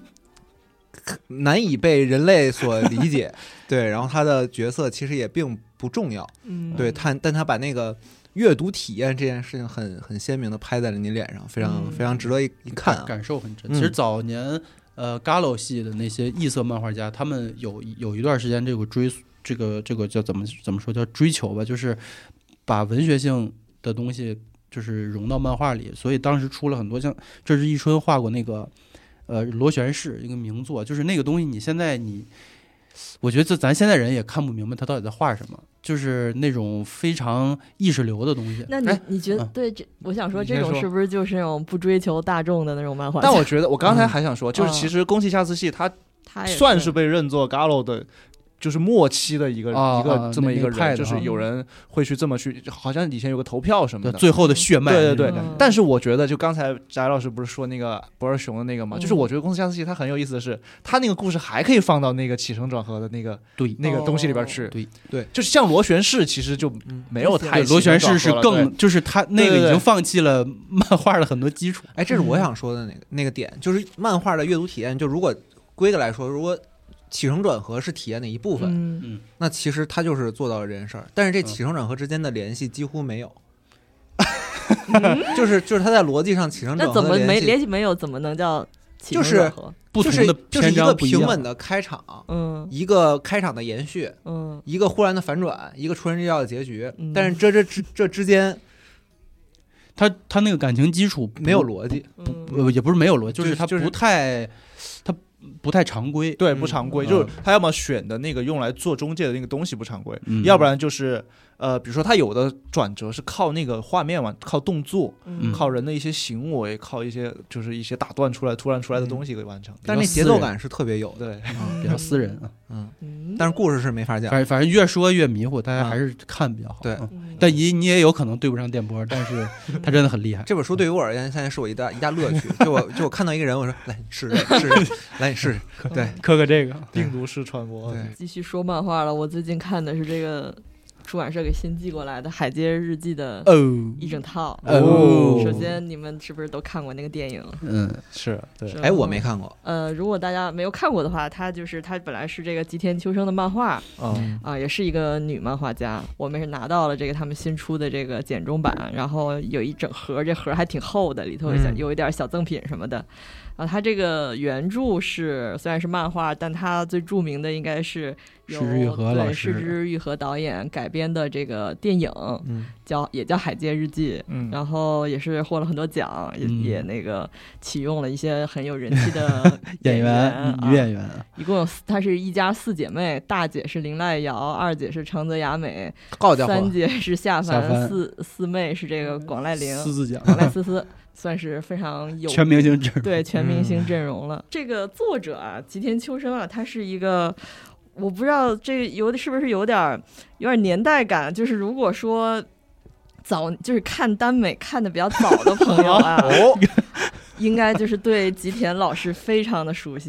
难以被人类所理解，对，然后他的角色其实也并不重要， 嗯， 对他，但他把那个阅读体验这件事情很很鲜明的拍在了你脸上，非常、嗯、非常值得一一看、啊， 感受很真。其实早年呃 Gallo 系的那些异色漫画家，他们有有一段时间这个追这个这个叫怎么怎么说叫追求吧，就是把文学性的东西。就是融到漫画里，所以当时出了很多像这是一春画过那个呃螺旋式一个名作，就是那个东西你现在你我觉得咱现在人也看不明白他到底在画什么，就是那种非常意识流的东西。 那你你觉得、嗯、对这我想说这种是不是就是那种不追求大众的那种漫画？ 但我觉得我刚才还想说、嗯、就是其实宫崎夏次希他算是被认作 Gallo 的就是末期的一个、 啊、 一个这么一个人、 啊、 就是有人会去这么去，好像以前有个投票什么的， 最后的血脉， 对对对。嗯、但是我觉得，就刚才翟老师不是说那个不二熊的那个嘛、嗯，就是我觉得宫崎夏次希他很有意思的是，他那个故事还可以放到那个起承转合的那个对那个东西里边去， 对对， 就是像螺旋式其实就没有太螺旋式是更就是他那个已经放弃了漫画的很多基础。 哎，这是我想说的那个那个点，就是漫画的阅读体验，就如果规格来说，如果起承转合是体验的一部分， 嗯， 那其实他就是做到了这件事儿，但是这起承转合之间的联系几乎没有，嗯、就是就是他在逻辑上起承转合的联系， 那怎么没联系没有？怎么能叫起承转合？ 不同的就是一个平稳的开场， 嗯， 一个开场的延续， 嗯， 一个忽然的反转，一个出人意料的结局， 嗯、 但是这这这这之间。 他他那个感情基础没有逻辑， 不也不是没有逻辑，就是他不太、就是、他不太常规， 对，不常规，嗯、就是他要么选的那个用来做中介的那个东西不常规， 嗯、 要不然就是呃，比如说他有的转折是靠那个画面完，靠动作、 嗯， 靠人的一些行为，靠一些就是一些打断出来、突然出来的东西给完成。 嗯、但是那节奏感是特别有的，对， 嗯、比较私人啊， 嗯，但是故事是没法讲， 反正反正越说越迷糊，大家还是看比较好。 对， 嗯、但你你也有可能对不上电波，但是他真的很厉害。 这本书对于我而言，现在是我一大一大乐趣。就我就我看到一个人，我说来你试试试试，来你试试，对， 磕个这个病毒式传播。 对， 继续说漫画了。我最近看的是这个。出版社给新寄过来的《海街日记》的一整套哦。 首先，你们是不是都看过那个电影？ 嗯， 是对。 哎，我没看过。 呃，如果大家没有看过的话，它就是它本来是这个吉田秋生的漫画， 嗯、 啊，也是一个女漫画家。我们是拿到了这个他们新出的这个简中版，然后有一整盒，这盒还挺厚的，里头有一点小赠品什么的。啊，他这个原著是虽然是漫画，但他最著名的应该是由石之愈合老师对石之愈合导演改编的这个电影， 嗯， 叫也叫《海街日记》， 嗯， 然后也是获了很多奖， 嗯、 也也那个启用了一些很有人气的演员女演员、 啊。一共有她是一家四姐妹，大姐是林濑遥，二姐是长泽雅美，三姐是夏帆，四四妹是这个广濑铃， 四字奖， 广濑丝丝。算是非常有全明星阵容， 对全明星阵容了。嗯、这个作者啊，吉田秋生啊，他是一个，我不知道这有是不是有点有点年代感。就是如果说早就是看耽美看的比较早的朋友啊， 哦、 应该就是对吉田老师非常的熟悉。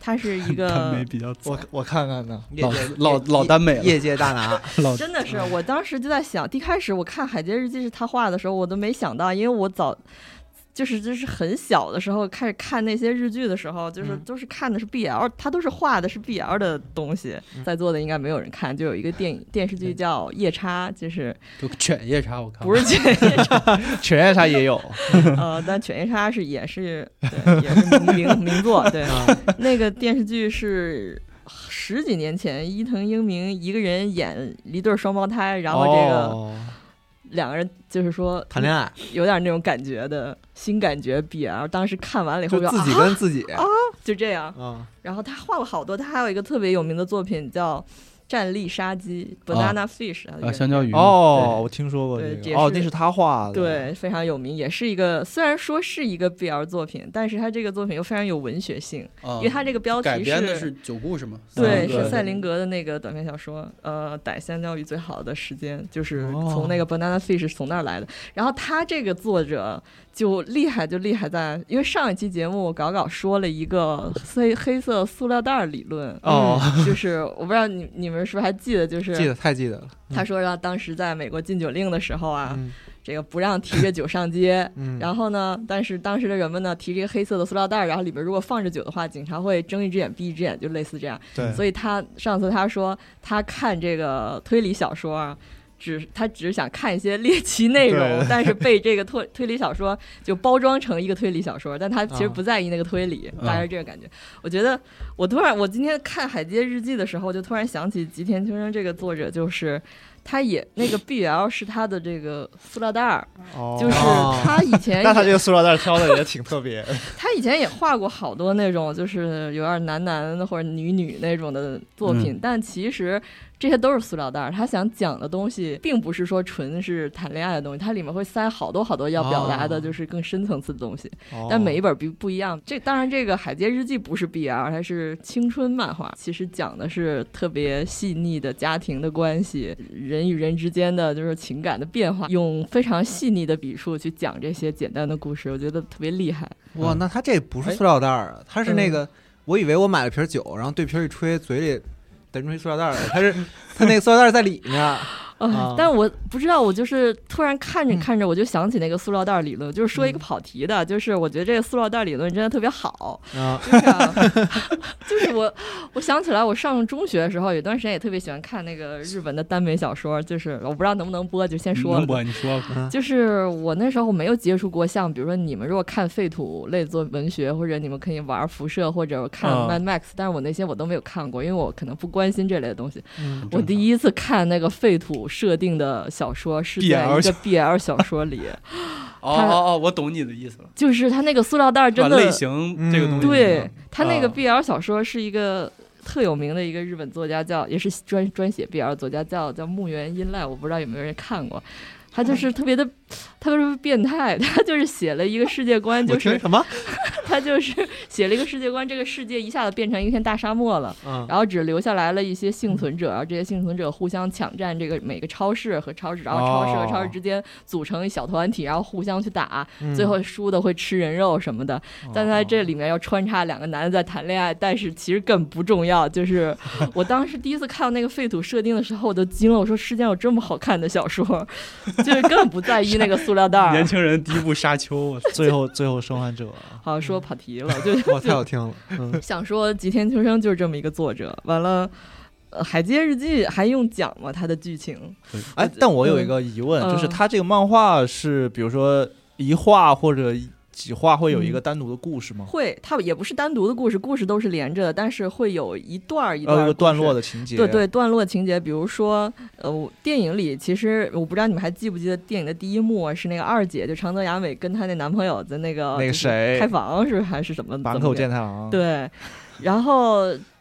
他是一个耽美比较我我看看呢， 老老老耽美了， 业界大拿， 真的是，我当时就在想，一开始我看《海街日记》是他画的时候，我都没想到，因为我早。就是就是很小的时候开始看那些日剧的时候，就是都是看的是 B L， 他都是画的是 B L 的东西，在座的应该没有人看，就有一个电影电视剧叫《夜叉》，就是犬夜叉，我看不是犬夜叉， 犬夜叉也有， 呃，但犬夜叉是也是对也是名名作，对，那个电视剧是。十几年前，伊藤英明一个人演一对双胞胎，然后这个。哦两个人就是说谈恋爱， 有点那种感觉的新感觉 B L。当时看完了以后就自己跟自己啊，啊就这样。嗯，然后他画过好多，他还有一个特别有名的作品叫。站立杀鸡 banana fish 啊，香蕉鱼哦，我听说过这个哦，那是他画的， 对，非常有名，也是一个虽然说是一个 B L 作品，但是他这个作品又非常有文学性，因为他这个标题是改编的是九故事嘛， 对，是赛林格的那个短篇小说，呃，逮香蕉鱼最好的时间，就是从那个 banana fish 从那儿来的。然后他这个作者就厉害，就厉害在，因为上一期节目我搞搞说了一个黑黑色塑料袋理论， 哦， 就是我不知道你你们。是不是还记得？就是记得太记得了。 他说让当时在美国禁酒令的时候啊，嗯、这个不让提着酒上街。嗯、然后呢，但是当时的人们呢提这个黑色的塑料袋，然后里边如果放着酒的话，警察会睁一只眼闭一只眼，就类似这样。 对。 所以他上次他说他看这个推理小说啊。只他只是想看一些猎奇内容，但是被这个推推理小说就包装成一个推理小说，但他其实不在意那个推理，啊、大概是这个感觉。我觉得我突然我今天看《海街日记》的时候，就突然想起吉田秋生这个作者，就是他也那个 B L 是他的这个塑料袋儿，哦、就是他以前那他这个塑料袋挑的也挺特别。 他以前也画过好多那种就是有点男男或者女女那种的作品，嗯、但其实。这些都是塑料袋，他想讲的东西并不是说纯是谈恋爱的东西，它里面会塞好多好多要表达的就是更深层次的东西，哦、但每一本不不一样。这当然这个《海街日记》不是 B L， 它是青春漫画，其实讲的是特别细腻的家庭的关系，人与人之间的就是情感的变化，用非常细腻的笔触去讲这些简单的故事，我觉得特别厉害。 哇，那他这不是塑料袋啊，他是那个、嗯、我以为我买了瓶酒，然后对瓶一吹，嘴里等出一塑料袋来，他是他那个塑料袋在里面。 呃、啊，但我不知道，我就是突然看着看着，我就想起那个塑料袋理论，就是说一个跑题的，嗯、就是我觉得这个塑料袋理论真的特别好，啊、就是、啊、就是我我想起来，我上中学的时候有段时间也特别喜欢看那个日本的耽美小说，就是我不知道能不能播，就先说了。 能播，你说。 就是我那时候我没有接触过像比如说你们如果看废土类作文学，或者你们可以玩辐射或者看 Mad Max，、嗯、但是我那些我都没有看过，因为我可能不关心这类的东西。嗯、我第一次看那个废土设定的小说是在一个 B L 小说里。 哦哦哦，我懂你的意思了， 就是他那个塑料袋真的类型这个东西， 对他那个 B L 小说是一个特有名的一个日本作家叫，也是专专写 B L 作家叫叫木原英赖，我不知道有没有人看过。他就是特别的，特别是变态。他就是写了一个世界观，就是什么？ 他就是写了一个世界观，这个世界一下子变成一片大沙漠了，嗯、然后只留下来了一些幸存者，然后这些幸存者互相抢占这个每个超市和超市，然后超市和超市之间组成一小团体，然后互相去打，嗯、最后输的会吃人肉什么的。嗯、但在这里面要穿插两个男的在谈恋爱，但是其实更不重要。就是我当时第一次看到那个废土设定的时候，我都惊了，我说世间有这么好看的小说。就是根本不在意那个塑料袋。 年轻人第一部沙丘， 最后最后生还者。 好，说跑题了，就哇，太好听了。嗯、 想说吉田秋生就是这么一个作者。完了，呃，《海街日记》还用讲吗？他的剧情？ 哎，但我有一个疑问，嗯、就是他这个漫画是，比如说一画或者几画会有一个单独的故事吗？ 嗯、会，它也不是单独的故事，故事都是连着的，但是会有一段一段、 呃、一个段落的情节。 对对，段落的情节，比如说，呃，电影里其实我不知道你们还记不记得电影的第一幕是那个二姐，就长泽雅美跟她那男朋友在那个那个谁开房是还是什么？ 坂口健太郎。 对，然后。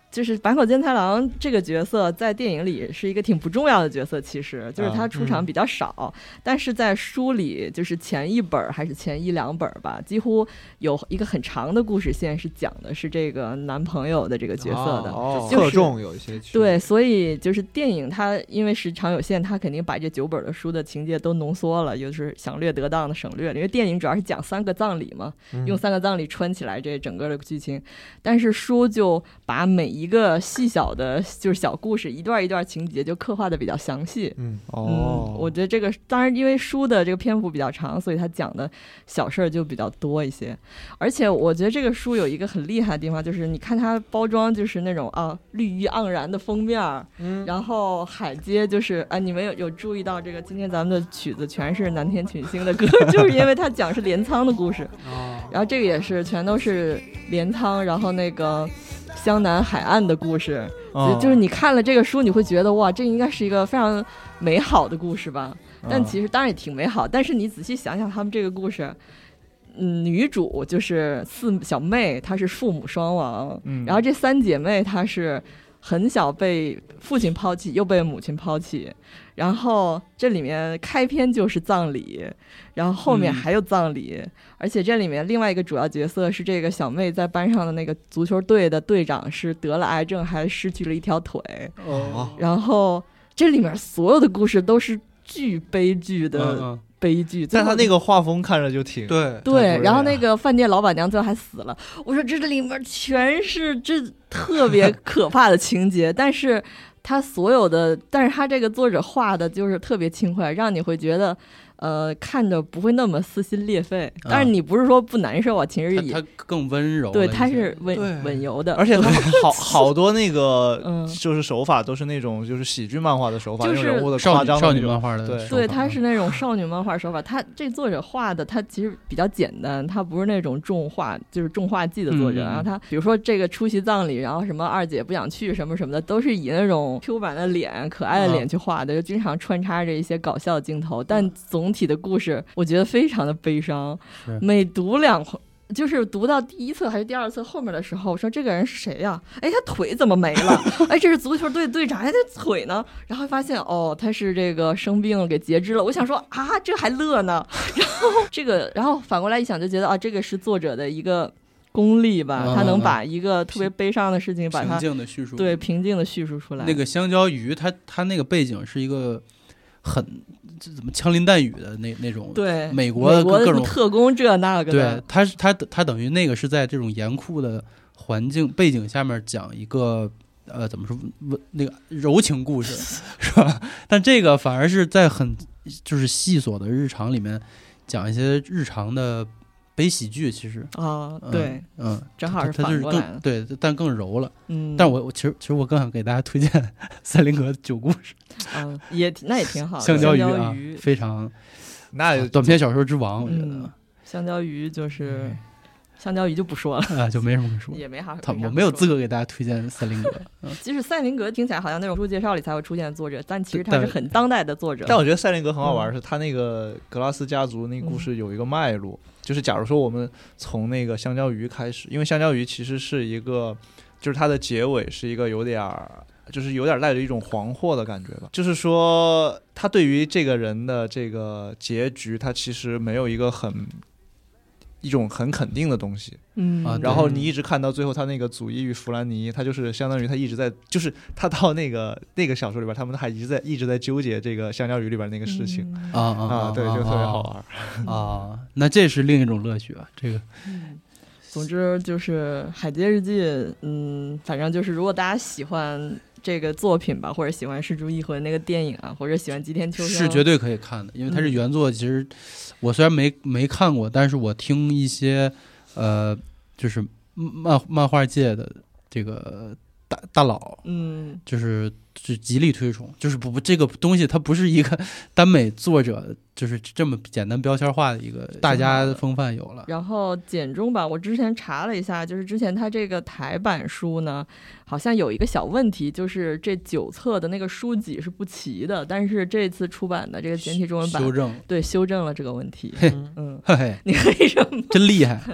就是坂口健太郎这个角色在电影里是一个挺不重要的角色，其实就是他出场比较少，啊嗯、但是在书里就是前一本还是前一两本吧，几乎有一个很长的故事线是讲的是这个男朋友的这个角色的， 哦就是、 侧重有一些对，所以就是电影它因为时长有限，它肯定把这九本的书的情节都浓缩了，就是想略得当的省略了，因为电影主要是讲三个葬礼嘛，嗯、用三个葬礼穿起来这整个的剧情，但是书就把每一个细小的就是小故事一段一段情节就刻画的比较详细。 嗯哦、 嗯，我觉得这个当然因为书的这个篇幅比较长，所以他讲的小事儿就比较多一些。而且我觉得这个书有一个很厉害的地方，就是你看它包装就是那种啊绿意盎然的封面，嗯，然后海街就是啊，你们有有注意到这个今天咱们的曲子全是南天群星的歌，就是因为它讲是镰仓的故事。哦，然后这个也是全都是镰仓，然后那个湘南海岸的故事，哦、就是你看了这个书，你会觉得哇，这应该是一个非常美好的故事吧？但其实当然也挺美好，但是你仔细想想，他们这个故事，嗯，女主就是四小妹，她是父母双亡，嗯，然后这三姐妹她是很小被父亲抛弃，又被母亲抛弃。然后这里面开篇就是葬礼，然后后面还有葬礼、嗯、而且这里面另外一个主要角色是这个小妹在班上的那个足球队的队长，是得了癌症还失去了一条腿。哦，然后这里面所有的故事都是巨悲剧的悲剧、嗯嗯、 但他那个画风看着就挺对对，然后那个饭店老板娘最后还死了，我说这里面全是这特别可怕的情节但是他所有的，但是他这个作者画的就是特别轻快，让你会觉得呃看着不会那么撕心裂肺，但是你不是说不难受啊，其实也他更温柔， 对，他是温温柔的， 而且他好好多那个就是手法都是那种就是喜剧漫画的手法， 就是人物的夸张的少女漫画的对对，他是那种少女漫画手法。他这作者画的他其实比较简单，他不是那种重画就是重画技的作者、嗯、然后他比如说这个出席葬礼，然后什么二姐不想去什么什么的，都是以那种 Q 版的脸可爱的脸去画的、嗯、就经常穿插着一些搞笑的镜头，但总体的故事我觉得非常的悲伤，每读两就是读到第一册还是第二册后面的时候，我说这个人是谁呀？哎，他腿怎么没了？哎，这是足球队队长，哎，他腿呢？然后发现哦，他是这个生病给截肢了。我想说啊，这还乐呢？然后这个，然后反过来一想，就觉得啊，这个是作者的一个功力吧，他能把一个特别悲伤的事情把它平静的叙述， 对，平静的叙述出来。 那个香蕉鱼，他他那个背景是一个很。这怎么枪林弹雨的那那种？ 对， 美国各种特工这那个的。对，他他他等于那个是在这种严酷的环境背景下面讲一个呃怎么说那个柔情故事是吧？但这个反而是在很就是细琐的日常里面讲一些日常的悲喜剧，其实啊、嗯，对， 嗯， 正好是反过来了， 对，但更柔了。 嗯， 但我我其实其实我更想给大家推荐赛林格的九故事。 嗯，也那也挺好的。 香蕉鱼啊， 非常那短篇小说之王，我觉得。 嗯、香蕉鱼就是、嗯、香蕉鱼就不说了啊，就没什么可说， 也没啥。 我没有资格给大家推荐赛林格。 嗯，即使赛林格听起来好像那种书介绍里才会出现的作者，但其实他是很当代的作者。 但我觉得赛林格很好玩，是他那个格拉斯家族那个故事有一个脉络。嗯，就是假如说我们从那个香蕉鱼开始，因为香蕉鱼其实是一个，就是它的结尾是一个有点就是有点带着一种惶惑的感觉吧，就是说他对于这个人的这个结局，他其实没有一个很一种很肯定的东西。 嗯， 然后你一直看到最后，他那个祖伊与弗兰尼，他就是相当于他一直在，就是他到那个那个小说里边，他们还一直在一直在纠结这个香蕉鱼里边那个事情。 啊啊啊！对，就特别好玩啊。那这是另一种乐趣啊，这个。 嗯，总之就是《海街日记》，嗯，反正就是如果大家喜欢这个作品吧，或者喜欢《失足一魂》那个电影啊，或者喜欢吉田秋生， 是绝对可以看的，因为它是原作。其实我虽然没没看过，但是我听一些呃，就是漫漫画界的这个大大佬， 嗯， 就是是极力推崇，就是不不这个东西它不是一个耽美作者就是这么简单标签化的一个，大家的风范有了。 然后简中吧，我之前查了一下，就是之前他这个台版书呢，好像有一个小问题，就是这九册的那个书籍是不齐的，但是这次出版的这个简体中文版修正， 对，修正了这个问题。 嘿， 嗯， 嘿， 你为什么真厉害？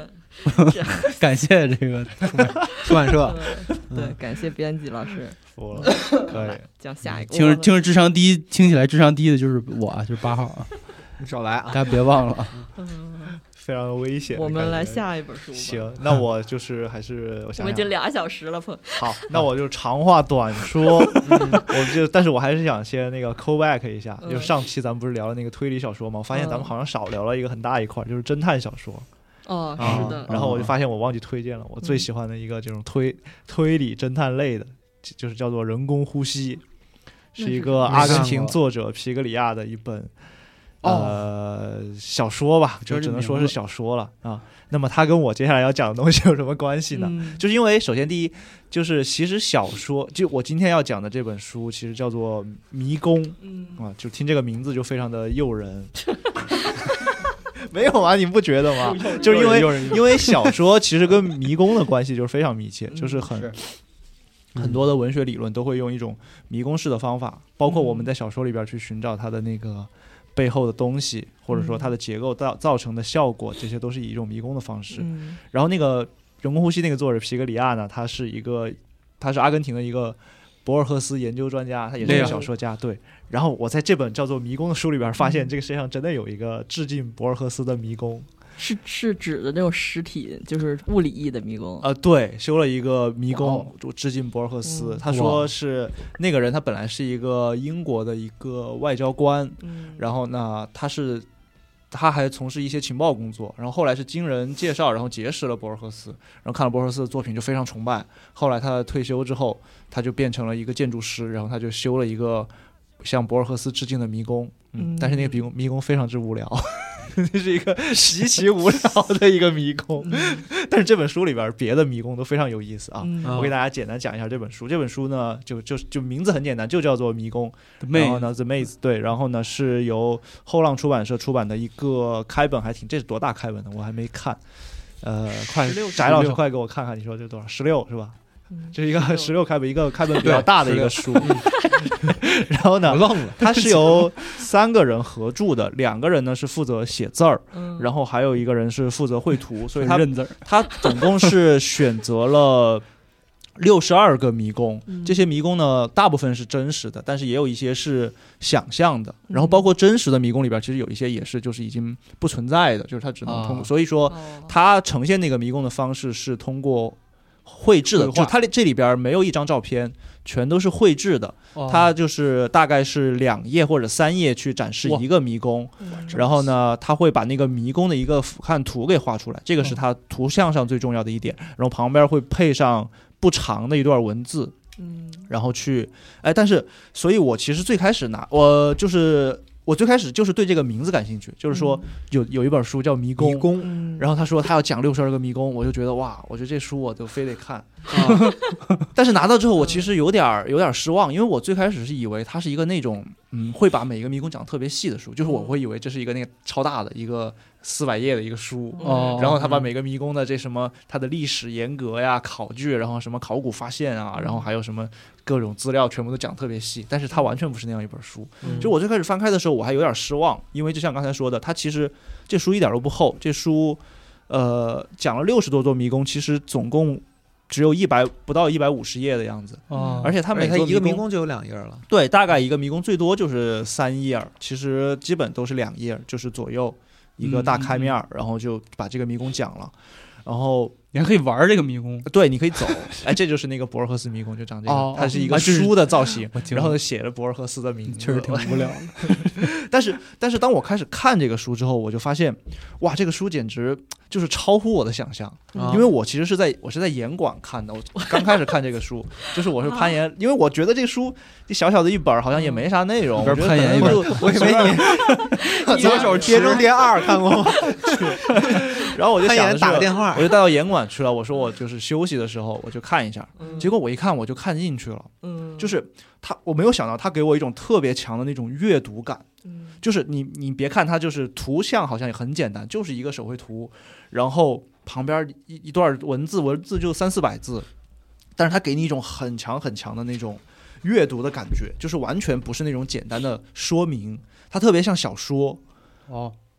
感谢这个出版社， 对，感谢编辑老师。 服了，可以。 讲下一个， 听着听着智商低，听起来智商低的就是我，就是八号啊， 你少来啊， 大家别忘了啊。 非常危险。 我们来下一本书吧。 行，那我就是还是我想想， 我们已经俩小时了，朋。 好，那我就长话短说。嗯、我就，但是我还是想先那个 call back 一下，嗯、就是上期咱们不是聊了那个推理小说吗？我发现咱们好像少聊了一个很大一块，就是侦探小说。 哦， 啊、 是的。 然后我就发现我忘记推荐了我最喜欢的一个这种推、嗯、推理侦探类的，就是叫做《人工呼吸》，是一个阿根廷作者皮格里亚的一本。呃，小说吧，就只能说是小说了啊。那么它跟我接下来要讲的东西有什么关系呢？嗯、就是因为首先第一，就是其实小说，就我今天要讲的这本书，其实叫做《迷宫》嗯、啊，就听这个名字就非常的诱人。没有啊，你不觉得吗？就是因为因为小说其实跟迷宫的关系就是非常密切，就是很。是很多的文学理论都会用一种迷宫式的方法，包括我们在小说里边去寻找它的那个背后的东西，或者说它的结构造造成的效果，这些都是以一种迷宫的方式。嗯、然后那个人工呼吸那个作者皮格里亚呢，他是一个，他是阿根廷的一个博尔赫斯研究专家，他也是一个小说家。对。然后我在这本叫做《迷宫》的书里边发现，这个世界上真的有一个致敬博尔赫斯的迷宫。 是是指的那种实体，就是物理意义的迷宫。 呃，对，修了一个迷宫，就致敬博尔赫斯。嗯、他说是那个人，他本来是一个英国的一个外交官，嗯、然后呢，他是他还从事一些情报工作，然后后来是经人介绍，然后结识了博尔赫斯，然后看了博尔赫斯的作品就非常崇拜。后来他退休之后，他就变成了一个建筑师，然后他就修了一个向博尔赫斯致敬的迷宫。嗯，嗯但是那个迷宫迷宫非常之无聊。这是一个极其无聊的一个迷宫，嗯、但是这本书里边别的迷宫都非常有意思啊！嗯、我给大家简单讲一下这本书。这本书呢，就就就名字很简单，就叫做《迷宫》。然后呢 ，The Maze， 对，然后呢是由后浪出版社出版的一个开本，还挺，这是多大开本呢？我还没看。呃，快，翟老师快给我看看，你说这多少？十六是吧？这是一个十六开本，一个开本比较大的一个书。然后呢，它是由三个人合著的，两个人呢是负责写字儿，嗯、然后还有一个人是负责绘图，所以他认字。他总共是选择了六十二个迷宫，嗯、这些迷宫呢大部分是真实的，但是也有一些是想象的。然后包括真实的迷宫里边，其实有一些也是就是已经不存在的，就是它只能通过。哦、所以说，它呈现那个迷宫的方式是通过。绘制的，就它这里边没有一张照片，全都是绘制的。哦、它就是大概是两页或者三页去展示一个迷宫，然后呢，它会把那个迷宫的一个俯瞰图给画出来，这个是它图像上最重要的一点。然后旁边会配上不长的一段文字，嗯，然后去，哎，但是，所以我其实最开始拿我就是。我最开始就是对这个名字感兴趣，就是说有有一本书叫《迷宫》，迷宫嗯、然后他说他要讲六十二个迷宫，我就觉得哇，我觉得这书我就非得看。啊、但是拿到之后，我其实有点有点失望，因为我最开始是以为它是一个那种嗯会把每一个迷宫讲特别细的书，就是我会以为这是一个那个超大的一个四百页的一个书，哦、然后他把每个迷宫的这什么它的历史沿革呀、考据，然后什么考古发现啊，然后还有什么各种资料全部都讲特别细，但是它完全不是那样一本书。嗯、就我最开始翻开的时候，我还有点失望，因为就像刚才说的，它其实这书一点都不厚，这书呃讲了六十多座迷宫，其实总共。只有一百不到一百五十页的样子，哦、而且它每个一个迷宫就有两页了。 对，大概一个迷宫最多就是三页，其实基本都是两页，就是左右一个大开面，嗯、然后就把这个迷宫讲了。然后你还可以玩这个迷宫， 对，你可以走。哎，这就是那个博尔赫斯迷宫，就长这个，哦、它是一个书的造型，啊、然后写了博尔赫斯的名字， 确实挺无聊的。 但是，但是当我开始看这个书之后，我就发现，哇，这个书简直就是超乎我的想象。嗯、因为我其实是在我是在严管看的，我刚开始看这个书，就是我是攀岩，因为我觉得这书这小小的一本好像也没啥内容， 一边攀岩一边， 我以为你左手碟中谍二看过吗？ 然后我就想的是打个电话， 我就带到严管去了。我说我就是休息的时候我就看一下，嗯、结果我一看我就看进去了。嗯，就是他，我没有想到他给我一种特别强的那种阅读感。嗯，就是你你别看它就是图像好像也很简单，就是一个手绘图，然后旁边一一段文字，文字就三四百字，但是它给你一种很强很强的那种阅读的感觉，就是完全不是那种简单的说明，它特别像小说。哦。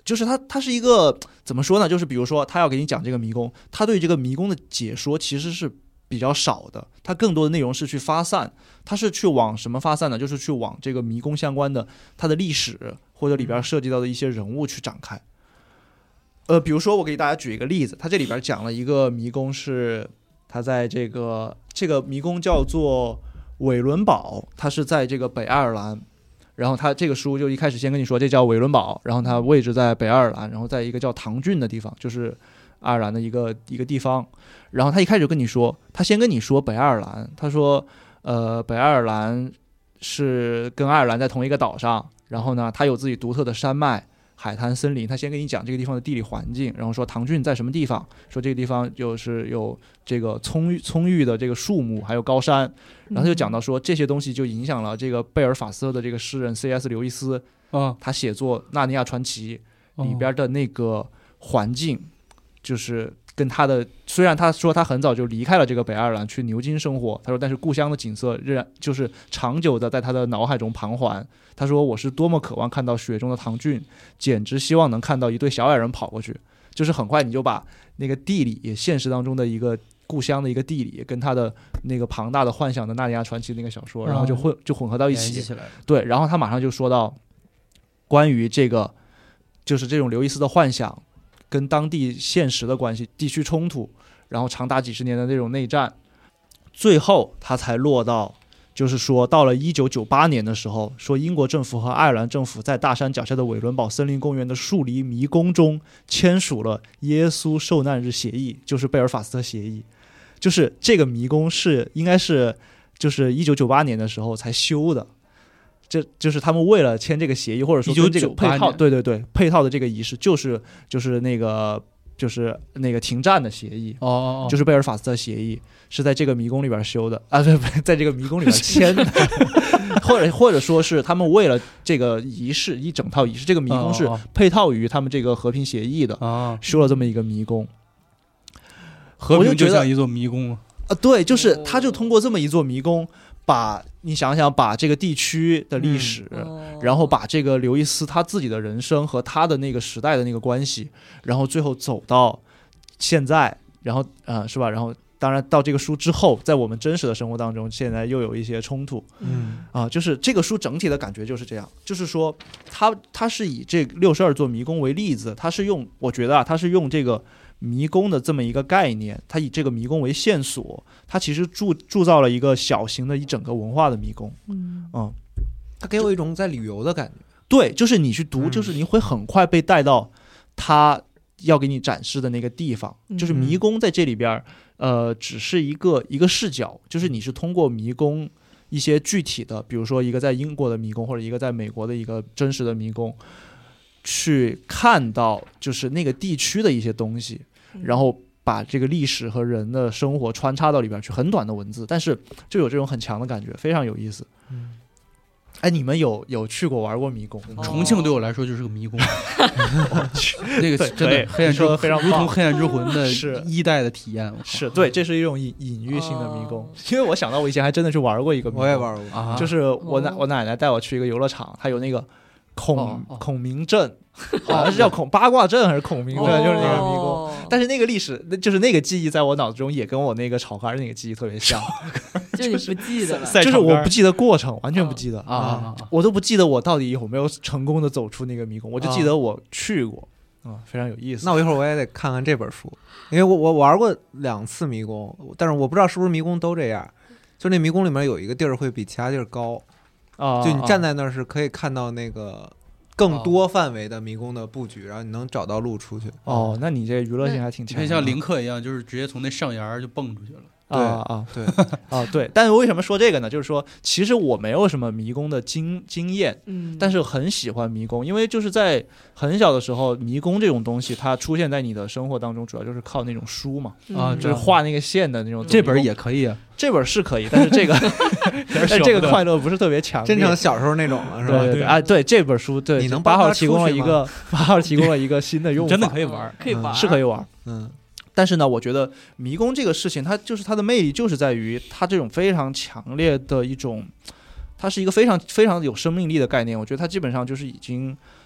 就是他他是一个怎么说呢？就是比如说他要给你讲这个迷宫，他对这个迷宫的解说其实是比较少的，他更多的内容是去发散，他是去往什么发散呢？就是去往这个迷宫相关的它的历史或者里边涉及到的一些人物去展开。呃，比如说我给大家举一个例子，他这里边讲了一个迷宫是他在这个这个迷宫叫做韦伦堡，它是在这个北爱尔兰。然后他这个书就一开始先跟你说这叫韦伦堡，然后它位置在北爱尔兰，然后在一个叫唐郡的地方，就是爱尔兰的一个一个地方。然后他一开始跟你说，他先跟你说北爱尔兰，他说呃北爱尔兰是跟爱尔兰在同一个岛上，然后呢它有自己独特的山脉、海滩、森林。他先跟你讲这个地方的地理环境，然后说唐郡在什么地方，说这个地方就是有这个葱郁葱郁的这个树木，还有高山。然后他就讲到说这些东西就影响了这个贝尔法斯特的这个诗人 C S 刘易斯啊，他写作《纳尼亚传奇》里边的那个环境，就是跟他的，虽然他说他很早就离开了这个北爱尔兰去牛津生活，他说但是故乡的景色仍然就是长久的在他的脑海中盘桓。他说我是多么渴望看到雪中的唐郡，简直希望能看到一对小矮人跑过去。就是很快你就把那个地理现实当中的一个故乡的一个地理跟他的那个庞大的幻想的《纳尼亚传奇》那个小说，然后就混就混合到一起起来。 对，然后他马上就说到关于这个就是这种刘易斯的幻想跟当地现实的关系，地区冲突，然后长达几十年的那种内战，最后他才落到就是说到了一九九八年的时候，说英国政府和爱尔兰政府在大山脚下的韦伦堡森林公园的树篱迷宫中签署了耶稣受难日协议，就是贝尔法斯特协议。就是这个迷宫是应该是就是一九九八年的时候才修的，这就是他们为了签这个协议，或者说跟这个配套，对对对，配套的这个仪式就是就是那个就是那个停战的协议， 哦哦哦， 就是贝尔法斯特协议是在这个迷宫里边修的啊，对，在这个迷宫里边签的，或者或者说是他们为了这个仪式一整套仪式，这个迷宫是配套于他们这个和平协议的啊，修了这么一个迷宫。 和平就像一座迷宫啊，对，就是他就通过这么一座迷宫，把你想想把这个地区的历史、嗯哦、然后把这个刘易斯他自己的人生和他的那个时代的那个关系，然后最后走到现在，然后呃是吧，然后当然到这个书之后，在我们真实的生活当中现在又有一些冲突，嗯啊，就是这个书整体的感觉就是这样，就是说他他是以这六十二座迷宫为例子，他是用我觉得啊他是用这个迷宫的这么一个概念，它以这个迷宫为线索，它其实铸铸造了一个小型的一整个文化的迷宫。嗯嗯， 它给我一种在旅游的感觉。 对，就是你去读，就是你会很快被带到它要给你展示的那个地方。嗯、就是迷宫在这里边，呃，只是一个一个视角，就是你是通过迷宫一些具体的，比如说一个在英国的迷宫，或者一个在美国的一个真实的迷宫，去看到就是那个地区的一些东西。然后把这个历史和人的生活穿插到里边去，很短的文字，但是就有这种很强的感觉，非常有意思。嗯，哎，你们有有去过玩过迷宫？ 哦、重庆对我来说就是个迷宫，那个真的黑暗之非常如同黑暗之魂的一代的体验。 是对，这是一种隐隐喻性的迷宫、哦，因为我想到我以前还真的去玩过一个迷宫， 我也玩过， 啊、就是我奶、哦、我奶奶带我去一个游乐场，它有那个孔、哦哦、孔明镇。好像是叫孔八卦阵还是孔明阵、哦，就是那个迷宫。但是那个历史，就是那个记忆，在我脑子中也跟我那个炒肝那个记忆特别像。 就你不记得了， 就是我不记得过程，完全不记得啊、哦嗯！我都不记得我到底有没有成功的走出那个迷宫，我就记得我去过啊、嗯，非常有意思。 那我一会儿我也得看看这本书，因为我我玩过两次迷宫，但是我不知道是不是迷宫都这样。就那迷宫里面有一个地儿会比其他地儿高啊，就你站在那儿是可以看到那个。更多范围的迷宫的布局，然后你能找到路出去。 哦，那你这娱乐性还挺强的。 可以像林克一样，就是直接从那上沿就蹦出去了。 对啊，对啊，对。但是为什么说这个呢？就是说，其实我没有什么迷宫的经经验，嗯，但是很喜欢迷宫，因为就是在很小的时候，迷宫这种东西它出现在你的生活当中，主要就是靠那种书嘛，啊、嗯，就是画那个线的那种。 这本也可以啊。 这本是可以，但是这个但是这个快乐不是特别强烈， 真成小时候那种了，是吧？ 对对对啊，对这本书，对， 你能八号提供了一个八号提供了一个新的用法， 真的可以玩， 可以玩， 是可以玩， 嗯。 但是呢，我觉得迷宫这个事情，它就是它的魅力，就是在于它这种非常强烈的一种，它是一个非常非常有生命力的概念。我觉得它基本上就是已经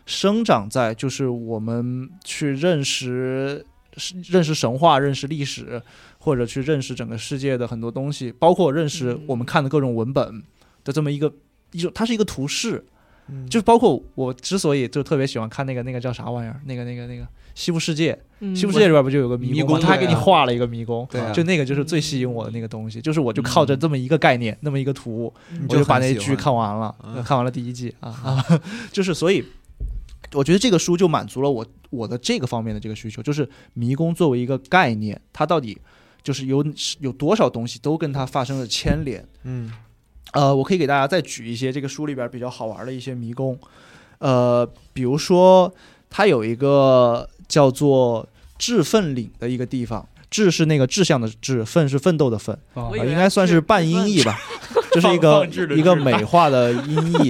生长在就是我们去认识认识神话、认识历史，或者去认识整个世界的很多东西，包括认识我们看的各种文本的这么一个一种，它是一个图示。嗯、就是包括我之所以就特别喜欢看那个那个叫啥玩意儿，那个那个那个西部世界，嗯、西部世界里边不就有个迷宫吗？他还给你画了一个迷宫，对、啊，就那个就是最吸引我的那个东西，就是我就靠着这么一个概念，嗯、那么一个图，我就把那剧看完了，嗯、看完了第一季啊啊，就是所以我觉得这个书就满足了我我的这个方面的这个需求，就是迷宫作为一个概念，它到底就是有有多少东西都跟它发生了牵连，嗯。呃，我可以给大家再举一些这个书里边比较好玩的一些迷宫，呃，比如说它有一个叫做志奋岭的一个地方，志是那个志向的志，奋是奋斗的奋，哦呃、应该算是半音译吧，就是一个一个美化的音译。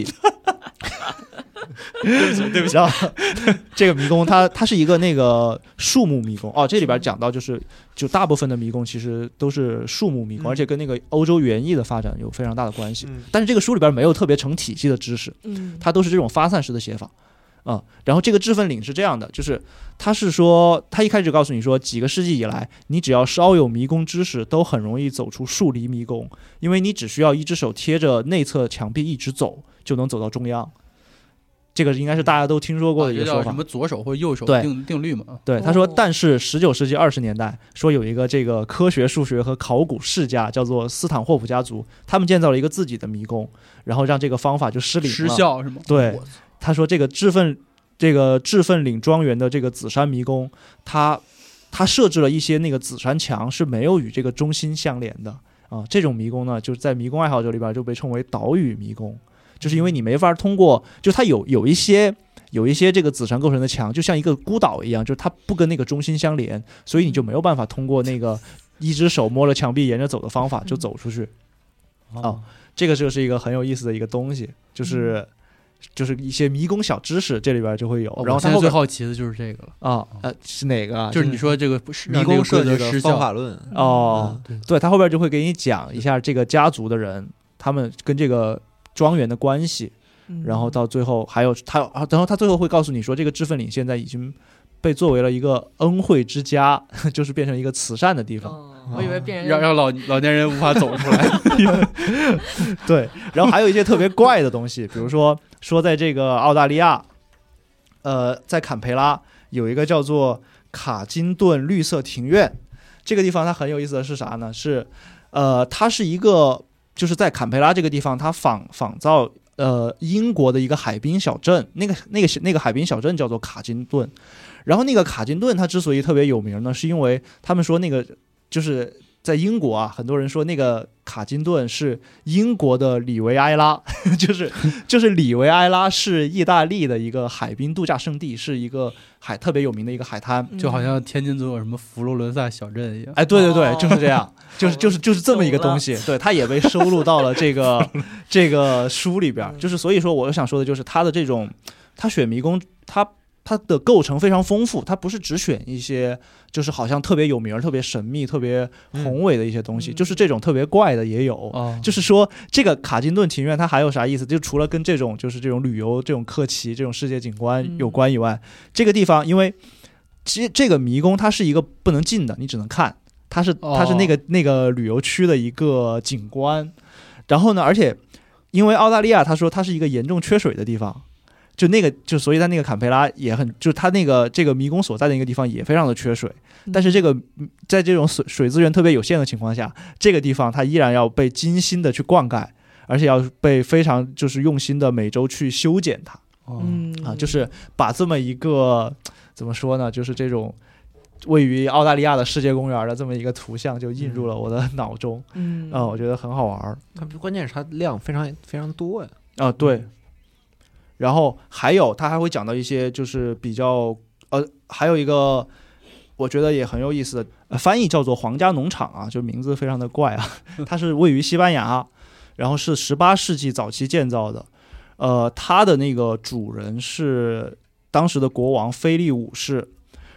对不起，对不起啊！这个迷宫它它是一个那个树木迷宫哦，这里边讲到就是就大部分的迷宫其实都是树木迷宫，嗯、而且跟那个欧洲园艺的发展有非常大的关系。嗯、但是这个书里边没有特别成体系的知识，嗯、它都是这种发散式的写法啊、嗯。然后这个志奋岭是这样的，就是它是说它一开始告诉你说，几个世纪以来，你只要稍有迷宫知识，都很容易走出树篱迷宫，因为你只需要一只手贴着内侧墙壁一直走，就能走到中央。这个应该是大家都听说过的一个说法，啊、 什么左手或右手定定律嘛？ 对，他说，但是十九世纪二十年代，说有一个这个科学、数学和考古世家叫做斯坦霍普家族，他们建造了一个自己的迷宫，然后让这个方法就失灵了， 失效是吗？ 对，他说这个志奋这个志奋岭庄园的这个紫杉迷宫，它它设置了一些那个紫杉墙是没有与这个中心相连的啊，这种迷宫呢，就是在迷宫爱好者里边就被称为岛屿迷宫。就是因为你没法通过，就它有有一些有一些这个紫杉构成的墙，就像一个孤岛一样，就是它不跟那个中心相连，所以你就没有办法通过那个一只手摸了墙壁沿着走的方法就走出去。啊、哦，这个就是一个很有意思的一个东西，就是就是一些迷宫小知识，这里边就会有。 哦、 然后现在最好奇的就是这个了啊，呃，是哪个？ 就是你说这个迷宫设计的方法论哦，对，对，他后边就会给你讲一下这个家族的人，他们跟这个庄园的关系，然后到最后还有他，然后他最后会告诉你说，这个志奋岭现在已经被作为了一个恩惠之家，就是变成一个慈善的地方。 哦、我以为变成让让老老年人无法走出来。 对，然后还有一些特别怪的东西，比如说说在这个澳大利亚，呃，在坎培拉有一个叫做卡金顿绿色庭院，这个地方它很有意思的是啥呢？是呃，它是一个。就是在坎培拉这个地方，它仿仿造呃英国的一个海滨小镇，那个那个那个海滨小镇叫做卡金顿。然后那个卡金顿它之所以特别有名呢，是因为他们说那个就是在英国啊，很多人说那个卡金顿是英国的里维埃拉，就是就是里维埃拉是意大利的一个海滨度假胜地，是一个海特别有名的一个海滩， 就好像天津总有什么佛罗伦萨小镇一样。 哎，对对对，就是这样。就是就是就是这么一个东西，对，它也被收录到了这个这个书里边。就是所以说，我想说的就是它的这种，它选迷宫，它它的构成非常丰富，它不是只选一些就是好像特别有名、特别神秘、特别宏伟的一些东西，嗯、就是这种特别怪的也有。嗯、就是说，这个卡金顿庭院它还有啥意思？就除了跟这种就是这种旅游、这种客奇、这种世界景观有关以外，嗯、这个地方因为其实这个迷宫它是一个不能进的，你只能看。它是它是那个、哦、那个旅游区的一个景观，然后呢，而且因为澳大利亚他说它是一个严重缺水的地方，就那个就所以在那个坎培拉也很，就它那个这个迷宫所在的一个地方也非常的缺水，但是这个在这种水水资源特别有限的情况下，这个地方它依然要被精心的去灌溉，而且要被非常就是用心的每周去修剪它。嗯啊，就是把这么一个怎么说呢，就是这种位于澳大利亚的世界公园的这么一个图像就印入了我的脑中。嗯啊，我觉得很好玩。 它关键是它量非常非常多呀。 啊，对。然后还有他还会讲到一些就是比较呃，还有一个我觉得也很有意思的、呃、翻译叫做皇家农场啊，就名字非常的怪啊。它是位于西班牙，然后是十八世纪早期建造的。呃，它的那个主人是当时的国王菲利五世，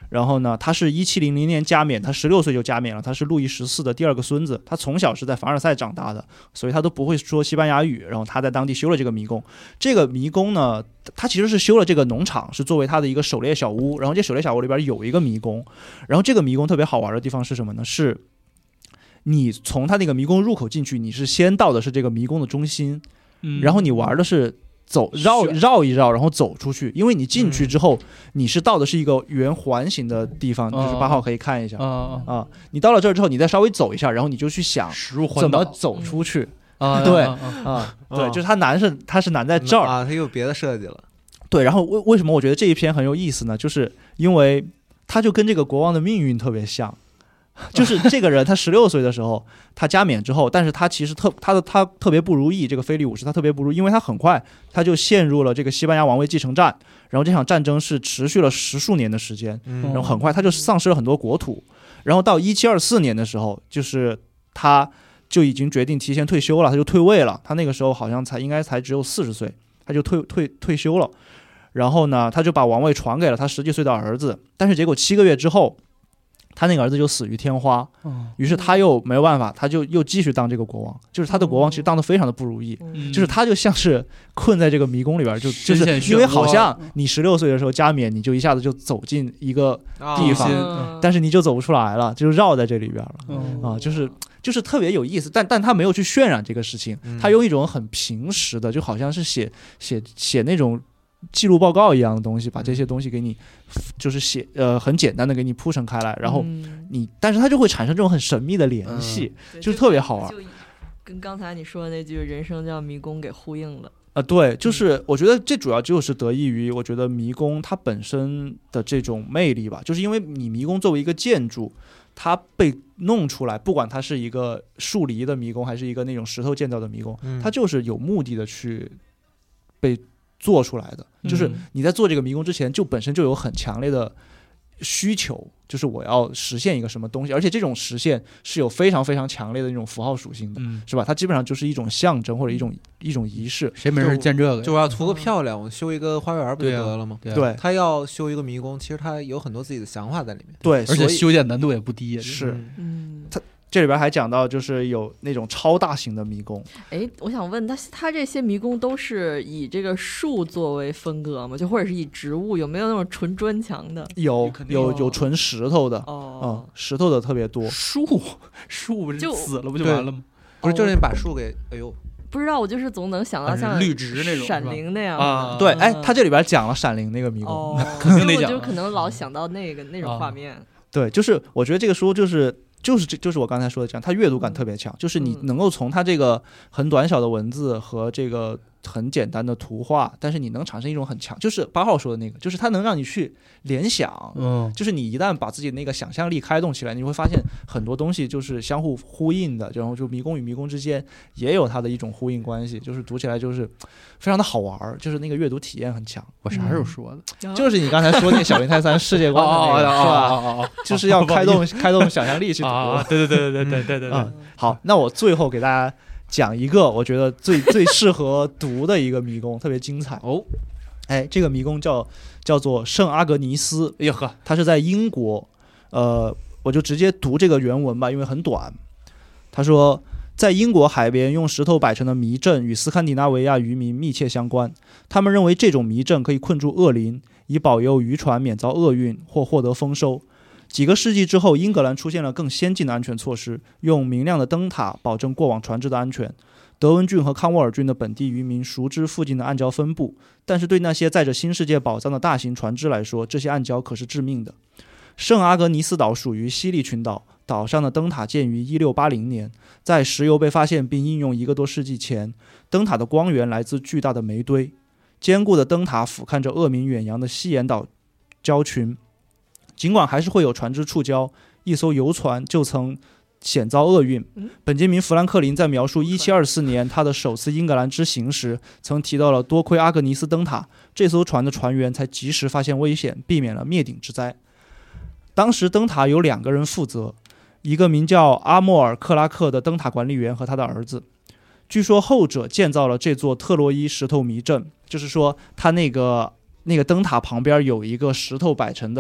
然后呢，他是一七零零年加冕，他十六岁就加冕了，他是路易十四的第二个孙子。他从小是在凡尔赛长大的，所以他都不会说西班牙语。然后他在当地修了这个迷宫。这个迷宫呢，他其实是修了这个农场，是作为他的一个狩猎小屋。然后这狩猎小屋里边有一个迷宫。然后这个迷宫特别好玩的地方是什么呢？是你从他那个迷宫入口进去，你是先到的是这个迷宫的中心， 嗯、 然后你玩的是。走绕绕一绕，然后走出去。因为你进去之后，嗯、你是到的是一个圆环形的地方，嗯、就是八号可以看一下啊、嗯、啊。你到了这儿之后，你再稍微走一下，然后你就去想怎么走出去啊。 对啊， 啊对，就是它难是它是难在这儿啊，它有别的设计了。 对，然后为为什么我觉得这一篇很有意思呢？就是因为它就跟这个国王的命运特别像。就是这个人，他十六岁的时候，他加冕之后，但是他其实特他的他特别不如意。这个菲利五世他特别不如意，因为他很快他就陷入了这个西班牙王位继承战，然后这场战争是持续了十数年的时间，然后很快他就丧失了很多国土。然后到一七二四年的时候，就是他就已经决定提前退休了，他就退位了。他那个时候好像才应该才只有四十岁，他就退退退休了。然后呢，他就把王位传给了他十几岁的儿子，但是结果七个月之后。他那个儿子就死于天花，于是他又没有办法，他就又继续当这个国王。就是他的国王其实当得非常的不如意，嗯、就是他就像是困在这个迷宫里边，就就是因为好像你十六岁的时候加冕，你就一下子就走进一个地方，哦、但是你就走不出来了，就绕在这里边了，嗯、啊，就是就是特别有意思。但但他没有去渲染这个事情，他用一种很平实的，就好像是写写写那种。记录报告一样的东西，把这些东西给你，就是写呃很简单的给你铺陈开来，然后你，但是它就会产生这种很神秘的联系，嗯、就是特别好玩。 就跟刚才你说的那句"人生叫迷宫"给呼应了。 啊、呃，对，就是我觉得这主要就是得益于我觉得迷宫它本身的这种魅力吧，就是因为你迷宫作为一个建筑，它被弄出来，不管它是一个树篱的迷宫，还是一个那种石头建造的迷宫，嗯、它就是有目的的去被。做出来的，就是你在做这个迷宫之前，就本身就有很强烈的需求，就是我要实现一个什么东西，而且这种实现是有非常非常强烈的那种符号属性的，嗯、是吧？它基本上就是一种象征或者一种一种仪式。 谁没事见这个？ 就我要图个漂亮，我修一个花园不就得了吗？ 对，对他要修一个迷宫，其实他有很多自己的想法在里面。 对， 而且修建难度也不低。 是， 嗯， 他。这里边还讲到，就是有那种超大型的迷宫。 哎，我想问他，他这些迷宫都是以这个树作为风格吗？就或者是以植物？有没有那种纯砖墙的？ 有，有有纯石头的。哦，嗯，石头的特别多。 树树不是死了不就完了吗？ 不是，就是把树给，哎呦。 不知道，我就是总能想到像绿植那种闪灵那样啊。对，哎，他这里边讲了闪灵那个迷宫， 哦、 肯定得讲。 我就可能老想到那个那种画面。 啊、对，就是我觉得这个书就是。就是这就是我刚才说的这样，它阅读感特别强，就是你能够从它这个很短小的文字和这个很简单的图画，但是你能产生一种很强，就是八号说的那个，就是它能让你去联想，嗯，就是你一旦把自己那个想象力开动起来，你会发现很多东西就是相互呼应的，然后就迷宫与迷宫之间也有它的一种呼应关系，就是读起来就是非常的好玩，就是那个阅读体验很强。 我啥时候说的？ 嗯、就是你刚才说那小林泰三世界观的那个，是吧？就是要开动开动想象力去读。 啊，对对对对对对对对。 嗯，好，那我最后给大家讲一个我觉得最最适合读的一个迷宫，特别精彩哦。哎，这个迷宫叫叫做圣阿格尼斯。 哎呦呵， 它是在英国。呃，我就直接读这个原文吧，因为很短。他说，在英国海边用石头摆成的迷阵与斯堪的纳维亚渔民密切相关，他们认为这种迷阵可以困住恶灵，以保佑渔船免遭厄运或获得丰收。几个世纪之后，英格兰出现了更先进的安全措施，用明亮的灯塔保证过往船只的安全。德文郡和康沃尔郡的本地渔民熟知附近的暗礁分布，但是对那些载着新世界宝藏的大型船只来说，这些暗礁可是致命的。圣阿格尼斯岛属于西利群岛，岛上的灯塔建于一六八零年，在石油被发现并应用一个多世纪前，灯塔的光源来自巨大的煤堆。坚固的灯塔俯瞰着恶名远扬的西岩岛礁群，尽管还是会有船只触礁，一艘游船就曾险遭厄运。本杰明·富兰克林在描述一七二四年他的首次英格兰之行时，曾提到了多亏阿格尼斯灯塔，这艘船的船员才及时发现危险，避免了灭顶之灾。当时灯塔有两个人负责，一个名叫阿莫尔·克拉克的灯塔管理员和他的儿子。据说后者建造了这座特洛伊石头迷阵，就是说他那个那个灯塔旁边有一个石头摆成的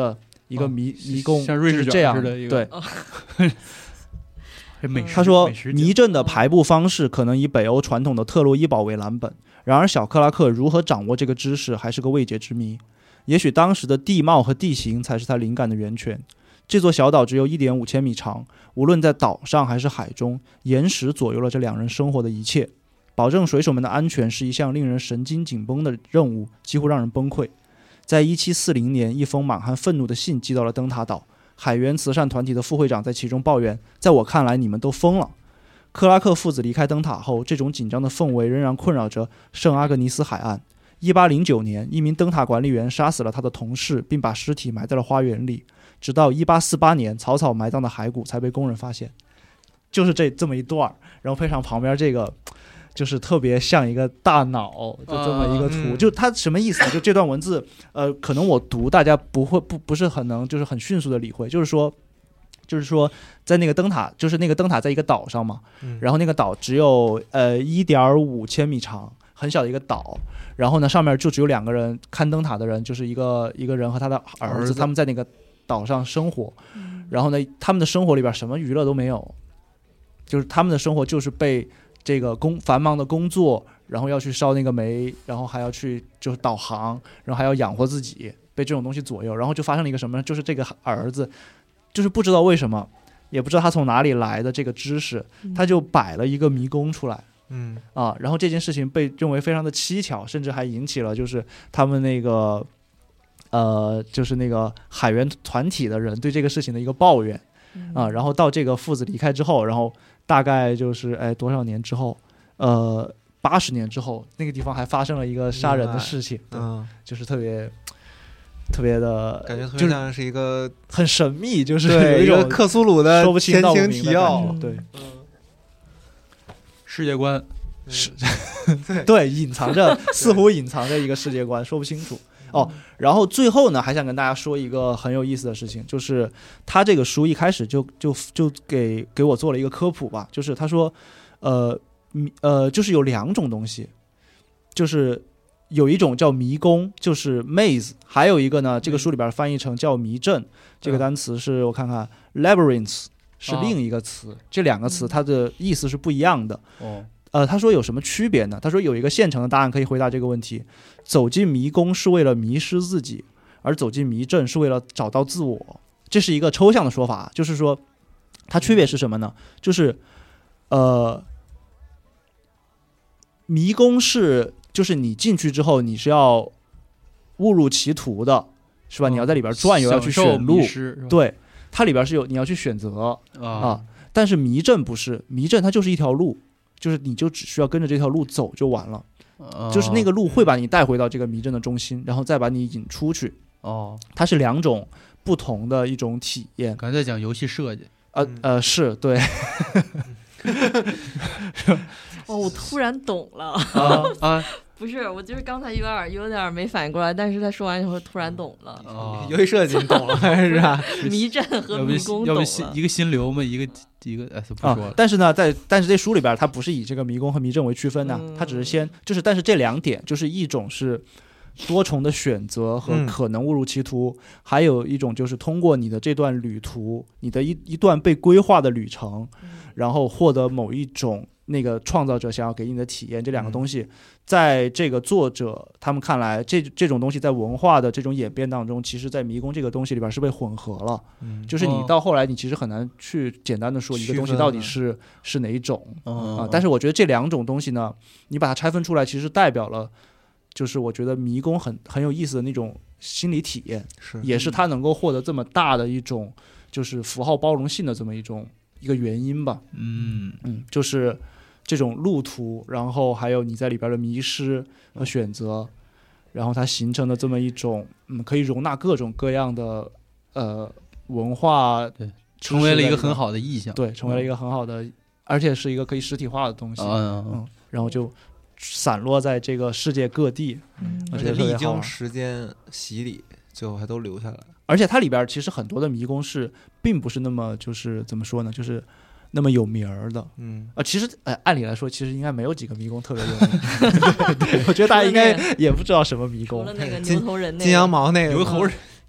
一个迷、哦、迷宫， 像瑞士这样的一个对。 哦他说迷阵的排布方式可能以北欧传统的特洛伊堡为蓝本，然而小克拉克如何掌握这个知识还是个未解之谜。也许当时的地貌和地形才是他灵感的源泉。这座小岛只有 一点五千米长，无论在岛上还是海中，岩石左右了这两人生活的一切。保证水手们的安全是一项令人神经紧绷的任务，几乎让人崩溃。在一七四零年，一封满含愤怒的信寄到了灯塔岛，海员慈善团体的副会长在其中抱怨，在我看来你们都疯了。克拉克父子离开灯塔后，这种紧张的氛围仍然困扰着圣阿格尼斯海岸。一八零九年，一名灯塔管理员杀死了他的同事，并把尸体埋在了花园里，直到一八四八年草草埋葬的骸骨才被工人发现。就是这这么一段，然后配上旁边这个就是特别像一个大脑就这么一个图、uh, 嗯、就它什么意思呢？就这段文字呃，可能我读大家不会不不是很能就是很迅速的理会，就是说就是说在那个灯塔，就是那个灯塔在一个岛上嘛、嗯、然后那个岛只有呃 一点五千米长，很小的一个岛，然后呢上面就只有两个人看灯塔的人，就是一个一个人和他的儿子, 儿子他们在那个岛上生活、嗯、然后呢他们的生活里边什么娱乐都没有，就是他们的生活就是被这个工繁忙的工作，然后要去烧那个煤，然后还要去就是导航，然后还要养活自己，被这种东西左右。然后就发生了一个什么，就是这个儿子就是不知道为什么，也不知道他从哪里来的这个知识，他就摆了一个迷宫出来， 嗯啊，然后这件事情被认为非常的蹊跷，甚至还引起了就是他们那个呃就是那个海员团体的人对这个事情的一个抱怨啊。然后到这个父子离开之后，然后大概就是哎多少年之后，呃八十年之后，那个地方还发生了一个杀人的事情， 嗯， 就是特别特别的感觉特别像是一个很神秘，就是有一种克苏鲁的说不清道不明提要， 对， 嗯，世界观是，对，隐藏着似乎隐藏着一个世界观，说不清楚。哦，然后最后呢，还想跟大家说一个很有意思的事情，就是他这个书一开始就就就给给我做了一个科普吧，就是他说，呃呃，就是有两种东西，就是有一种叫迷宫，就是 maze， 还有一个呢，这个书里边翻译成叫迷阵，这个单词是我看看 labyrinth 是另一个词，这两个词它的意思是不一样的。 哦。 呃，他说有什么区别呢？他说有一个现成的答案可以回答这个问题：走进迷宫是为了迷失自己，而走进迷阵是为了找到自我。这是一个抽象的说法，就是说它区别是什么呢？就是呃，迷宫是就是你进去之后你是要误入歧途的，是吧？你要在里边转悠，要去选路，对，它里边是有你要去选择啊、啊。但是迷阵不是，迷阵它就是一条路。就是你就只需要跟着这条路走就完了、哦、就是那个路会把你带回到这个迷阵的中心，然后再把你引出去。 哦， 它是两种不同的一种体验。 刚才在讲游戏设计， 呃呃，是对。 哦，我突然懂了啊啊！ 不是，我就是刚才有点有点没反应过来，但是他说完以后突然懂了。 哦，游戏设计你懂了是吧？ 迷阵和迷宫懂了。 要不一个心流嘛，一个一个哎，不说了、 啊。但是呢，在但是这书里边，它不是以这个迷宫和迷阵为区分的，嗯、它只是先就是，但是这两点就是一种是多重的选择和可能误入歧途、嗯，还有一种就是通过你的这段旅途，你的一一段被规划的旅程，嗯、然后获得某一种。那个创造者想要给你的体验，这两个东西，在这个作者他们看来，这这种东西在文化的这种演变当中，其实在迷宫这个东西里边是被混合了。嗯，就是你到后来，你其实很难去简单的说一个东西到底是是哪一种啊。但是我觉得这两种东西呢，你把它拆分出来，其实代表了，就是我觉得迷宫很很有意思的那种心理体验， 是也是它能够获得这么大的一种就是符号包容性的这么一种一个原因吧。 嗯嗯，就是。这种路途，然后还有你在里边的迷失和选择，然后它形成的这么一种，嗯，可以容纳各种各样的呃文化， 对，成为了一个很好的意象， 对，成为了一个很好的，嗯、而且是一个可以实体化的东西， 嗯嗯，然后就散落在这个世界各地， 嗯，而且历经时间洗礼，最后还都留下来。 而且它里边其实很多的迷宫是，并不是那么就是怎么说呢，就是。那么有名儿的， 嗯啊，其实，哎，按理来说，其实应该没有几个迷宫特别有名。对对，我觉得大家应该也不知道什么迷宫。 除了那个牛头人、那个， 金羊毛那个牛头人，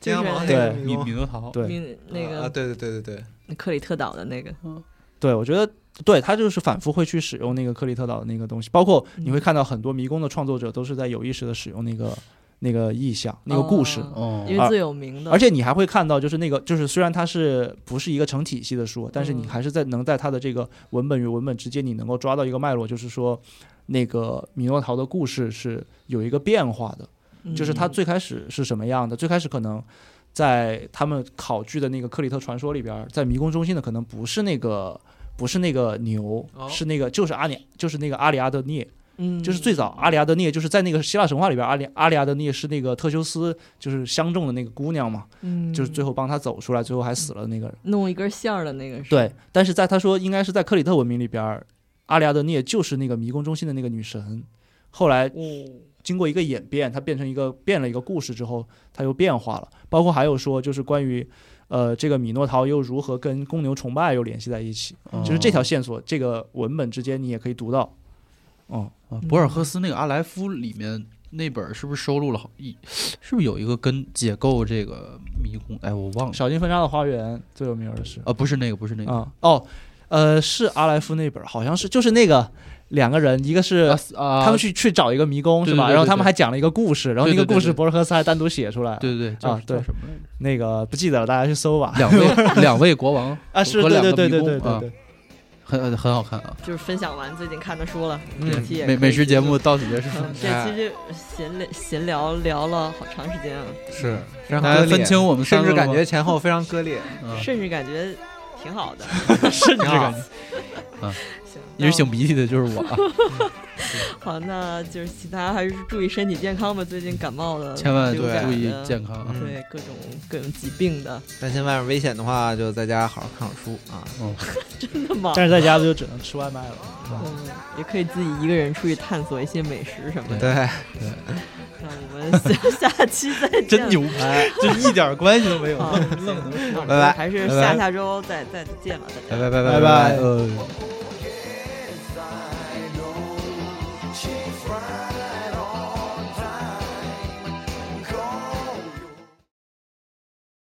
金羊毛对米米诺陶， 对那个啊，对对对对对， 克里特岛的那个， 嗯，对，我觉得对他就是反复会去使用那个克里特岛的那个东西，包括你会看到很多迷宫的创作者都是在有意识的使用那个那个意象、那个故事， 哦，因为最有名的。 而且你还会看到，就是那个，就是虽然它是不是一个成体系的书，但是你还是在能在它的这个文本与文本之间，你能够抓到一个脉络，就是说，那个米诺陶的故事是有一个变化的， 嗯、 就是它最开始是什么样的？最开始可能在他们考据的那个克里特传说里边，在迷宫中心的可能不是那个不是那个牛， 哦、 是那个就是阿里就是那个阿里阿德涅。 嗯， 就是最早阿里阿德涅就是在那个希腊神话里边，阿里阿里阿德涅是那个特修斯就是相中的那个姑娘嘛， 嗯， 就是最后帮他走出来，最后还死了那个人， 弄一根线儿的那个是。 对，但是在他说应该是在克里特文明里边，阿里阿德涅就是那个迷宫中心的那个女神，后来经过一个演变，它变成一个变了一个故事之后，它又变化了，包括还有说就是关于。呃，这个米诺陶又如何跟公牛崇拜又联系在一起？哦、就是这条线索，这个文本之间你也可以读到。哦、 嗯，博尔赫斯那个《阿莱夫》里面那本是不是收录了好一？是不是有一个跟解构这个迷宫？哎，我忘了。 小金分叉的花园最有名的是啊，不是那个，不是那个。 啊、嗯，哦，呃，是阿莱夫那本，好像是就是那个。两个人，一个是、啊、他们去去找一个迷宫，是吧？然后他们还讲了一个故事，然后那个故事博尔赫斯还单独写出来。 对对对啊，对什么那个不记得了，大家去搜吧。 两位两位国王啊，是对对对对对对对， 啊、很很好看啊。 就是分享完最近看的书了， 嗯、 这期也美美食节目到此结束。 嗯、这期就闲聊闲聊聊了好长时间啊， 是非常大家分清我们甚至感觉前后非常割裂， 嗯、甚至感觉挺好的， 甚至感觉啊。一直擤鼻涕的就是我、啊。 好，那就是其他还是注意身体健康吧。最近感冒的， 千万注意健康。 嗯、对各种各种疾病的， 担心外面危险的话，就在家好好看会书啊。 嗯， 真的吗？ 但是在家不就只能吃外卖了？ 嗯，也可以自己一个人出去探索一些美食什么的。 对对。 那我们下下期再见。 真牛排，就一点关系都没有。 愣能说，拜拜，还是下下周再再见了，大家， 拜拜拜拜拜。呃